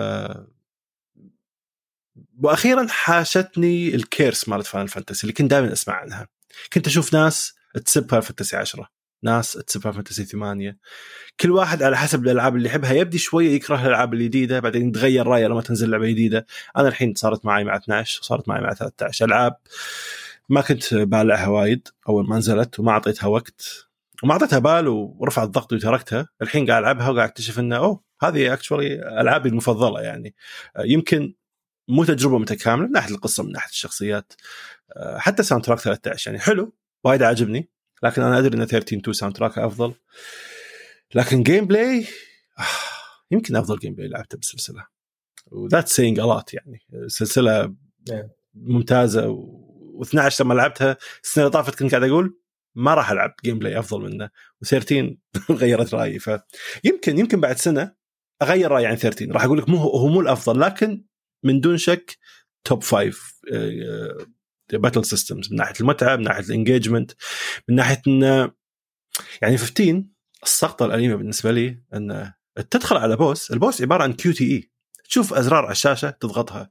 وأخيرا حاشتني الكيرس مالت فاينل فانتسي اللي كنت دائما أسمع عنها. كنت أشوف ناس تسب فاينل فانتسي 10، ناس تسب فاينل فانتسي 8، كل واحد على حسب الألعاب اللي يحبها. يبدي شوية يكره الألعاب الجديدة بعدين يتغير رأيه لما تنزل لعبة جديدة. أنا الحين صارت معي مع 12 وصارت معي مع 13 ألعاب ما كنت بالعها وايد أول ما نزلت وما أعطيتها وقت وما أعطيتها بال ورفعت ضغطي وتركتها. الحين قاعد ألعبها وقاعد أكتشف إنه هذه أكشولي ألعابي المفضلة يعني. يمكن مو تجربة متكاملة من ناحية القصة من ناحية الشخصيات، حتى ساوند تراك 13 يعني حلو وايد عجبني، لكن أنا أدري إن 13-2 ساوند تراك أفضل. لكن جيم بلاي يمكن أفضل جيم بلاي لعبته بالسلسلة، وذات سينج ألات يعني. سلسلة ممتازة، و12 لما لعبتها السنة اللي طافت كنت قاعد أقول ما راح ألعب جيم بلاي أفضل منه، و13 غيرت رأيي. فيمكن بعد سنة أغير رأيي عن 13. راح أقول لك مو الأفضل، لكن من دون شك توب 5 باتل سيستمز من ناحية المتعة، من ناحية الانجيجمنت، من ناحية إنه يعني 15 السقطة الأليمة بالنسبة لي أن تدخل على البوس عبارة عن QTE، تشوف أزرار على الشاشة تضغطها.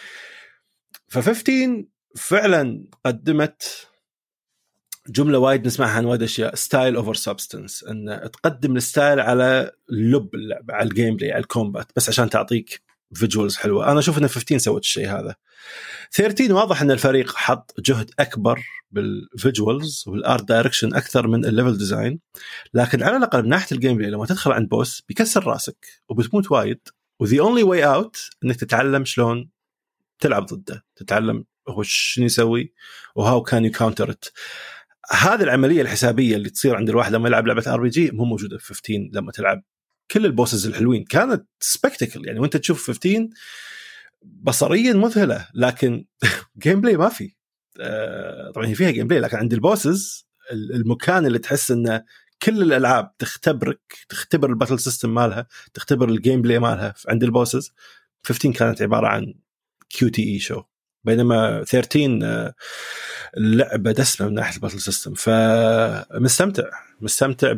ف15 فعلا قدمت جملة وايد نسمعها عن وايد أشياء، ستايل أوفر سبستنس، أن تقدم الستايل على اللب اللعبة، على الجيم بلاي، على الكومبات، بس عشان تعطيك فيجوالز حلوة. أنا أشوف أن 15 سوت الشيء هذا. 13 واضح أن الفريق حط جهد أكبر بالفيجوالز والارت دايركشن أكثر من الليفل ديزاين، لكن على الأقل من ناحية الجيم بلاي لما تدخل عند بوس بيكسر راسك وبتموت وايد، وذي only way out إنك تتعلم شلون تلعب ضده، تتعلم هو شنو يسوي وهاو كان يو كاونتر ات. هذه العملية الحسابية اللي تصير عند الواحد لما يلعب لعبة RPG مو موجودة في 15 لما تلعب كل البوسز الحلوين كانت سبكتكل يعني، وانت تشوف 15 بصريا مذهله، لكن جيم بلاي ما في. طبعا هي فيها جيم بلاي، لكن عند البوسز المكان اللي تحس انه كل الالعاب تختبر الباتل سيستم مالها، تختبر الجيم بلاي مالها عند البوسز. 15 كانت عباره عن QTE شو، بينما 13 اللعبه دسمه من ناحيه الباتل سيستم. فمستمتع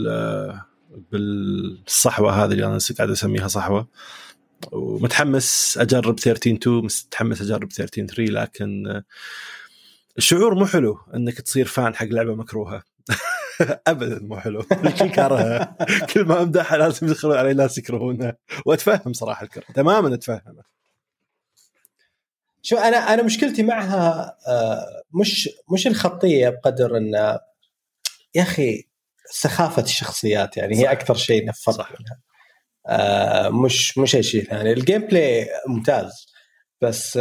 بالصحوه هذه اللي انا قاعد اسميها صحوه، ومتحمس اجرب 13-2، متحمس اجرب 13-3. لكن الشعور مو حلو انك تصير فان حق لعبه مكروهه. ابدا مو حلو. الكل كارهها، كل ما امدحها لازم يدخلون علي ناس يكرهونها، واتفهم صراحه الكره تماما، اتفهمه. شو انا مشكلتي معها مش الخطيه بقدر ان يا اخي سخافه الشخصيات يعني. صح. هي اكثر شيء نفرت منها. مش اي شيء ثاني. الجيم بلاي ممتاز، بس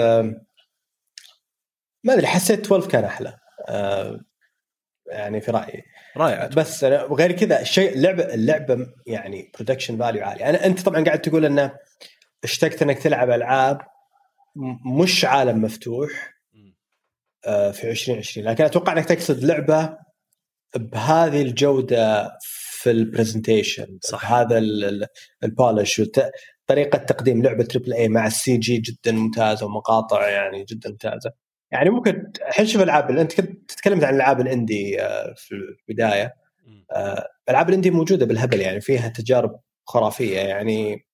ما ادري، حسيت 12 كان احلى يعني في رايي. رائع. بس وغير كذا الشيء اللعبه يعني برودكشن فاليو عالي. انت طبعا قاعد تقول انه اشتقت انك تلعب العاب مش عالم مفتوح في 2020، لكن اتوقع انك تقصد لعبه بهذه الجوده في البرزنتيشن، بهذا البولش طريقه تقديم لعبه تريبل اي مع السي جي جدا ممتازه ومقاطع يعني جدا ممتازه. يعني ممكن الحين شوف العاب اللي انت كنت تتكلمت عن العاب الاندي في البدايه. العاب الاندي موجوده بالهبل يعني، فيها تجارب خرافيه يعني.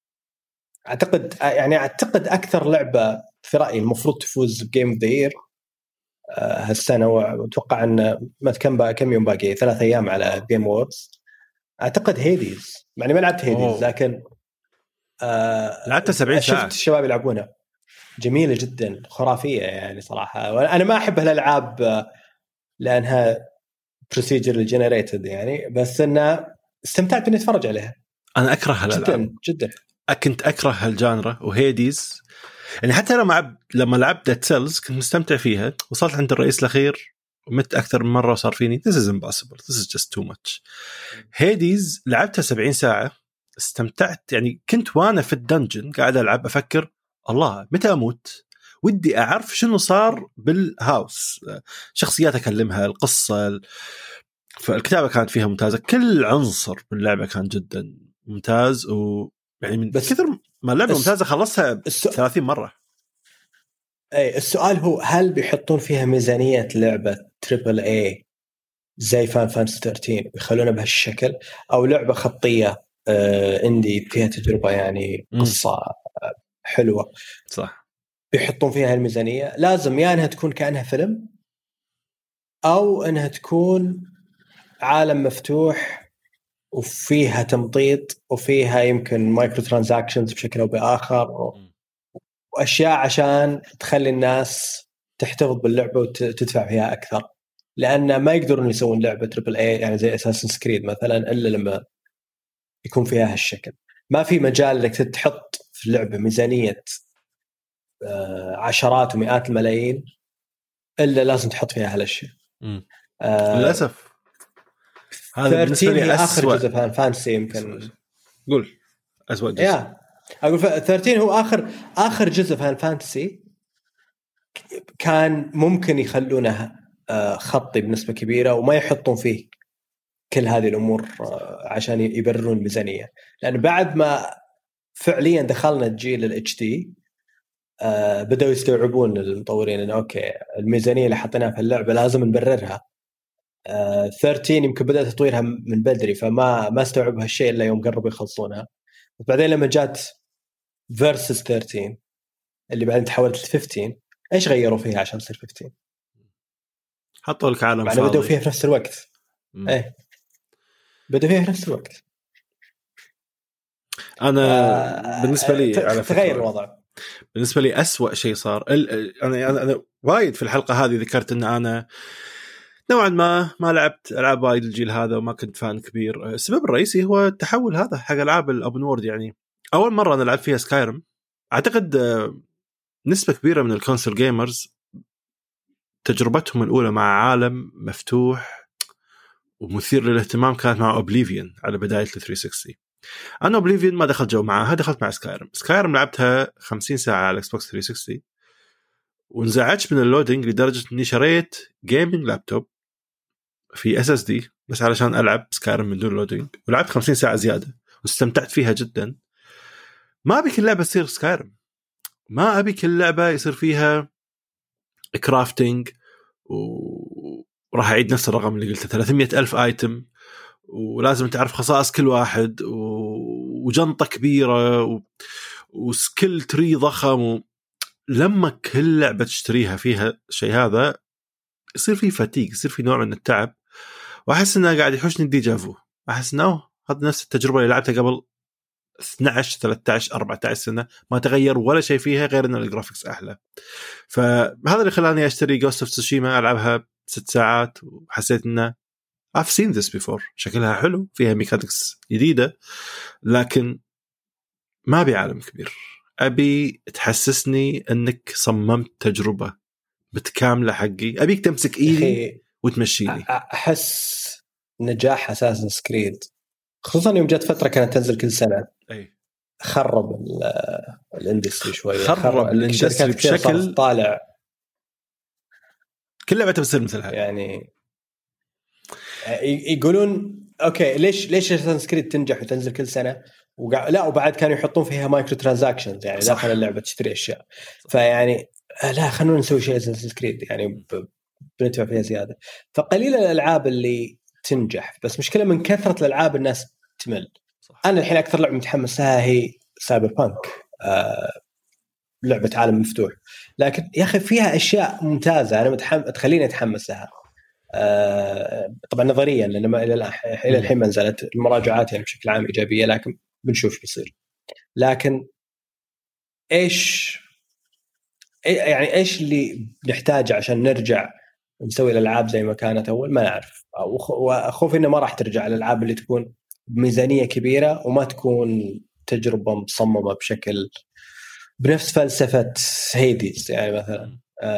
اعتقد اكثر لعبه في رايي المفروض تفوز بجيم اوف ذا يير هالسنه، واتوقع ان كم يوم باقي، 3 أيام على جيم ووردز. اعتقد هيديز، يعني ما لعبت هيديز لكن لعبت 70 ساعه. شفت الشباب يلعبونها، جميله جدا خرافيه يعني صراحه. وانا ما احب هالالعاب لانها procedurally generated يعني، بس انه استمتعت اني اتفرج عليها. انا اكره هالالعاب جدا. كنت اكره هالجانرا. وهيديز يعني حتى لما لعبت ديد سيلز كنت مستمتع فيها، وصلت عند الرئيس الاخير ومت اكثر من مره وصار فيني this is impossible, this is just too much. هيديز لعبتها 70 ساعه، استمتعت يعني. كنت وانا في الدنجن قاعد العب افكر الله متى اموت، ودي اعرف شنو صار بالهاوس، شخصيات اكلمها، القصه. فالكتابه كانت فيها ممتازه، كل عنصر باللعبه كان جدا ممتاز. ويعني من كثر ما اللعبه ممتازه خلصتها 30 مره. اي السؤال هو هل بيحطون فيها ميزانيه لعبه تريبل اي زي فانتسي 13 ويخلونها بهالشكل، او لعبه خطيه اندي فيها تجربه يعني قصه حلوه؟ صح. بيحطون فيها الميزانيه. لازم يا انها تكون كانها فيلم، او انها تكون عالم مفتوح وفيها تمطيط وفيها يمكن مايكرو ترانزاكشنز بشكل او باخر، واشياء عشان تخلي الناس تحتفظ باللعبه وتدفع فيها اكثر. لان ما يقدرون يسوون لعبه تريبل اي يعني زي اساسن كريد مثلا الا لما يكون فيها هالشكل. ما في مجال انك تحط في اللعبه ميزانيه عشرات ومئات الملايين الا لازم تحط فيها هالاشياء. للاسف هذا بالنسبه لي اخر جزء في فانسي يمكن قول اسوأ جزء. اقول 13 هو اخر جزء في فانتسي كان ممكن يخلونه خطي بنسبه كبيره وما يحطون فيه كل هذه الامور عشان يبررون الميزانيه. لان بعد ما فعليا دخلنا الجيل الاتش دي بدأوا يستوعبون المطورين ان اوكي الميزانيه اللي حطيناها في اللعبه لازم نبررها. 13 يمكن بدأت تطويرها من بدري، فما استوعبوا هالشيء الا يوم قربوا يخلصونها. وبعدين لما جات فيرسس 13 اللي بعدين تحولت ل 15، ايش غيروا فيها عشان تصير 15؟ حطوا لك عالم فاضي. بدأوا فيها في نفس الوقت. ايه بدأوا فيها في نفس الوقت. انا بالنسبه لي على تغير الوضع. بالنسبه لي أسوأ شيء صار انا وايد في الحلقه هذه ذكرت ان انا نوعا ما لعبت العاب وايد الجيل هذا وما كنت فان كبير. السبب الرئيسي هو التحول هذا حق العاب الاوبن وورد. يعني اول مره انا لعبت فيها سكايرم، اعتقد نسبه كبيره من الكونسول جيمرز تجربتهم الاولى مع عالم مفتوح ومثير للاهتمام كانت مع اوبليفيون على بدايه ال 360. انا اوبليفيون ما دخلت جو معها، دخلت مع سكايرم لعبتها 50 ساعه على اكس بوكس 360 وانزعجت من اللودينج لدرجه اني شريت جيمنج لابتوب في اس اس دي بس علشان العب سكايرم من دون لودينج، ولعبت 50 ساعه زياده واستمتعت فيها جدا. ما ابي كل لعبه تصير سكايرم، ما ابي كل لعبه يصير فيها كرافتنج وراح اعيد نفس الرقم اللي قلته 300,000 ايتم ولازم تعرف خصائص كل واحد وجنطه كبيره وسكيل تري ضخم لما كل لعبه تشتريها فيها شيء هذا يصير في فتيق، يصير في نوع من التعب، واحس انه قاعد يحوشني ديجافو. احس انه هذا نفس التجربه اللي لعبتها قبل 12 13 14 سنه ما تغير ولا شيء فيها غير ان الجرافيكس احلى. فهذا اللي خلاني اشتري جوست اوف تسوشيما العبها 6 ساعات وحسيت انه I've seen this before. شكلها حلو، فيها ميكانيكس جديده، لكن ما ابي عالم كبير، ابي تحسسني انك صممت تجربه متكامله حقي، ابيك تمسك ايدي وتمشيني. احس نجاح اساسن كريد خصوصا يوم جت فتره كانت تنزل كل سنه اي خرب الاندستري شويه، خرب الاندستري بشكل طالع كل لعبه بتصير مثلها. يعني يقولون اوكي ليش اساسن كريد تنجح وتنزل كل سنه لا وبعد كانوا يحطون فيها مايكرو ترانزاكشنز يعني داخل اللعبه تشتري اشياء، فيعني لا خلونا نسوي شيء اساسن كريد يعني بندفع فيها زياده. فقليل الالعاب اللي تنجح، بس مشكله من كثره الالعاب الناس تمل. انا الحين اكثر لعبه متحمس لها هي سايبر بانك، لعبه عالم مفتوح، لكن يا اخي فيها اشياء ممتازه انا تخليني اتحمس لها. طبعا نظريا لان الى الحين ما نزلت، المراجعات يعني بشكل عام ايجابيه، لكن بنشوف بيصير. لكن ايش اللي نحتاجه عشان نرجع نسوي الالعاب زي ما كانت اول؟ ما نعرف، واخوف انه ما راح ترجع الالعاب اللي تكون بميزانيه كبيره وما تكون تجربه مصممه بشكل بنفس فلسفه هيديز يعني مثلا.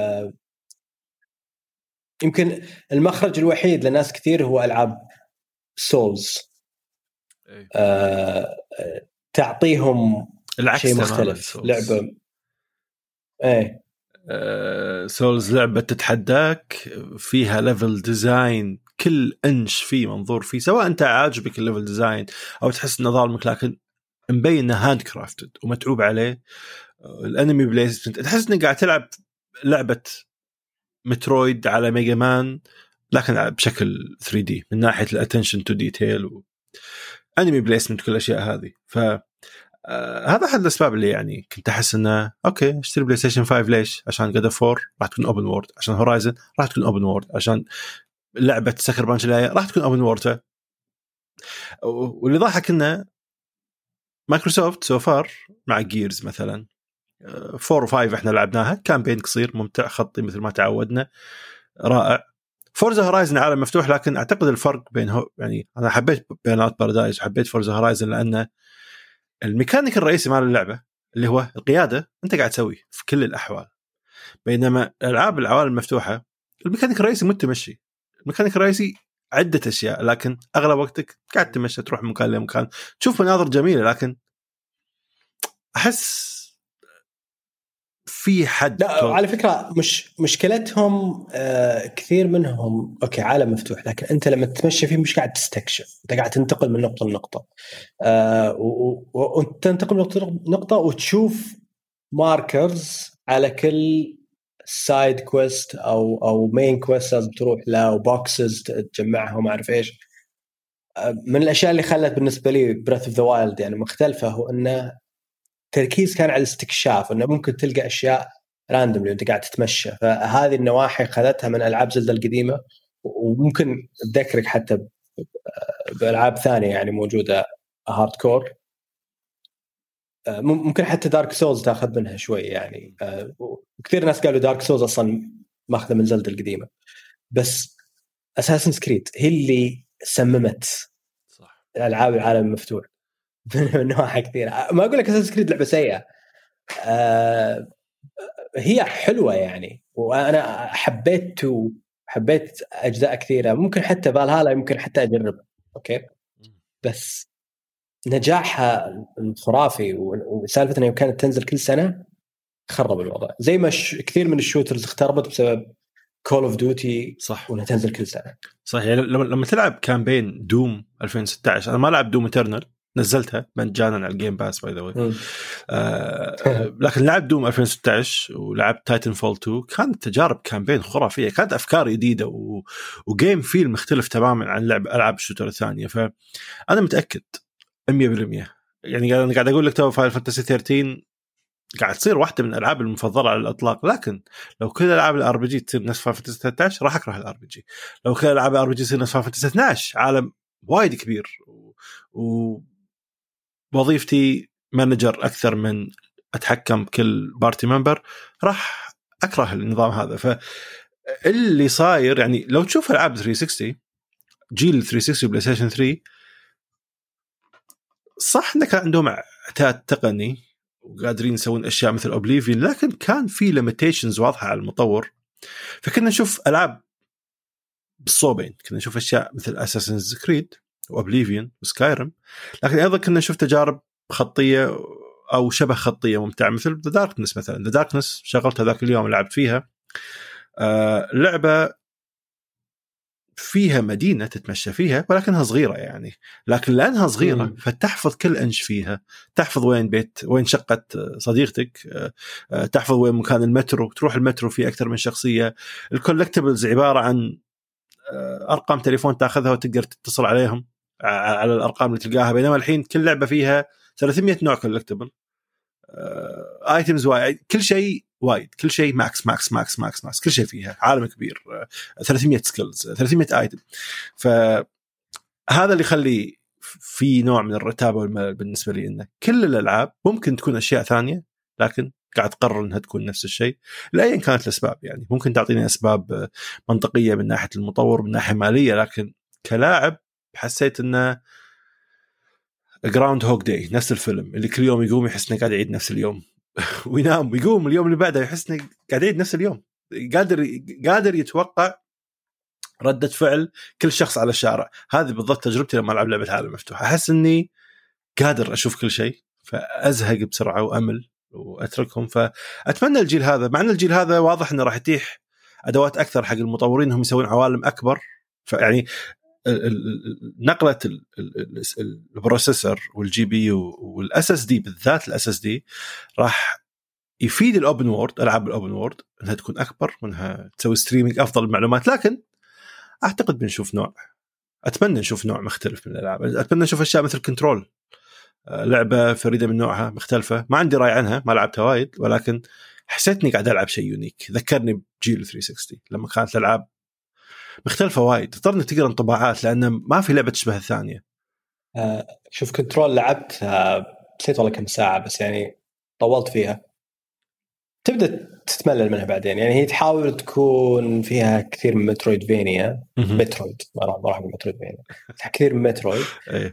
يمكن المخرج الوحيد لناس كثير هو ألعاب سولز، تعطيهم شيء مختلف. لعبة سولز لعبة تتحداك فيها ليفل ديزاين كل انش فيه منظور فيه، سواء انت عاجبك الليفل ديزاين او تحس انه ظالمك، لكن مبين انه هاند كرافتد ومتعوب عليه. الانمي بليسمنت تحس انك قاعد تلعب لعبة مترويد على ميجا مان لكن بشكل 3D من ناحية الاتنشن تو ديتيل وانمي بليسمنت كل الاشياء هذه. ف هذا احد الاسباب اللي يعني كنت احس انه اوكي اشتري بلاي ستيشن 5. ليش؟ عشان God of War راح تكون اوبن وورد، عشان هورايزن راح تكون اوبن وورد، عشان لعبة سكر بانش الجاية راح تكون اوبن وورد. واللي ضحك انه مايكروسوفت سوفار مع جيرز مثلا 4 و5 احنا لعبناها كامبين قصير ممتع خطي مثل ما تعودنا رائع. فورزا هورايزن عالم مفتوح، لكن اعتقد الفرق بين يعني انا حبيت بيرناوت بارادايس وحبيت فورزا هورايزن لان الميكانيك الرئيسي مال اللعبه اللي هو القياده انت قاعد تسوي في كل الاحوال، بينما العاب العوالم المفتوحه الميكانيك الرئيسي مو تمشي، الميكانيك الرئيسي عده اشياء لكن اغلب وقتك قاعد تمشي تروح من مكان لمكان تشوف مناظر جميله، لكن احس في حد. لا على فكرة مش مشكلتهم كثير منهم اوكي عالم مفتوح، لكن انت لما تتمشى فيه مش قاعد تستكشف، انت قاعد تنتقل من نقطة لنقطة، وتنتقل من نقطة لنقطة وتشوف ماركرز على كل سايد كويست او مين كويست لازم تروح له، وبوكسز تجمعهم عارف ايش. من الاشياء اللي خلت بالنسبة لي بريث اوف ذا وايلد يعني مختلفة هو انه تركيز كان على الاستكشاف، انه ممكن تلقى اشياء راندوم وانت قاعد تتمشى، فهذه النواحي خذتها من العاب زلدة القديمه، وممكن تذكرك حتى بالعاب ثانيه يعني موجوده هارد كور، ممكن حتى دارك سولز تاخذ منها شوي يعني. وكثير ناس قالوا دارك سولز اصلا ماخذه من زلدة القديمه، بس اساسن كريد هي اللي سممت صح العاب العالم المفتوح من نواحي كثيره. ما اقول لك اساسن كريد لعبه سيئه، هي حلوة يعني، وأنا حبيت أجزاء كثيرة، ممكن حتى فالهالا يمكن حتى أجرب أوكي، بس نجاحها الخرافي وسالفه انها كانت تنزل كل سنه خرب الوضع، زي ما كثير من الشوترز اختربت بسبب كول اوف ديوتي صح وانها تنزل كل سنه. صحيح. يعني لما تلعب كامبين دوم 2016، انا ما لعب دوم إترنال، نزلتها مجانا على الجيم باس باي ذا واي، لكن لعب دوم 2016 ولعبت تايتن فول 2، كانت تجارب كامبين خرافيه، كانت افكار جديده وجيم فيل مختلف تماما عن العاب الشوتر الثانيه. فانا متاكد 100%، يعني انا قاعد اقول لك تو فاينل فانتسي 13 قاعد تصير واحده من الالعاب المفضله على الاطلاق، لكن لو كل العاب الار بي جي تصير نفس فاينل فانتسي 13 راح اكره الار بي جي. لو كل العاب الار بي جي تصير نفس فاينل فانتسي 12، عالم وايد كبير ووظيفتي مانجر اكثر من اتحكم بكل بارتي ممبر، راح اكره النظام هذا. فاللي صاير يعني لو تشوف العاب 360 جيل 360 بلاي ستيشن 3، صح انك عندهم عتاد تقني وقادرين يسوون اشياء مثل اوبليفيون، لكن كان في ليميتيشنز واضحه على المطور. فكنا نشوف العاب بالصوبين، كنا نشوف اشياء مثل اساسنز كريد واوبليفيون وسكايرم، لكن ايضا كنا نشوف تجارب خطيه او شبه خطيه ممتعه مثل ذا داركنس مثلا. ذا داركنس شغلتها ذاك اليوم لعبت فيها، لعبه فيها مدينة تتمشى فيها ولكنها صغيرة يعني، لكن لأنها صغيرة فتحفظ كل أنش فيها، تحفظ وين بيت، وين شقة صديقتك، تحفظ وين مكان المترو، تروح المترو فيه أكثر من شخصية. الكولكتبلز عبارة عن أرقام تليفون تأخذها وتقدر تتصل عليهم على الأرقام اللي تلقاها، بينما الحين كل لعبة فيها 300 نوع كولكتبل، ايتمز وايد، كل شيء وايد، كل شيء ماكس ماكس ماكس ماكس ماكس، كل شيء فيها عالم كبير، 300 سكيلز، 300 ايتم. فهذا اللي يخلي في نوع من الرتابه والملل بالنسبه لي، انه كل الالعاب ممكن تكون اشياء ثانيه لكن قاعد تقرر انها تكون نفس الشيء لايا كانت الاسباب. يعني ممكن تعطيني اسباب منطقيه من ناحيه المطور، من ناحيه ماليه، لكن كلاعب حسيت انه جراوند هوك داي، نفس الفيلم اللي كل يوم يقوم يحس انه قاعد يعيد نفس اليوم وينام ويقوم اليوم اللي بعده يحس انه قاعد يعيد نفس اليوم. قادر يتوقع ردة فعل كل شخص على الشارع. هذه بالضبط تجربتي لما العب لعبة عالم مفتوح، احس اني قادر اشوف كل شيء فازهق بسرعة وامل واتركهم. فاتمنى الجيل هذا، مع ان الجيل هذا واضح انه راح يتيح ادوات اكثر حق المطورين انهم يسوون عوالم اكبر. فيعني نقله البروسيسور والجي بي يو والاس اس دي، بالذات الاس اس دي، راح يفيد الاوبن وورد، العاب الاوبن وورد انها تكون اكبر وانها تسوي ستريمينج افضل المعلومات. لكن اعتقد بنشوف نوع، اتمنى نشوف نوع مختلف من الالعاب، اتمنى نشوف اشياء مثل كنترول، لعبه فريده من نوعها مختلفه، ما عندي راي عنها، ما لعبتها وايد، ولكن حسيتني قاعد العب شيء يونيك، ذكرني بجيل 360 لما كانت الالعاب مختلفة وايد، تضطرني تقرا انطباعات لأن ما في لعبة تشبه الثانية. شوف كنترول لعبت نسيت والله كم ساعة، بس يعني طولت فيها، تبدأ تتملل منها بعدين. يعني هي تحاول تكون فيها كثير من مترويدفينيا، مترويد ما راح أقول مترويدفينيا، كثير من مترويد.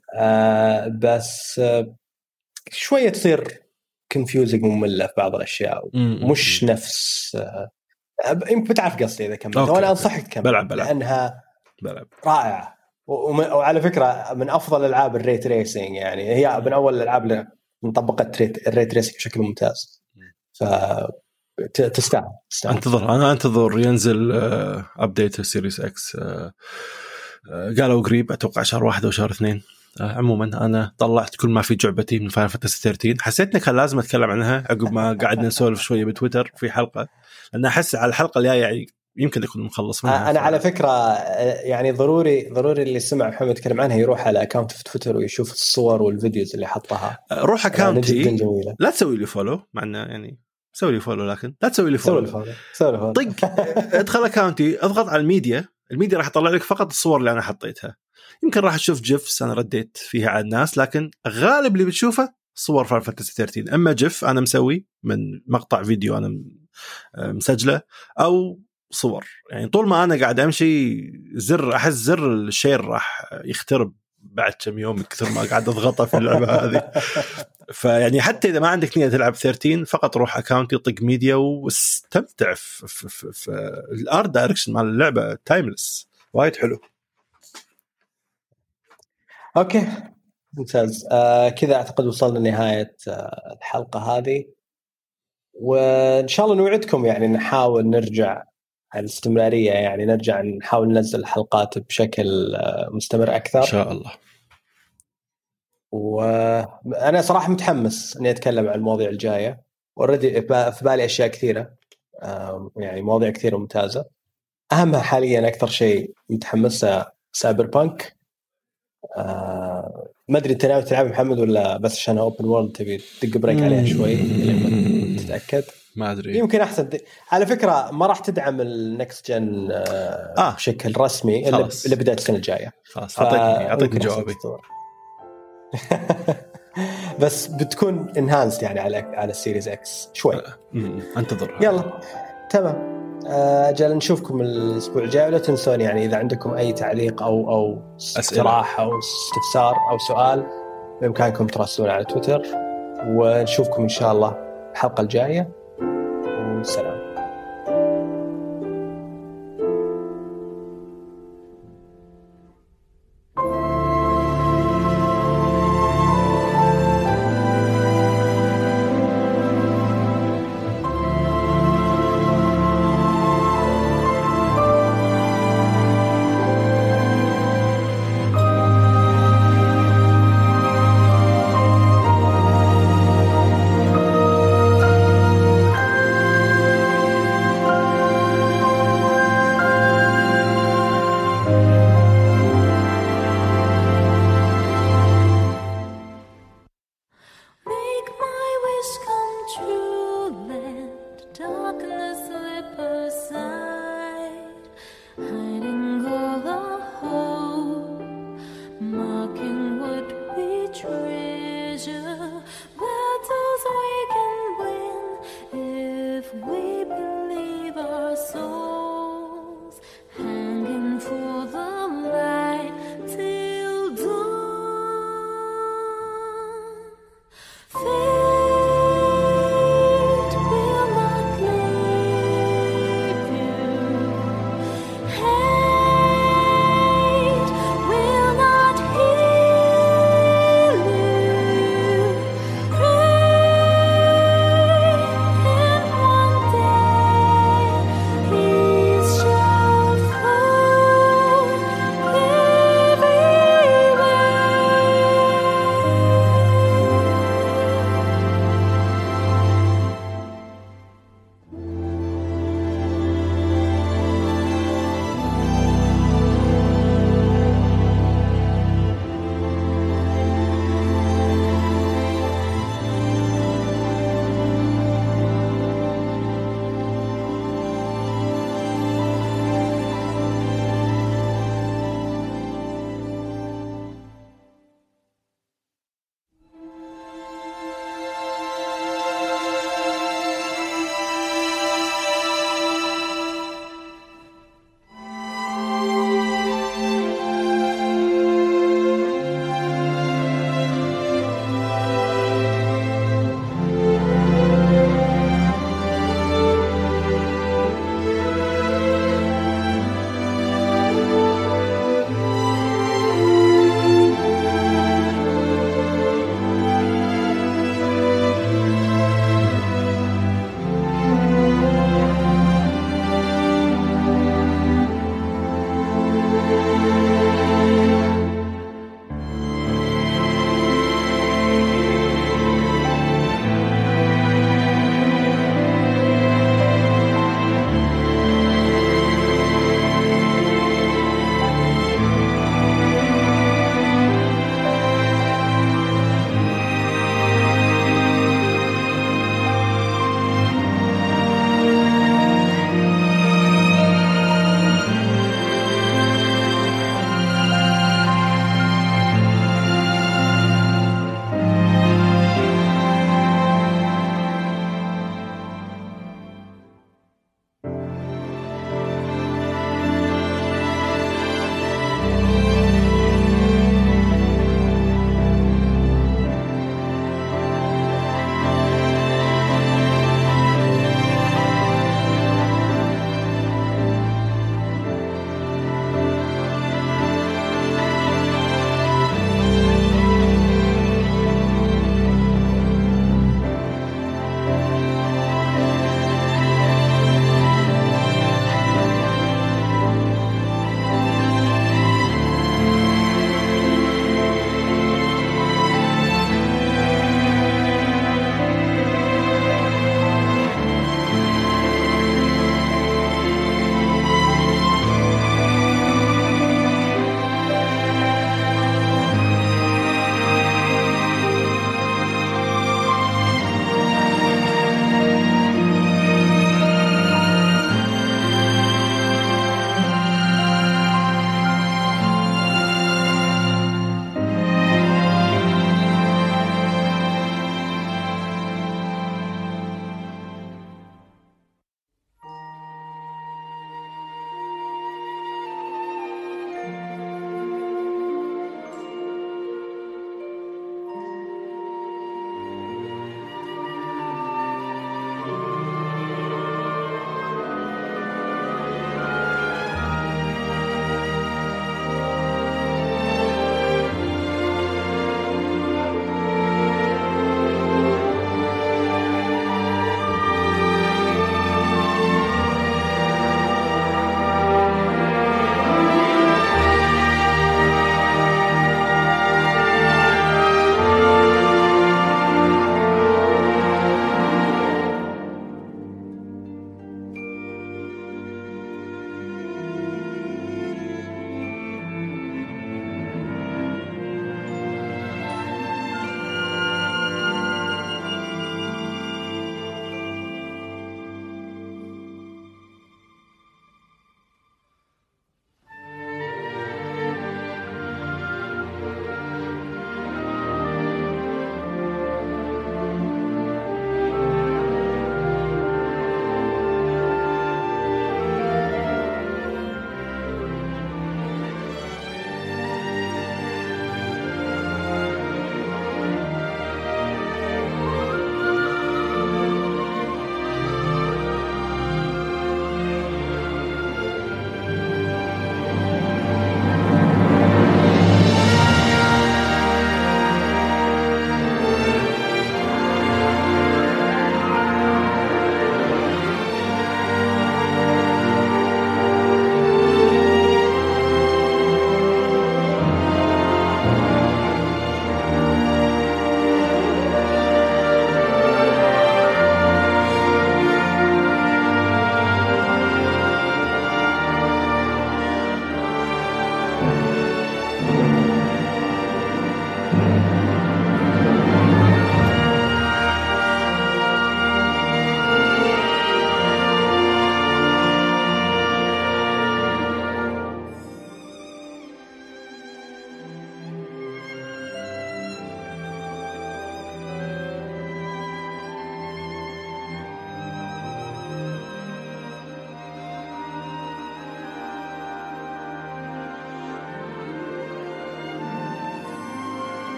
بس شوية تصير كونفيوزنج ومملة في بعض الأشياء، مش نفس يمكن بتعرف قصدي إذا كملت. وأنا أنصحك تكمل بلعب. لأنها رائعة، وعلى فكرة من أفضل ألعاب الريت ريسينج، يعني هي من أول الألعاب اللي طبقت الريت ريسينج بشكل ممتاز. فتستاهل. أنا أنتظر ينزل أبديت السيريس إكس، قالوا قريب، أتوقع شهر 1 أو شهر 2. عموما أنا طلعت كل ما في جعبتي من فاينل فانتسي 13، حسيت إني كان لازم أتكلم عنها عقب ما قعدنا نسولف شوية بتويتر في حلقة، لأن أحس على الحلقة الجاية يعني يمكن يكون مخلص منها. أنا على فكرة يعني ضروري اللي سمع محمد يتكلم عنها يروح على أكاونت في تويتر ويشوف الصور والفيديوز اللي حطها. روح أكاونتي، لا تسوي لي فولو، معنا يعني سوي لي فولو لكن لا تسوي لي فولو. طق ادخل أكاونتي، اضغط على الميديا راح يطلع لك فقط الصور اللي أنا حطيتها. يمكن راح تشوف جيفس أنا رديت فيها على الناس، لكن غالب اللي بتشوفه صور فاينل فانتسي 13. أما جيف أنا مسوي من مقطع فيديو أنا مسجله، أو صور. يعني طول ما أنا قاعد أمشي أحس زر الشير راح يخترب بعد كم يوم كثر ما قاعد أضغطه في اللعبة هذه. فيعني حتى إذا ما عندك نية تلعب 13 فقط روح أكاونتي، طق ميديا واستمتع في الارت دايركشن مال اللعبة، تايمليس وايد حلو. اوكي ممتاز. كذا اعتقد وصلنا لنهايه الحلقه هذه، وان شاء الله نوعدكم يعني نحاول نرجع على الاستمراريه، يعني نرجع نحاول ننزل حلقات بشكل مستمر اكثر ان شاء الله. وانا صراحه متحمس اني اتكلم عن المواضيع الجايه، اوريدي في بالي اشياء كثيره، يعني مواضيع كثيره ممتازه. اهمها حاليا اكثر شيء متحمسه سايبر بانك. ما ادري انت ناوي تلعب محمد ولا بس عشان اوبن وورلد تبي تدق بريك عليها شوي لما تتاكد؟ ما ادري، يمكن احسن. على فكره ما راح تدعم النكست جن بشكل رسمي اللي بدايه السنه الجايه. خلاص اعطيتني جوابي. بس بتكون انهانسد يعني على السيريز اكس شوي. انتظر. يلا تمام. اجل نشوفكم الاسبوع الجاي، ولا تنسون يعني اذا عندكم اي تعليق او اقتراح او استفسار او سؤال بامكانكم تراسلونا على تويتر، ونشوفكم ان شاء الله الحلقه الجايه، والسلام.